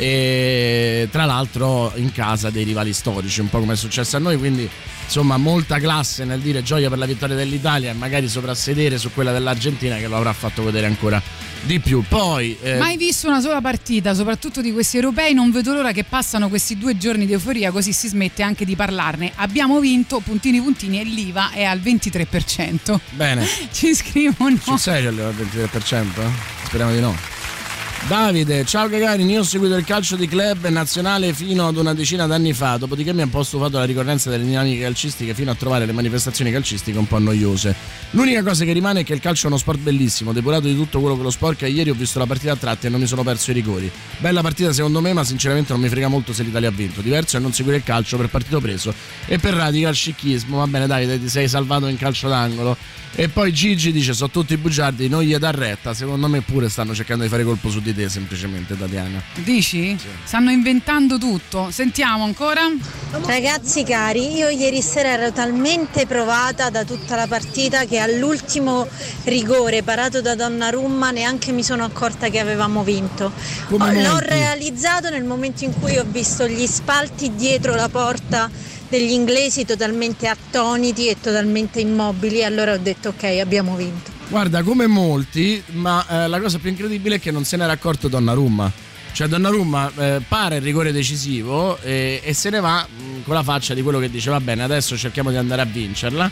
S4: e tra l'altro in casa dei rivali storici, un po' come è successo a noi, quindi insomma molta classe nel dire gioia per la vittoria dell'Italia e magari soprassedere su quella dell'Argentina, che lo avrà fatto vedere ancora di più. Poi eh...
S13: mai visto una sola partita, soprattutto di questi europei, non vedo l'ora che passano questi due giorni di euforia, così si smette anche di parlarne. Abbiamo vinto, puntini puntini, e l'I V A è al ventitré per cento.
S4: Bene.
S13: Ci scrivono.
S4: Sul serio al ventitré per cento? Speriamo di no. Davide, ciao Gagarin, io ho seguito il calcio di club e nazionale fino ad una decina d'anni fa, dopodiché mi ha un po' stufato la ricorrenza delle dinamiche calcistiche fino a trovare le manifestazioni calcistiche un po' noiose. L'unica cosa che rimane è che il calcio è uno sport bellissimo, depurato di tutto quello che lo sporca. Ieri ho visto la partita a tratti e non mi sono perso i rigori. Bella partita secondo me, ma sinceramente non mi frega molto se l'Italia ha vinto. Diverso è non seguire il calcio per partito preso e per radical scichismo. Va bene Davide, ti sei salvato in calcio d'angolo. E poi Gigi dice sono tutti bugiardi, non gli dà retta. Secondo me pure stanno cercando di fare colpo su di te, semplicemente, Tatiana.
S13: Dici? Sì. Stanno inventando tutto. Sentiamo ancora.
S12: Ragazzi cari, io ieri sera ero talmente provata da tutta la partita che all'ultimo rigore parato da Donnarumma neanche mi sono accorta che avevamo vinto.
S4: Come
S12: L'ho
S4: molti.
S12: realizzato nel momento in cui ho visto gli spalti dietro la porta degli inglesi totalmente attoniti e totalmente immobili, e allora ho detto ok, abbiamo vinto.
S4: Guarda, come molti, ma eh, la cosa più incredibile è che non se n'era accorto Donnarumma. Cioè Donnarumma eh, para il rigore decisivo e, e se ne va mh, con la faccia di quello che dice va bene, adesso cerchiamo di andare a vincerla,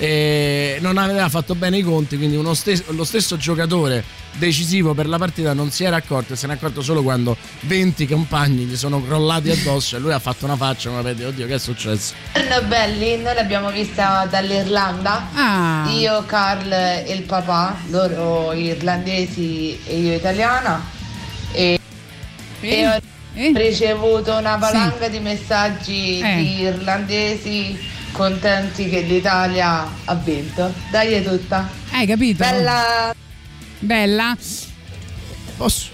S4: e non aveva fatto bene i conti, quindi uno stes- lo stesso giocatore decisivo per la partita non si era accorto, e se ne è accorto solo quando venti compagni gli sono crollati addosso e lui ha fatto una faccia come per dire oddio che è successo.
S14: Belli, noi l'abbiamo vista dall'Irlanda,
S13: ah.
S14: io, Carl e il papà, loro irlandesi e io italiana, e,
S13: eh?
S14: e ho
S13: eh?
S14: ricevuto una valanga
S13: sì.
S14: di messaggi
S13: eh.
S14: di irlandesi contenti che l'Italia ha vinto. Dai è tutta.
S13: Hai capito?
S14: Bella.
S13: Bella.
S4: Posso?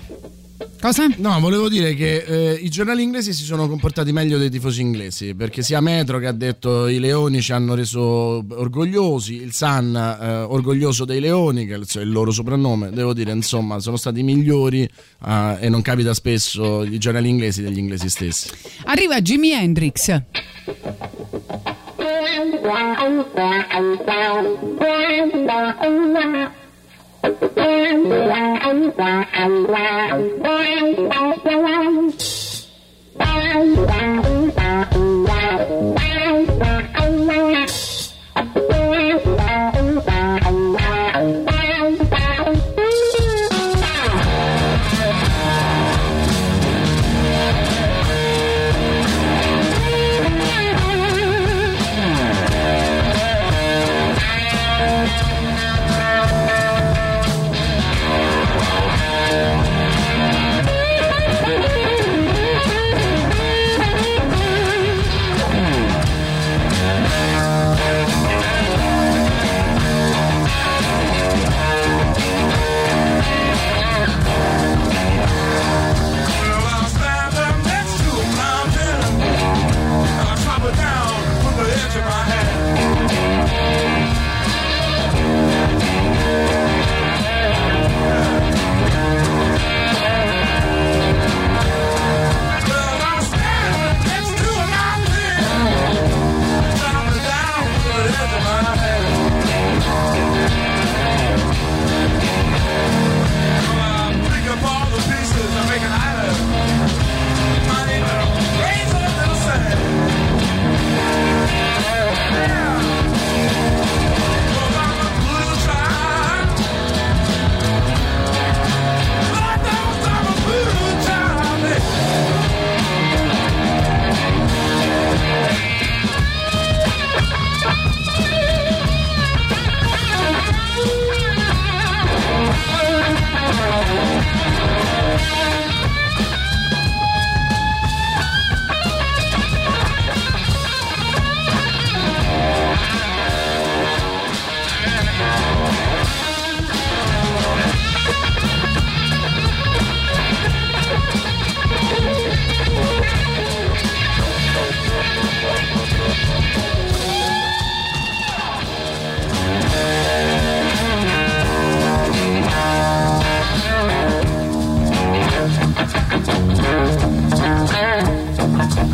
S13: Cosa?
S4: No, volevo dire che eh, i giornali inglesi si sono comportati meglio dei tifosi inglesi, perché sia Metro che ha detto i leoni ci hanno reso orgogliosi, il Sun eh, orgoglioso dei leoni, che è il loro soprannome. Devo dire, insomma, sono stati migliori eh, e non capita spesso i giornali inglesi degli inglesi stessi.
S13: Arriva Jimi Hendrix.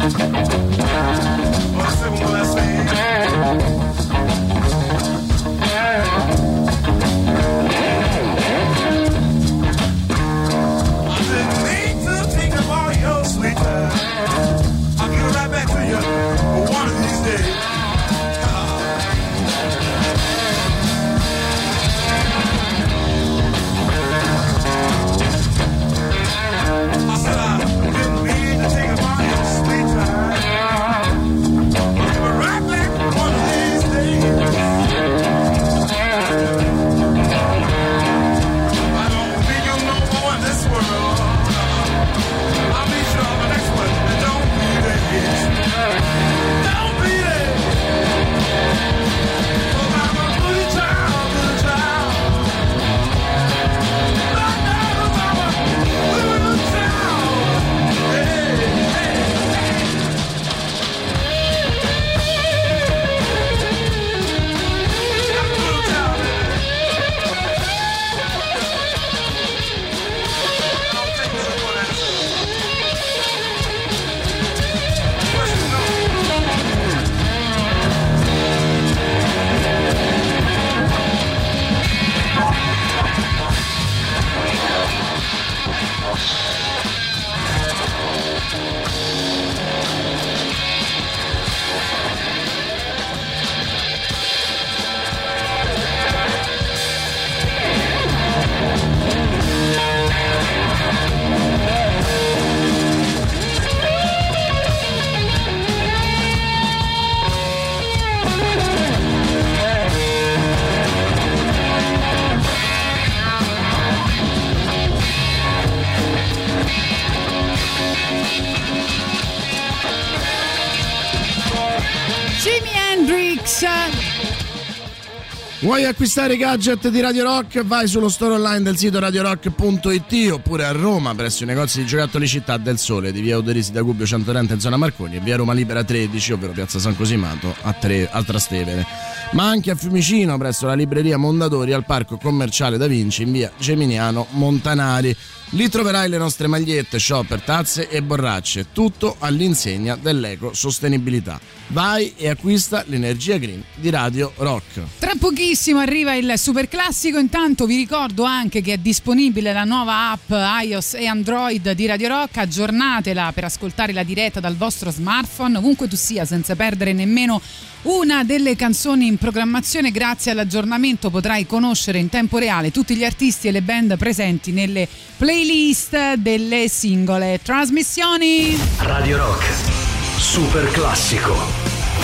S4: Vuoi acquistare i gadget di Radio Rock? Vai sullo store online del sito radio rock punto it oppure a Roma presso i negozi di giocattoli Città del Sole di via Oderisi da Gubbio centotrenta in zona Marconi e via Roma Libera tredici, ovvero piazza San Cosimato a, tre, a Trastevere, ma anche a Fiumicino presso la libreria Mondadori al parco commerciale Da Vinci in via Geminiano Montanari. Lì troverai le nostre magliette, shopper, tazze e borracce, tutto all'insegna dell'ecosostenibilità. Vai e acquista l'energia green di Radio Rock.
S13: Tra pochissimo arriva il super classico, intanto vi ricordo anche che è disponibile la nuova app iOS e Android di Radio Rock, aggiornatela per ascoltare la diretta dal vostro smartphone ovunque tu sia senza perdere nemmeno una delle canzoni in programmazione. Grazie all'aggiornamento potrai conoscere in tempo reale tutti gli artisti e le band presenti nelle playlist delle singole trasmissioni.
S1: Radio Rock, super classico.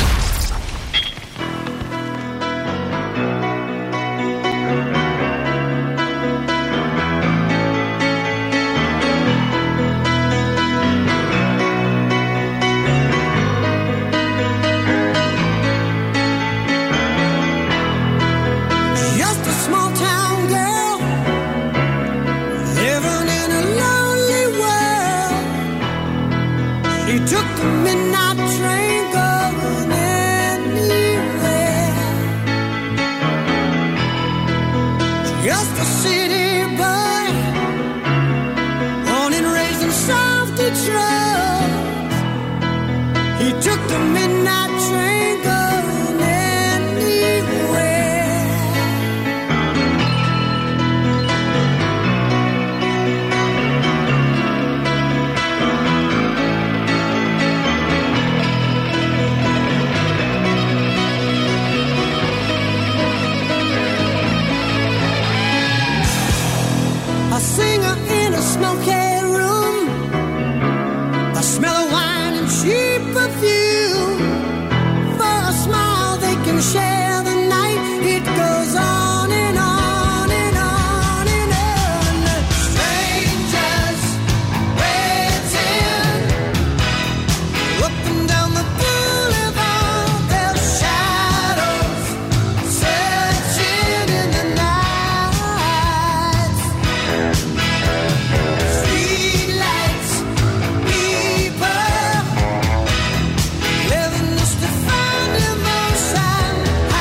S9: Took the midnight train going anywhere. Just a city boy, born and raised in South Detroit. He took the midnight train going anywhere. A singer in a smoky room, a smell of wine and cheap perfume. For a smile they can share the night. It goes on and on and on and on. Strangers waiting up and down the boulevard, their shadows searching in the night. Streetlights, people living just to find emotion.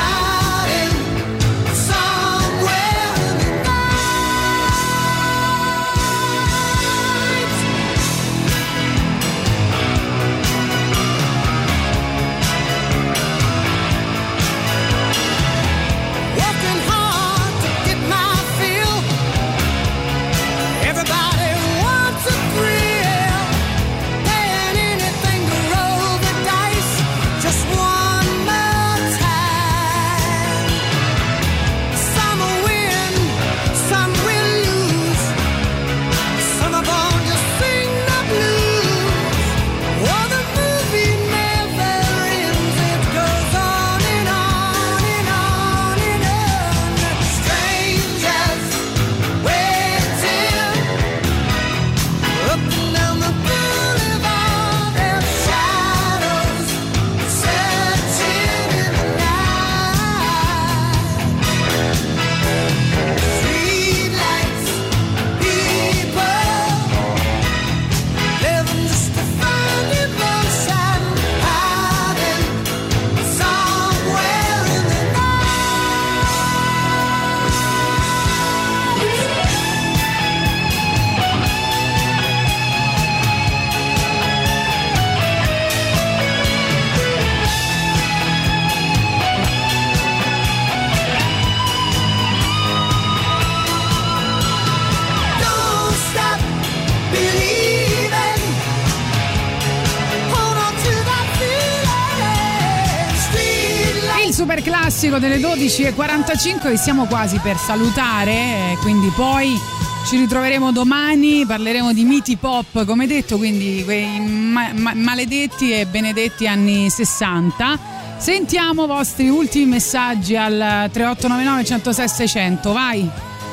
S13: il super classico delle dodici e quarantacinque, siamo quasi per salutare, quindi poi ci ritroveremo domani, parleremo di miti pop come detto, quindi quei ma- ma- maledetti e benedetti anni sessanta. Sentiamo i vostri ultimi messaggi al tre otto nove nove uno zero sei sei zero zero, vai.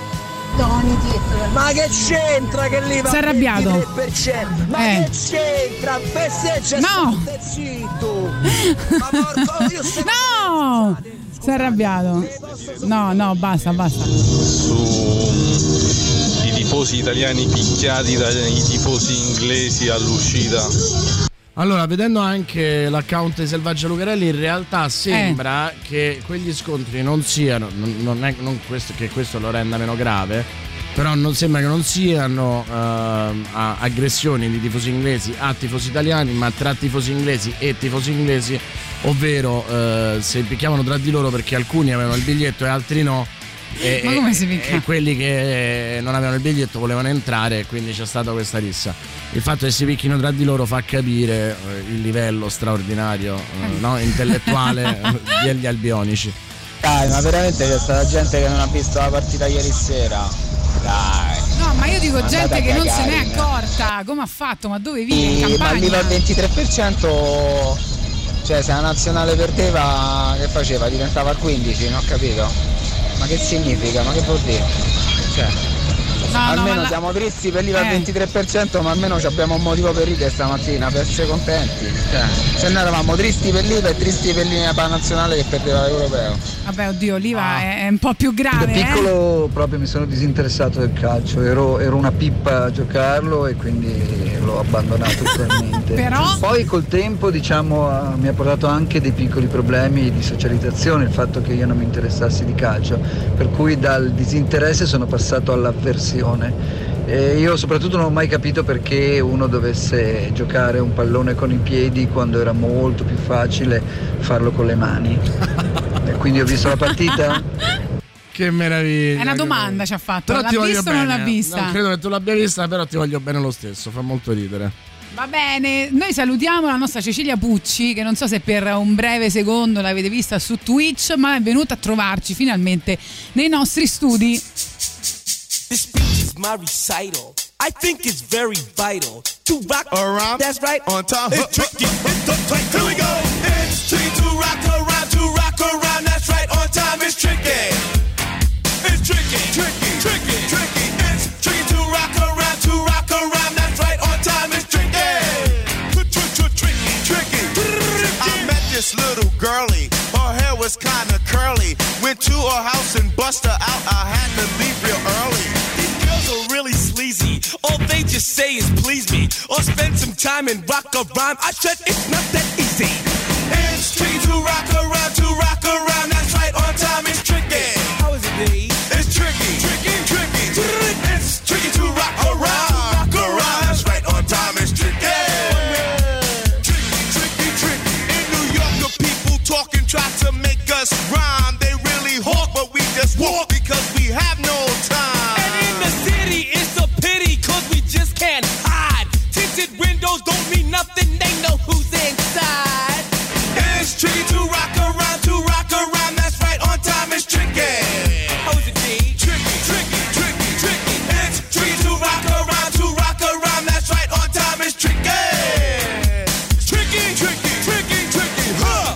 S15: Ma che c'entra che lì va?
S13: Si è arrabbiato.
S15: Ma
S13: Eh.
S15: che c'entra? Festeggia,
S13: No.
S15: stai zitto. Ma porco, io sto...
S13: No! Si è arrabbiato. No, no, basta, basta.
S5: Su i tifosi italiani picchiati dai tifosi inglesi all'uscita.
S4: Allora, vedendo anche l'account di Selvaggia Lucarelli, in realtà sembra eh. che quegli scontri non siano, non, non è non questo, che questo lo renda meno grave, però non sembra che non siano uh, aggressioni di tifosi inglesi a tifosi italiani, ma tra tifosi inglesi e tifosi inglesi, ovvero uh, si picchiavano tra di loro perché alcuni avevano il biglietto e altri no. E,
S13: Ma come si picchia?
S4: e quelli che non avevano il biglietto volevano entrare, e quindi c'è stata questa rissa. Il fatto che si picchino tra di loro fa capire eh, il livello straordinario eh, no? intellettuale degli albionici.
S16: Dai, ma veramente c'è stata gente che non ha visto la partita ieri sera. Dai.
S13: No, ma io dico
S16: Andate
S13: gente
S16: a
S13: che non se
S16: cagare,
S13: n'è
S16: eh.
S13: accorta. Come ha fatto? Ma dove vive? In
S16: Sì, ma
S13: campagna?
S16: lì va al ventitré per cento, cioè se la nazionale perdeva che faceva? Diventava al quindici, non ho capito. Ma che significa? Ma che vuol dire? Cioè,
S13: No,
S16: almeno
S13: no, ma
S16: siamo
S13: la...
S16: tristi per l'I V A al
S13: eh.
S16: ventitré per cento, ma almeno abbiamo un motivo per ridere stamattina, per essere contenti. Cioè, se noi eravamo tristi per l'I V A e tristi per l'I V A nazionale che perdeva l'Europeo.
S13: Vabbè, oddio, l'I V A è, è un po' più grave.
S23: Da piccolo proprio mi sono disinteressato del calcio, ero, ero una pippa a giocarlo e quindi l'ho abbandonato totalmente.
S13: Però?
S23: Poi col tempo diciamo eh, mi ha portato anche dei piccoli problemi di socializzazione il fatto che io non mi interessassi di calcio, per cui dal disinteresse sono passato all'avversione. E io soprattutto non ho mai capito perché uno dovesse giocare un pallone con i piedi quando era molto più facile farlo con le mani. E quindi ho visto la partita.
S4: Che meraviglia.
S13: È una domanda ci ha fatto.
S4: Però
S13: L'ha
S4: ti voglio
S13: vista o non
S4: bene.
S13: l'ha vista?
S4: Non credo che tu l'abbia vista, però ti voglio bene lo stesso, fa molto ridere.
S13: Va bene, noi salutiamo la nostra Cecilia Pucci, che non so se per un breve secondo l'avete vista su Twitch, ma è venuta a trovarci finalmente nei nostri studi.
S24: This speech is my recital. I think it's very vital to rock around. That's right, on time. It's tricky. It's the trick. Here we go. It's tricky to rock around, to rock around. That's right, on time. It's tricky. It's tricky, tricky, tricky, tricky. It's tricky to rock around, to rock around. That's right, on time. It's tricky. Tricky, tricky. I met this little girlie. Her hair was kinda curly. Went to her house and bust her out. I had to leave real early. These girls are really sleazy. All they just say is please me, or spend some time and rock a rhyme. I said it's not that easy. It's tricky to rock around, to rock around. That's right, on time. It's tricky. How is it, D? It's tricky, tricky, tricky. It's tricky to rock around, rock around. That's right, on time. It's tricky. Tricky, tricky, tricky. In New York, the people talking try to make us rhyme. They really hawk, but we just walk because we have no time. And in the city, it's a pity, cause we just can't hide. Tinted windows don't mean nothing, they know who's inside. It's tricky to rock around, to rock around. That's right, on time. It's tricky. How is it, D? Tricky, tricky, tricky, tricky. It's tricky to rock around, to rock around. That's right, on time. It's tricky. Tricky, tricky, tricky, tricky, huh?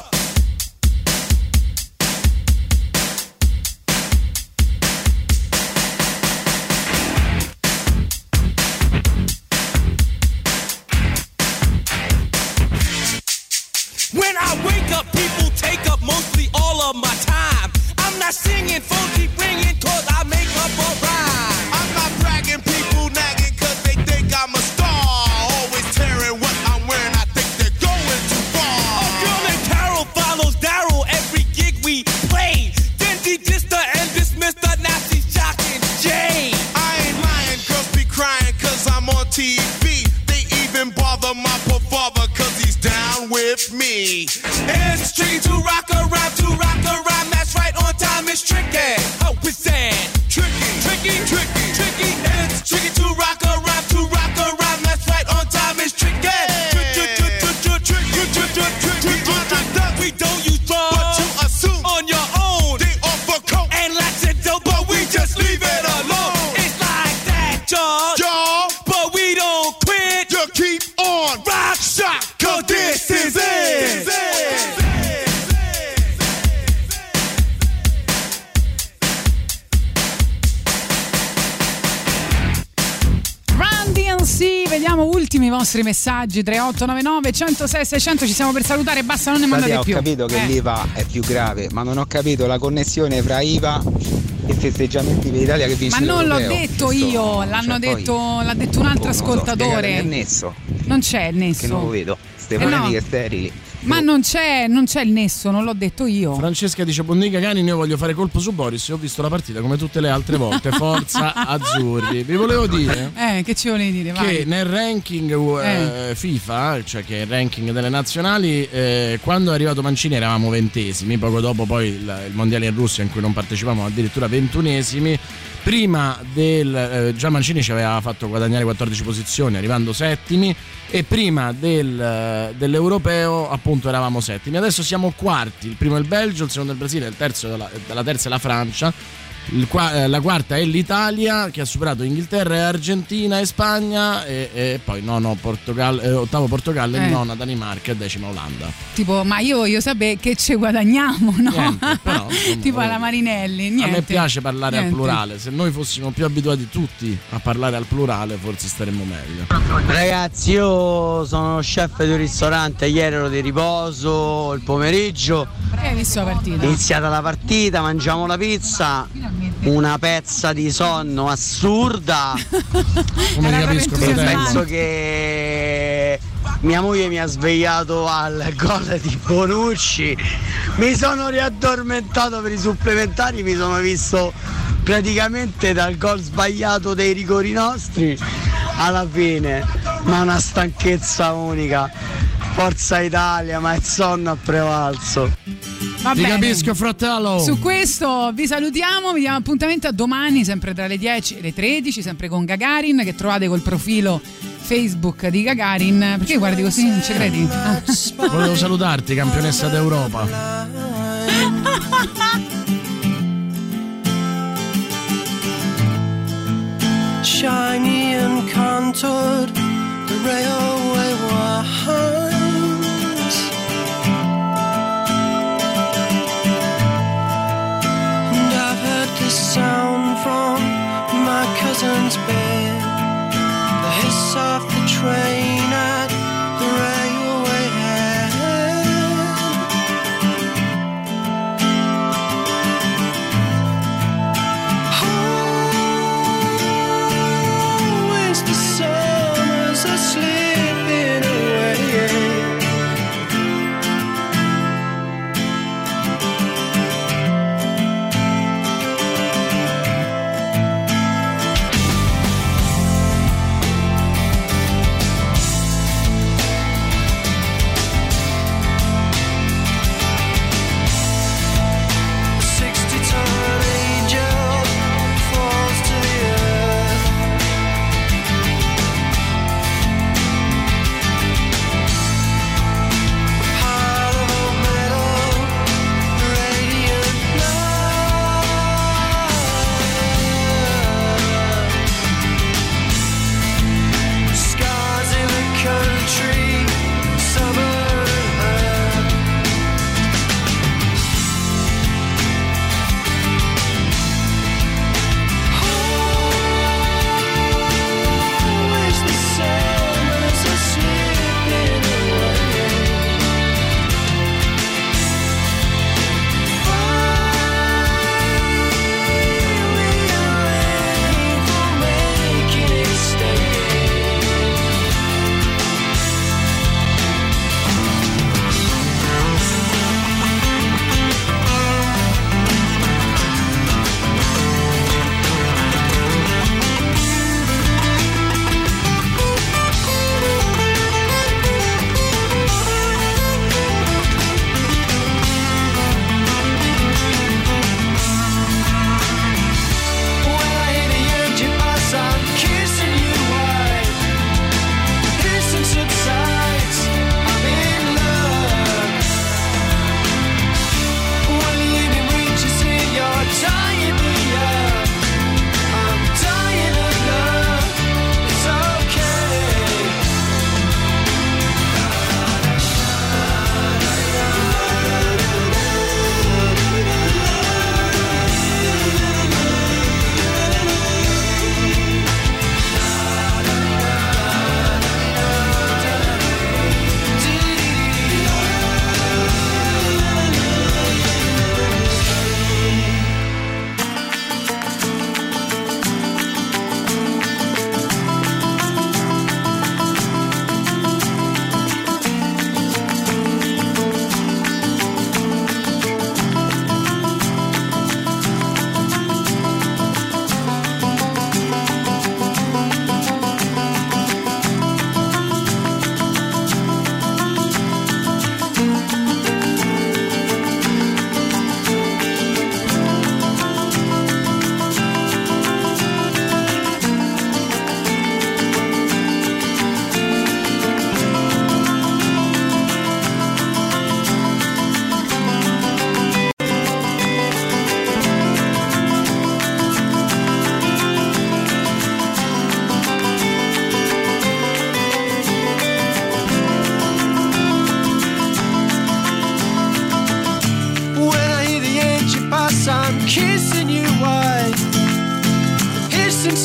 S24: When I wake up, people take up mostly all of my time. I'm not singing, phone keep ringing, cause I make up a rhyme. I'm not bragging, people nagging, cause they think I'm a star. Always tearing what I'm wearing, I think they're going too far. A girl named Carol follows Daryl every gig we play. Then she dissed her and dismissed her, now she's shocking Jay. I ain't lying, girls be crying, cause I'm on T V. They even bother my poor father, cause he's down with me. It's tricky to rock around, to rock around. That's right, on time. It's tricky. How is that? Tricky, tricky, tricky, tricky. It's tricky to rock around, to rock around. That's right, on time. It's tricky. We don't use drugs, but you assume
S13: vostri messaggi tre otto nove nove uno zero sei sei zero zero. Ci siamo per salutare, basta, non ne mandate
S16: Ho
S13: più.
S16: capito che
S13: eh.
S16: l'I V A è più grave, ma non ho capito la connessione fra I V A e festeggiamenti per l'Italia che vince
S13: Ma non l'ho
S16: l'Europeo.
S13: detto
S16: Questo,
S13: io, l'hanno
S16: cioè,
S13: detto,
S16: poi,
S13: l'ha detto un altro
S16: boh, non so,
S13: ascoltatore.
S16: spiegatemi il nesso,
S13: Non c'è il nesso.
S16: che non lo vedo. Ste
S13: Eh no.
S16: polemiche sterili.
S13: Ma non c'è, non c'è il nesso, non l'ho detto io.
S4: Francesca dice: Buondì Gagarin, io voglio fare colpo su Boris. Ho visto la partita come tutte le altre volte. Forza azzurri. Vi volevo dire
S13: Eh, che ci volevi dire? Vai.
S4: che nel ranking eh,
S13: Eh.
S4: FIFA, cioè che è il ranking delle nazionali, eh, quando è arrivato Mancini eravamo ventesimi, poco dopo poi il, il mondiale in Russia in cui non partecipavamo addirittura ventunesimi. Prima del eh, già Mancini ci aveva fatto guadagnare quattordici posizioni arrivando settimi, e prima del, dell'europeo appunto eravamo settimi. Adesso siamo quarti, il primo è il Belgio, il secondo è il Brasile, il terzo la, la terza è la Francia, il, la quarta è l'Italia che ha superato Inghilterra e Argentina e Spagna, e, e poi nono Portogallo, eh, ottavo Portogallo,
S13: Eh.
S4: e nona Danimarca e decima Olanda.
S13: Tipo, ma io voglio sapere che ci guadagniamo, no?
S4: Niente, però, insomma,
S13: tipo alla
S4: voglio-
S13: Marinelli, niente.
S4: A me piace parlare
S13: Niente.
S4: al plurale, se noi fossimo più abituati tutti a parlare al plurale forse staremmo meglio.
S3: Ragazzi, io sono chef di un ristorante, ieri ero di riposo, il pomeriggio,
S13: Perché hai visto la partita?
S3: è iniziata la partita, mangiamo la pizza, una pezza di sonno assurda.
S4: Come
S3: e
S4: capisco, fratello.
S3: penso che mia moglie mi ha svegliato al gol di Bonucci, mi sono riaddormentato per i supplementari, mi sono visto praticamente dal gol sbagliato dei rigori nostri alla fine, ma una stanchezza unica. Forza Italia, ma il sonno ha prevalso.
S13: Va
S4: Ti
S13: bene.
S4: capisco, fratello.
S13: Su questo vi salutiamo, vi diamo appuntamento a domani, sempre tra le dieci e le tredici, sempre con Gagarin, che trovate col profilo Facebook di Gagarin. Perché guardi così, non ci credi? Ah.
S4: Volevo salutarti, campionessa d'Europa.
S8: Shiny and contoured, the railway winds, and I've heard the sound from my cousin's bed, the hiss of the train at the railway head. Always the summers are slipping away.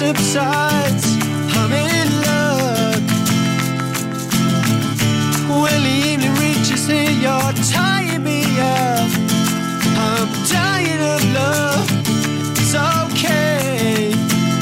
S8: subsides, I'm in luck. When the evening reaches here, you're tying me up. I'm dying of love. It's okay.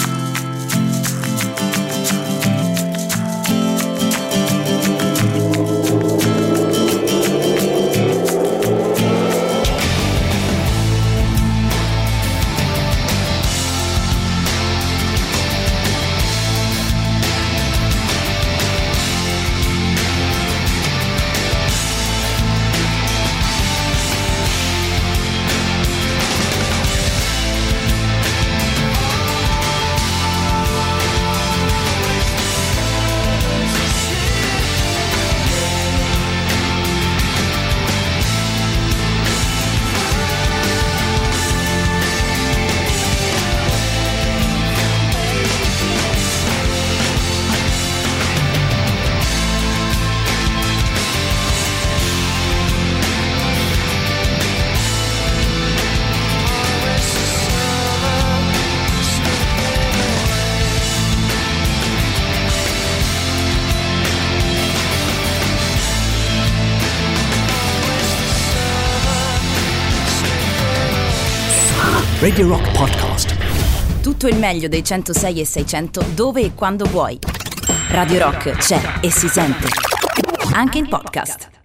S17: Radio Rock Podcast. Tutto il meglio dei centosei e seicento dove e quando vuoi. Radio Rock c'è e si sente. Anche in podcast.